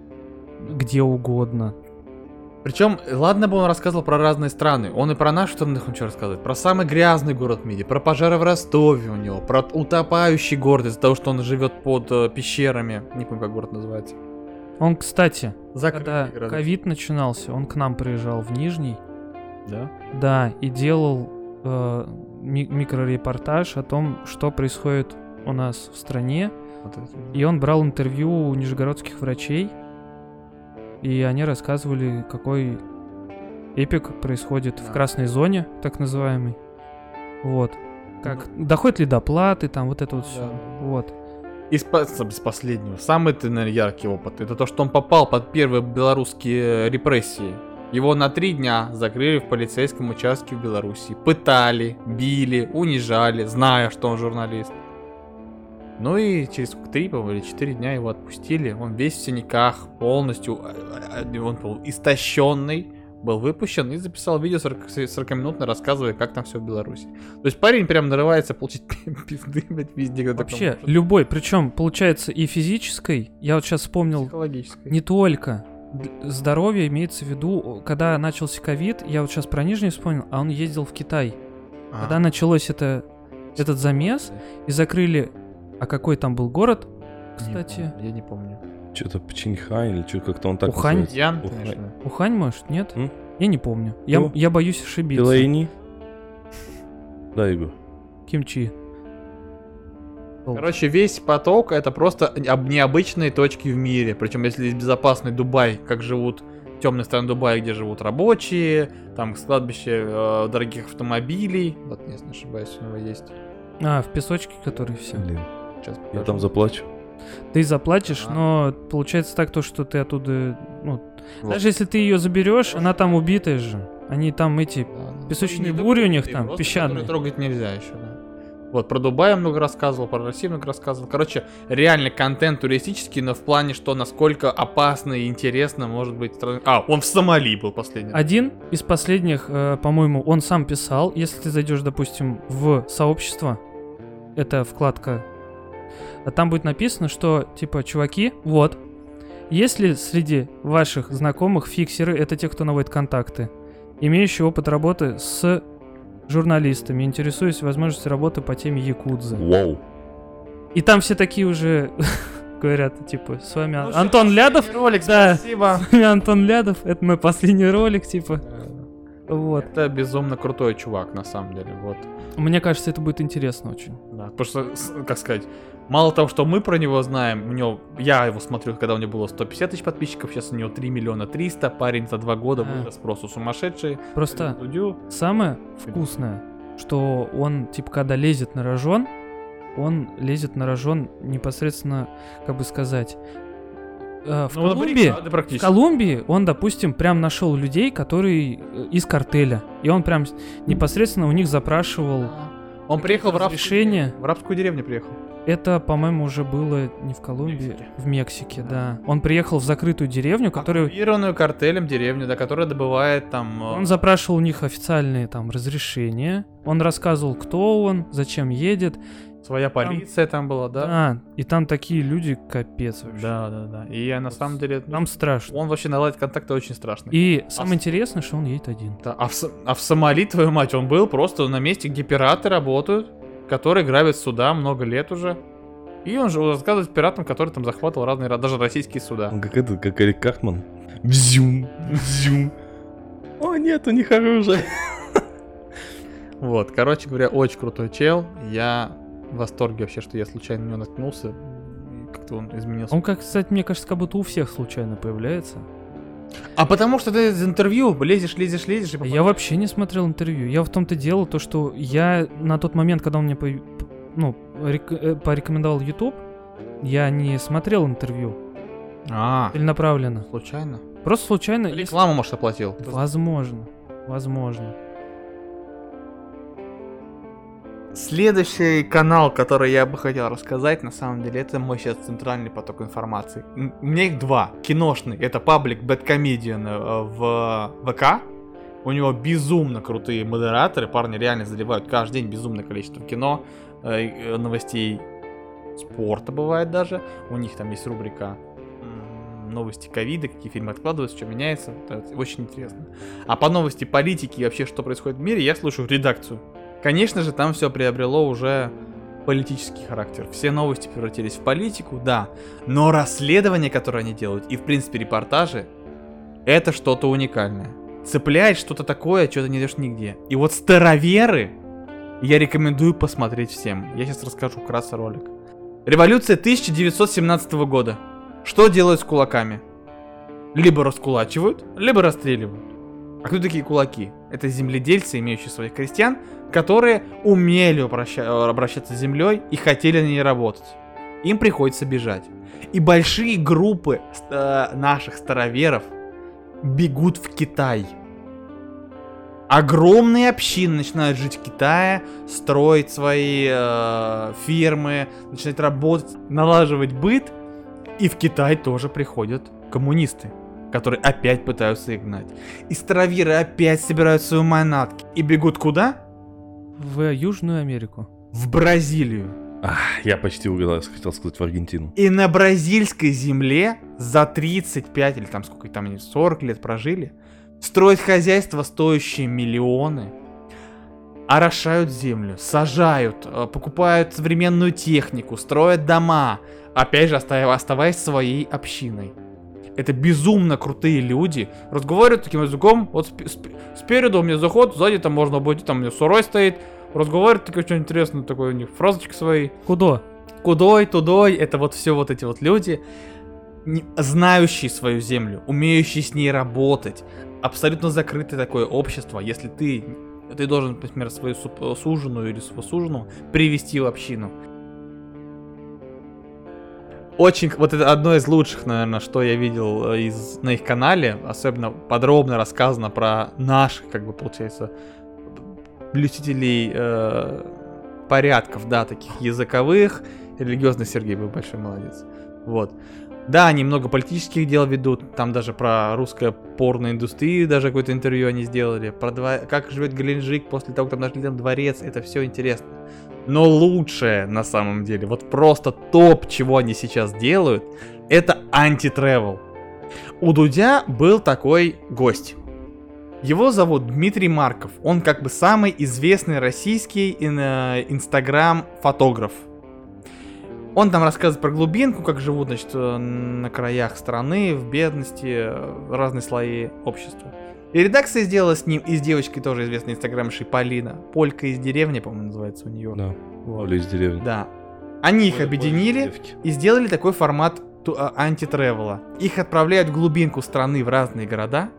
Где угодно.
Причем, ладно бы он рассказывал про разные страны, он и про нашу страну хочет рассказывать, про самый грязный город в мире, про пожары в Ростове у него, про утопающий город из-за того, что он живет под э, пещерами, не помню, как город называется.
Он, кстати,
Закрытый
когда
городок.
ковид начинался, он к нам приезжал в Нижний.
Да?
Да, и делал э, ми- микрорепортаж о том, что происходит у нас в стране.
Вот это.
И он брал интервью у нижегородских врачей. И они рассказывали, какой эпик происходит в
Да.
красной зоне, так называемой. Вот. Как доходит ли до платы, там вот это вот все.
Да.
Вот.
Из, по- из последнего, самый, ты, наверное, яркий опыт, это то, что он попал под первые белорусские репрессии. Его на три дня закрыли в полицейском участке в Беларуси. Пытали, били, унижали, зная, что он журналист. Ну и через сколько, три, по-моему, или четыре дня его отпустили. Он весь в синяках, полностью, а, а, он был истощенный, был выпущен и записал видео сорокаминутно, рассказывая, как там все в Беларуси. То есть парень прям нарывается получить пизды, блядь, везде, где только
Вообще,
может.
любой, причем получается и физической, я вот сейчас вспомнил,
Психологической.
не только д- здоровье имеется в виду, когда начался ковид, я вот сейчас про Нижний вспомнил, а он ездил в Китай.
А.
Когда началось это, этот замес, и закрыли, а какой там был город,
Не
кстати?
помню, я не помню.
Что-то Пчиньхай или что как-то он так
Ухань?
называется.
Ян,
Ухань.
конечно.
Ухань, может, нет?
М?
Я не помню. Я,
Кто?
я боюсь ошибиться.
Пилайни? Да, Игорь.
Кимчи.
Короче, весь поток это просто об- необычные точки в мире. Причем, если есть безопасный Дубай, как живут темные страны Дубая, где живут рабочие, там кладбище э, дорогих автомобилей. Вот, если не ошибаюсь, у него есть.
А, в песочке, который все.
Блин,
Сейчас
я
покажу.
там заплачу.
Ты заплатишь,
А.
но получается так то, что ты оттуда, ну,
Вот.
даже если ты ее заберешь, она там убитая же. Они там эти
Да, да.
песочные
Не
бури у них
добытые,
там,
просто
песчаные.
которые трогать нельзя еще, да. Вот, про Дубай я много рассказывал, про Россию много рассказывал. Короче, реально контент туристический, но в плане, что насколько опасно и интересно может быть страна. А, он в Сомали был последний.
Один из последних, э, по-моему, он сам писал. Если ты зайдешь, допустим, в сообщество, это вкладка, а там будет написано, что, типа, чуваки, вот, если среди ваших знакомых фиксеры, это те, кто наводит контакты, имеющие опыт работы с журналистами, интересуюсь возможностью работы по теме якудзы.
Вау.
И там все такие уже говорят, типа, с вами
Ну,
Антон
всё,
Лядов.
последний ролик,
Да.
спасибо.
С вами Антон Лядов, это мой последний ролик, типа. Вот.
Это безумно крутой чувак, на самом деле, вот.
Мне кажется, это будет интересно очень.
Да, потому что, с- как сказать, мало того, что мы про него знаем, у него, я его смотрю, когда у него было сто пятьдесят тысяч подписчиков, сейчас у него три миллиона триста, парень за два года
А.
вырос просто сумасшедший.
Просто
Дудю.
самое вкусное, что он, типа, когда лезет на рожон, он лезет на рожон непосредственно, как бы сказать, э, в
Ну, на
Колумбии.
баррикады
В
практически.
Колумбии он, допустим, прям нашел людей, которые э, из картеля. И он прям с- непосредственно у них запрашивал.
Он приехал в рабскую,
разрешение.
деревню, в рабскую деревню приехал.
Это, по-моему, уже было не в Колумбии,
Мексике.
в Мексике, да. Он приехал в закрытую деревню, которую
Оккупированную картелем деревню, да, которая добывает там... э,
он запрашивал у них официальные там разрешения. Он рассказывал, кто он, зачем едет.
Своя полиция там была, да?
Да, и там такие люди, капец вообще.
Да, да, да. И я на самом деле...
Нам страшно.
Он вообще наладить контакты очень страшно.
И
А
самое
с-
интересное, что он едет один.
Да, а, в, Со- а в Сомали, твою мать, он был просто на месте, где пираты работают, которые грабят суда много лет уже. И он же рассказывает пиратам, которые там захватывал разные, ра- даже российские суда.
Он как этот, как Эрик Картман. Бзюм, бзюм. О, нет, у них оружие.
Вот, короче говоря, очень крутой чел. Я в восторге вообще, что я случайно на него наткнулся. И как-то он изменился.
Он, как, кстати, мне кажется, как будто у всех случайно появляется.
А потому что ты из интервью лезешь, лезешь, лезешь. И
Я вообще не смотрел интервью. Я в том-то дело, то, что я на тот момент, когда он мне по- ну, рек- э, порекомендовал YouTube, я не смотрел интервью
А,
целенаправленно.
случайно?
Просто случайно. если-
Рекламу, может, оплатил.
Возможно. Возможно.
Следующий канал, который я бы хотел рассказать, на самом деле, это мой сейчас центральный поток информации. М, У меня их два. Киношный, это паблик Bad-Comedian э, в ВК. У него безумно крутые модераторы, парни реально заливают каждый день безумное количество кино, э, э, новостей спорта бывает даже. У них там есть рубрика м, новости ковида, какие фильмы откладываются, что меняется. Это очень интересно. А по новости политики и вообще, что происходит в мире, я слушаю редакцию. Конечно же, там все приобрело уже политический характер. Все новости превратились в политику, да. Но расследования, которые они делают, и в принципе репортажи, это что-то уникальное. Цепляет что-то такое, что ты не идешь нигде. И вот староверы я рекомендую посмотреть всем. Я сейчас расскажу вкратце ролик. Революция тысяча девятьсот семнадцатого года. Что делают с кулаками? Либо раскулачивают, либо расстреливают. А кто такие кулаки? Это земледельцы, имеющие своих крестьян, которые умели обраща- обращаться с землей и хотели на ней работать. Им приходится бежать. И большие группы э, наших староверов бегут в Китай. Огромные общины начинают жить в Китае, строить свои э, фирмы, начинать работать, налаживать быт. И в Китай тоже приходят коммунисты, которые опять пытаются их гнать. И староверы опять собирают свои манатки и бегут куда?
В Южную Америку.
В Бразилию.
Ах, я почти угадал, хотел сказать в Аргентину.
И на бразильской земле за тридцать пять или там сколько там они, сорок лет прожили, строят хозяйство, стоящее миллионы, орошают землю, сажают, э, покупают современную технику, строят дома, опять же оста- оставаясь своей общиной. Это безумно крутые люди, разговаривают таким языком, вот сп- сп- спереду у меня заход, сзади там можно обойти, там у меня сурой стоит, разговаривают такое что-нибудь интересное, такое у них фразочки свои.
Куда?
Кудой, тудой, это вот все вот эти вот люди, не- знающие свою землю, умеющие с ней работать, абсолютно закрытое такое общество. Если ты, ты должен, например, свою суп- суженую или своего суженого привести в общину. Очень, вот это одно из лучших, наверное, что я видел э, из, на их канале, особенно подробно рассказано про наших, как бы, получается, блюстителей э, порядков, да, таких языковых, религиозных. Сергей был большой молодец. Вот. Да, они много политических дел ведут, там даже про русскую порноиндустрию даже какое-то интервью они сделали, про два... как живет Геленджик после того, как там нашли там дворец, это все интересно. Но лучшее на самом деле, вот просто топ, чего они сейчас делают, это анти-тревел. У Дудя был такой гость. Его зовут Дмитрий Марков. Он как бы самый известный российский инстаграм-фотограф. Он там рассказывает про глубинку, как живут, значит, на краях страны, в бедности, разные слои общества. И редакция сделала с ним и с девочкой тоже известной инстаграмшей Полина. Полька из деревни, по-моему, называется у нее.
Да,
Вот.
Оля из деревни.
Да. Они их
Оля-
объединили
Оля из девки.
и сделали такой формат ту- а, анти-тревела. Их отправляют в глубинку страны в разные города.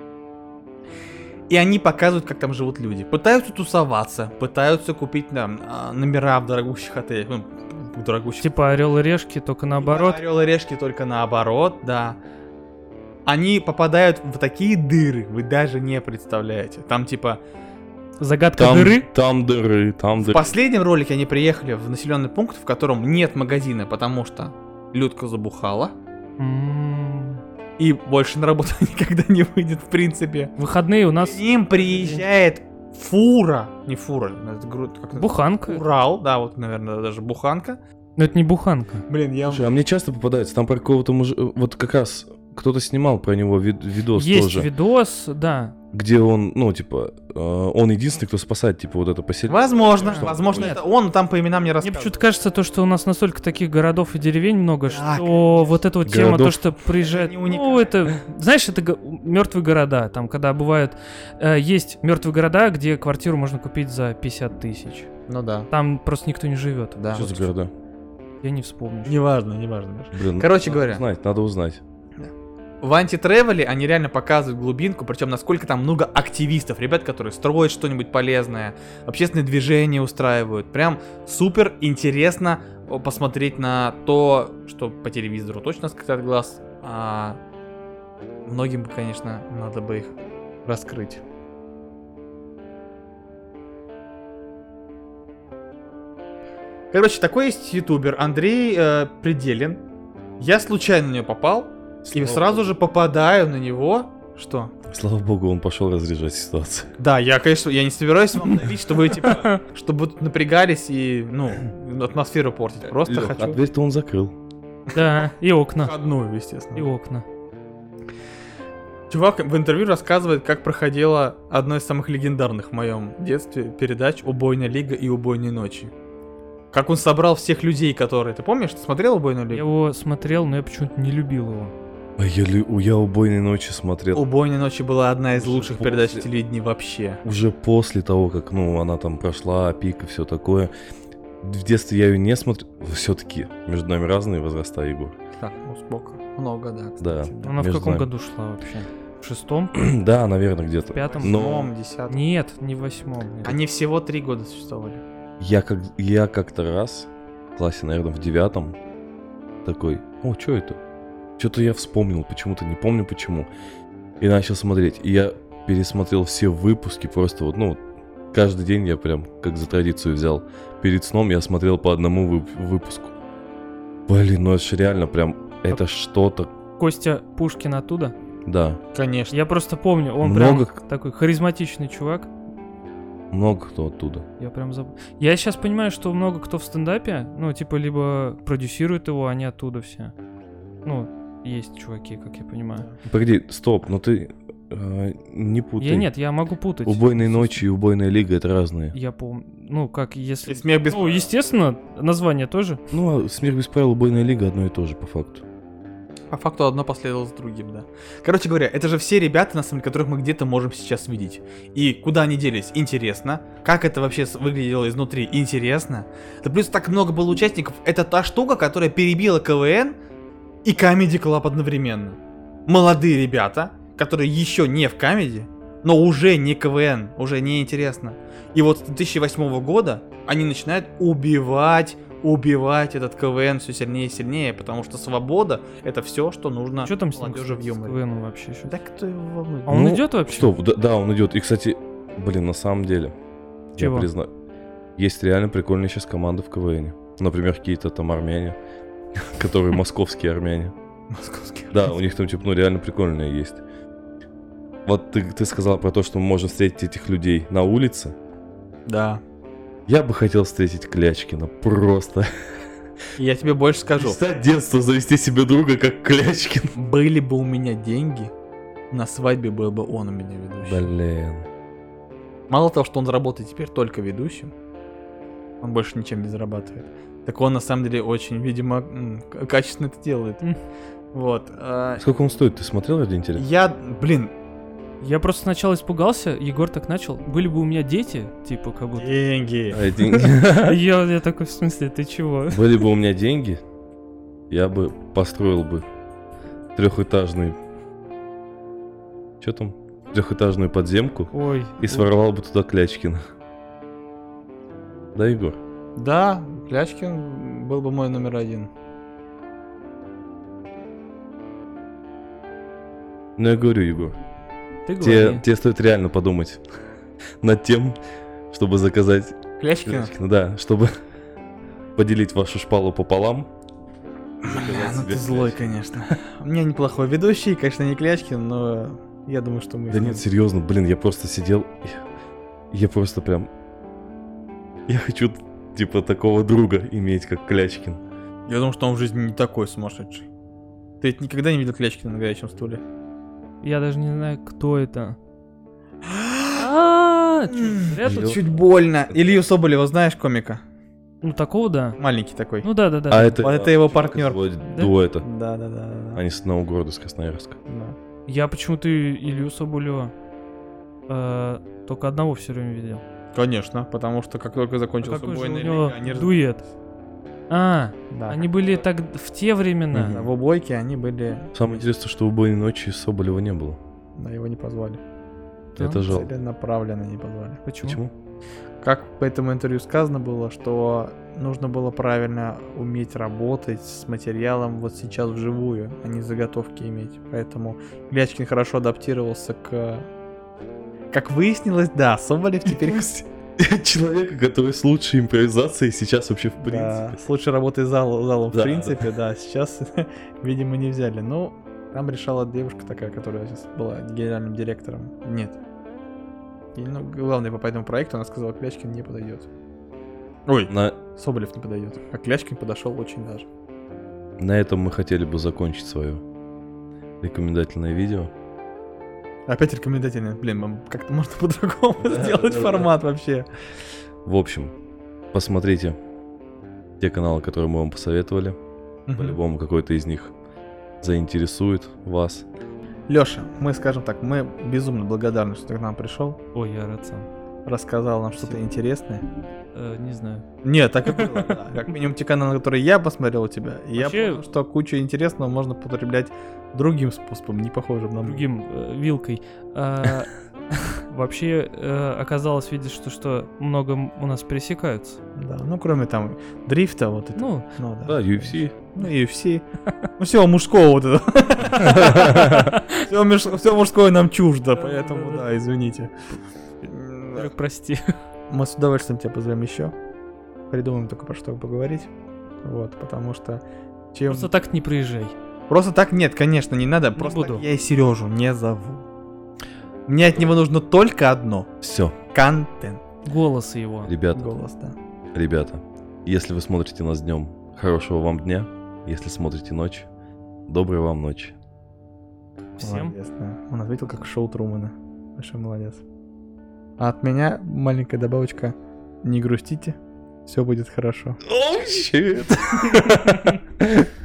И они показывают, как там живут люди. Пытаются тусоваться, пытаются купить там а, номера в дорогущих отелях. Ну, в дорогущих.
Типа Орел и Решки, только наоборот.
Орел и решки только наоборот, да. Они попадают в такие дыры, вы даже не представляете. Там типа
Загадка
Там
дыры.
Там дыры, там
в
дыры.
последнем ролике они приехали в населенный пункт, в котором нет магазина, потому что Людка забухала.
М,
И больше на работу никогда не выйдет, в принципе.
Выходные у нас
К ним приезжает фура. Не фура, это гру- как это?
буханка.
Урал, да, вот, наверное, даже буханка.
Но это не буханка.
Блин, я...
Слушай, а мне часто попадается, там про какого-то мужика, вот как раз кто-то снимал про него вид- видос
Есть
тоже,
видос, да.
где он, ну, типа, э, он единственный, кто спасает, типа, вот это поселение.
Возможно,
Что?
возможно,
Нет.
это он там по именам не
Мне
рассказывает.
почему-то кажется, то, что у нас настолько таких городов и деревень много,
Да,
что
конечно.
вот эта вот тема, то,
Городов.
что приезжает,
Не
ну,
уникально.
это, знаешь, это мертвые города, там, когда бывают, э, есть мертвые города, где квартиру можно купить за пятьдесят тысяч.
Ну да.
Там просто никто не живет.
Да.
Что за города?
Я не вспомню.
Неважно, неважно. даже.
Блин,
Короче
надо
говоря.
узнать, надо узнать.
В антитревеле они реально показывают глубинку, причем насколько там много активистов, ребят, которые строят что-нибудь полезное, общественные движения устраивают. Прям супер интересно о, посмотреть на то, что по телевизору точно скатает глаз, а многим, бы, конечно, надо бы их раскрыть. Короче, такой есть ютубер Андрей э, Пределин. Я случайно на него попал. И
Слава
сразу же попадаю на него. Что?
Слава богу, он пошел разряжать ситуацию.
Да, я, конечно, я не собираюсь вам давить, чтобы вы, типа, чтобы вы тут напрягались и, ну, атмосферу портить. Просто
Лёх,
хочу
а дверь-то он закрыл.
Да, и окна.
одну,
И
естественно.
окна.
Чувак в интервью рассказывает, как проходила одно из самых легендарных в моем детстве передач «Убойная лига» и «Убойные ночи». Как он собрал всех людей, которые... Ты помнишь, ты смотрел «Убойную
Я
лигу»?
его смотрел, но я почему-то не любил его.
А я, лю- я «Убойной ночи» смотрел
«Убойные ночи» была одна из
Уже
лучших
после-
передач телевидения вообще.
уже после того, как, ну, она там прошла, пик и все такое. В детстве я ее не смотрел. Все-таки между нами разные возраста, Егор.
Так, ну сколько? Много, да,
Да.
кстати.
Она в
между
каком
нами.
году шла вообще? В шестом?
Да, наверное, где-то.
В пятом?
В
Но
седьмом, десятом.
Нет, не в восьмом. нет.
Они всего три года существовали.
я, как, я как-то раз, в классе, наверное, в девятом, такой, о, что это? Что-то я вспомнил, почему-то не помню почему. И начал смотреть. И я пересмотрел все выпуски, просто вот, ну, каждый день я прям, как за традицию взял. Перед сном я смотрел по одному вып- выпуску. Блин, ну это же реально прям, это что-то,
Костя Пушкин оттуда?
да.
Конечно.
Я просто помню, он
Много к-
прям такой харизматичный чувак.
Много кто оттуда.
Я прям забыл. Я сейчас понимаю, что много кто в стендапе, ну, типа, либо продюсирует его, они оттуда все. Ну, есть чуваки, как я понимаю.
Погоди, стоп, но ты э, не путай.
Я нет, я могу путать.
Убойные ночи и убойная лига это разные.
Я помню. Ну, как если...
И смех без
Ну,
правил.
естественно, название тоже.
Ну, а смех без правил, убойная лига одно и то же, по факту.
По факту одно последовало за другим, да. Короче говоря, это же все ребята, на самом деле, которых мы где-то можем сейчас видеть. И куда они делись? Интересно. Как это вообще с- выглядело изнутри? Интересно. Да плюс так много было участников. Это та штука, которая перебила КВН и Comedy Club одновременно. Молодые ребята, которые еще не в Comedy, но уже не КВН, уже не интересно. И вот с две тысячи восьмого года они начинают убивать убивать этот КВН все сильнее и сильнее, потому что свобода — это все, что нужно
Что там с ним,
молодежи в
кстати, с
юморе.
КВНом вообще еще?
Да кто его волнует?
А он
Ну,
идет вообще?
Стоп, да, да, он идет. И, кстати, блин, на самом деле,
Чего?
я признаю, Есть реально прикольные сейчас команды в КВН. Например, какие-то там армяне, которые московские армяне.
Московский.
Да, у них там типа, ну реально прикольные есть. Вот ты, ты сказал про то, что мы можем встретить этих людей на улице.
Да.
Я бы хотел встретить Клячкина, просто.
Я тебе больше скажу.
Мечта детства завести себе друга, как Клячкин.
Были бы у меня деньги, на свадьбе был бы он у меня ведущий.
Блин.
Мало того, что он работает теперь только ведущим, он больше ничем не зарабатывает. Так он на самом деле очень, видимо, м, к- качественно это делает.
М.
Вот. а,
Сколько он стоит? Ты смотрел ради интереса?
Я, блин,
Я просто сначала испугался, Егор так начал. Были бы у меня дети, типа, как будто.
деньги.
А, деньги.
Я, я такой, в смысле, ты чего?
Были бы у меня деньги, я бы построил бы трехэтажный... Что там? Трехэтажную подземку
Ой.
и своровал бы туда Клячкина. Да, Егор?
Да, Клячкин был бы мой номер один.
Ну, я говорю, Егор,
Ты
тебе,
говори.
тебе стоит реально подумать над тем, чтобы заказать
Клячкин?
Клячкина. Да, чтобы поделить вашу шпалу пополам.
Бля,
заказать
ну
себе
ты злой,
Клячкина.
конечно. У меня неплохой ведущий, конечно, не Клячкин, но я думаю, что мы...
Да
с ним-
нет, серьезно, блин, я просто сидел, я, я просто прям, я хочу типа такого друга иметь, как Клячкин.
Я думаю, что он в жизни не такой сумасшедший. Ты ведь никогда не видел Клячкина на горячем стуле?
Я даже не знаю, кто это. А, чё, зря тут-
Ё-
Чуть больно. Илью Соболева знаешь, комика?
Ну, такого да.
Маленький такой.
Ну да, да, да.
А это,
Вот это его
чувак
партнер.
из его
Да?
дуэта.
Да, да, да, да. да.
Они с одного города, с Красноярска.
Да.
Я почему-то Илью Соболева э, только одного все время видел.
Конечно, потому что как только
А
закончилась
какой же у
убойная
него
лига, они раз-
дуэт? А,
Да.
они были так в те времена.
Да, в убойке они были...
Самое интересное, что убойной ночи Соболева не было.
Да, его не позвали.
Да?
Это жалко.
Целенаправленно не позвали.
Почему?
Почему?
Как по этому интервью сказано было, что нужно было правильно уметь работать с материалом вот сейчас вживую, а не заготовки иметь. Поэтому Клячкин хорошо адаптировался к... Как выяснилось, да, Соболев теперь...
Человека, который с лучшей импровизацией сейчас вообще в
Да,
принципе.
с лучшей работой зал, залом,
Да,
в принципе, да. Сейчас, видимо, не взяли. Ну, там решала девушка такая, которая сейчас была генеральным директором. Нет. И, ну, главное по этому проекту, она сказала, Клячкин не подойдет. Ой,
На,
Соболев не подойдет. А Клячкин подошел очень даже.
на этом мы хотели бы закончить свое рекомендательное видео.
Опять рекомендательно. Блин, мам, как-то можно по-другому
Да,
сделать
да,
формат вообще.
В общем, посмотрите те каналы, которые мы вам посоветовали. По-любому какой-то из них заинтересует вас.
Леша, мы скажем так, мы безумно благодарны, что ты к нам пришел,
Ой, я рад сам.
рассказал нам что-то интересное.
Э, не знаю.
Нет, так и было, да. Как минимум те каналы, которые я посмотрел у тебя, и я
Вообще-
понял, что кучу интересного можно потреблять другим способом, не похожим на мой.
Другим э, вилкой. А, Вообще э, оказалось, видишь, что, что много м- у нас пересекаются.
Да, ну кроме там дрифта вот это.
Ну,
Ну
Да, ю эф си.
Ну и ю эф си. Ну всего мужского вот этого. Все мужское нам чуждо, поэтому да, извините.
Серёг, прости.
Мы с удовольствием тебя позовем еще. Придумаем только про что поговорить. Вот, потому что чем...
Просто так не приезжай.
Просто так нет, конечно, не надо.
Не
Просто
буду.
так я и Сережу не зову. Мне от него нужно только одно.
Все,
Контент.
Голос его.
ребята,
Голос, да.
ребята, если вы смотрите нас днем, хорошего вам дня. Если смотрите ночь, доброй вам ночи.
Всем.
Молодец, да. Он ответил как шоу Трумана. Большой молодец. А от меня маленькая добавочка. Не грустите, все будет хорошо.
Oh, shit.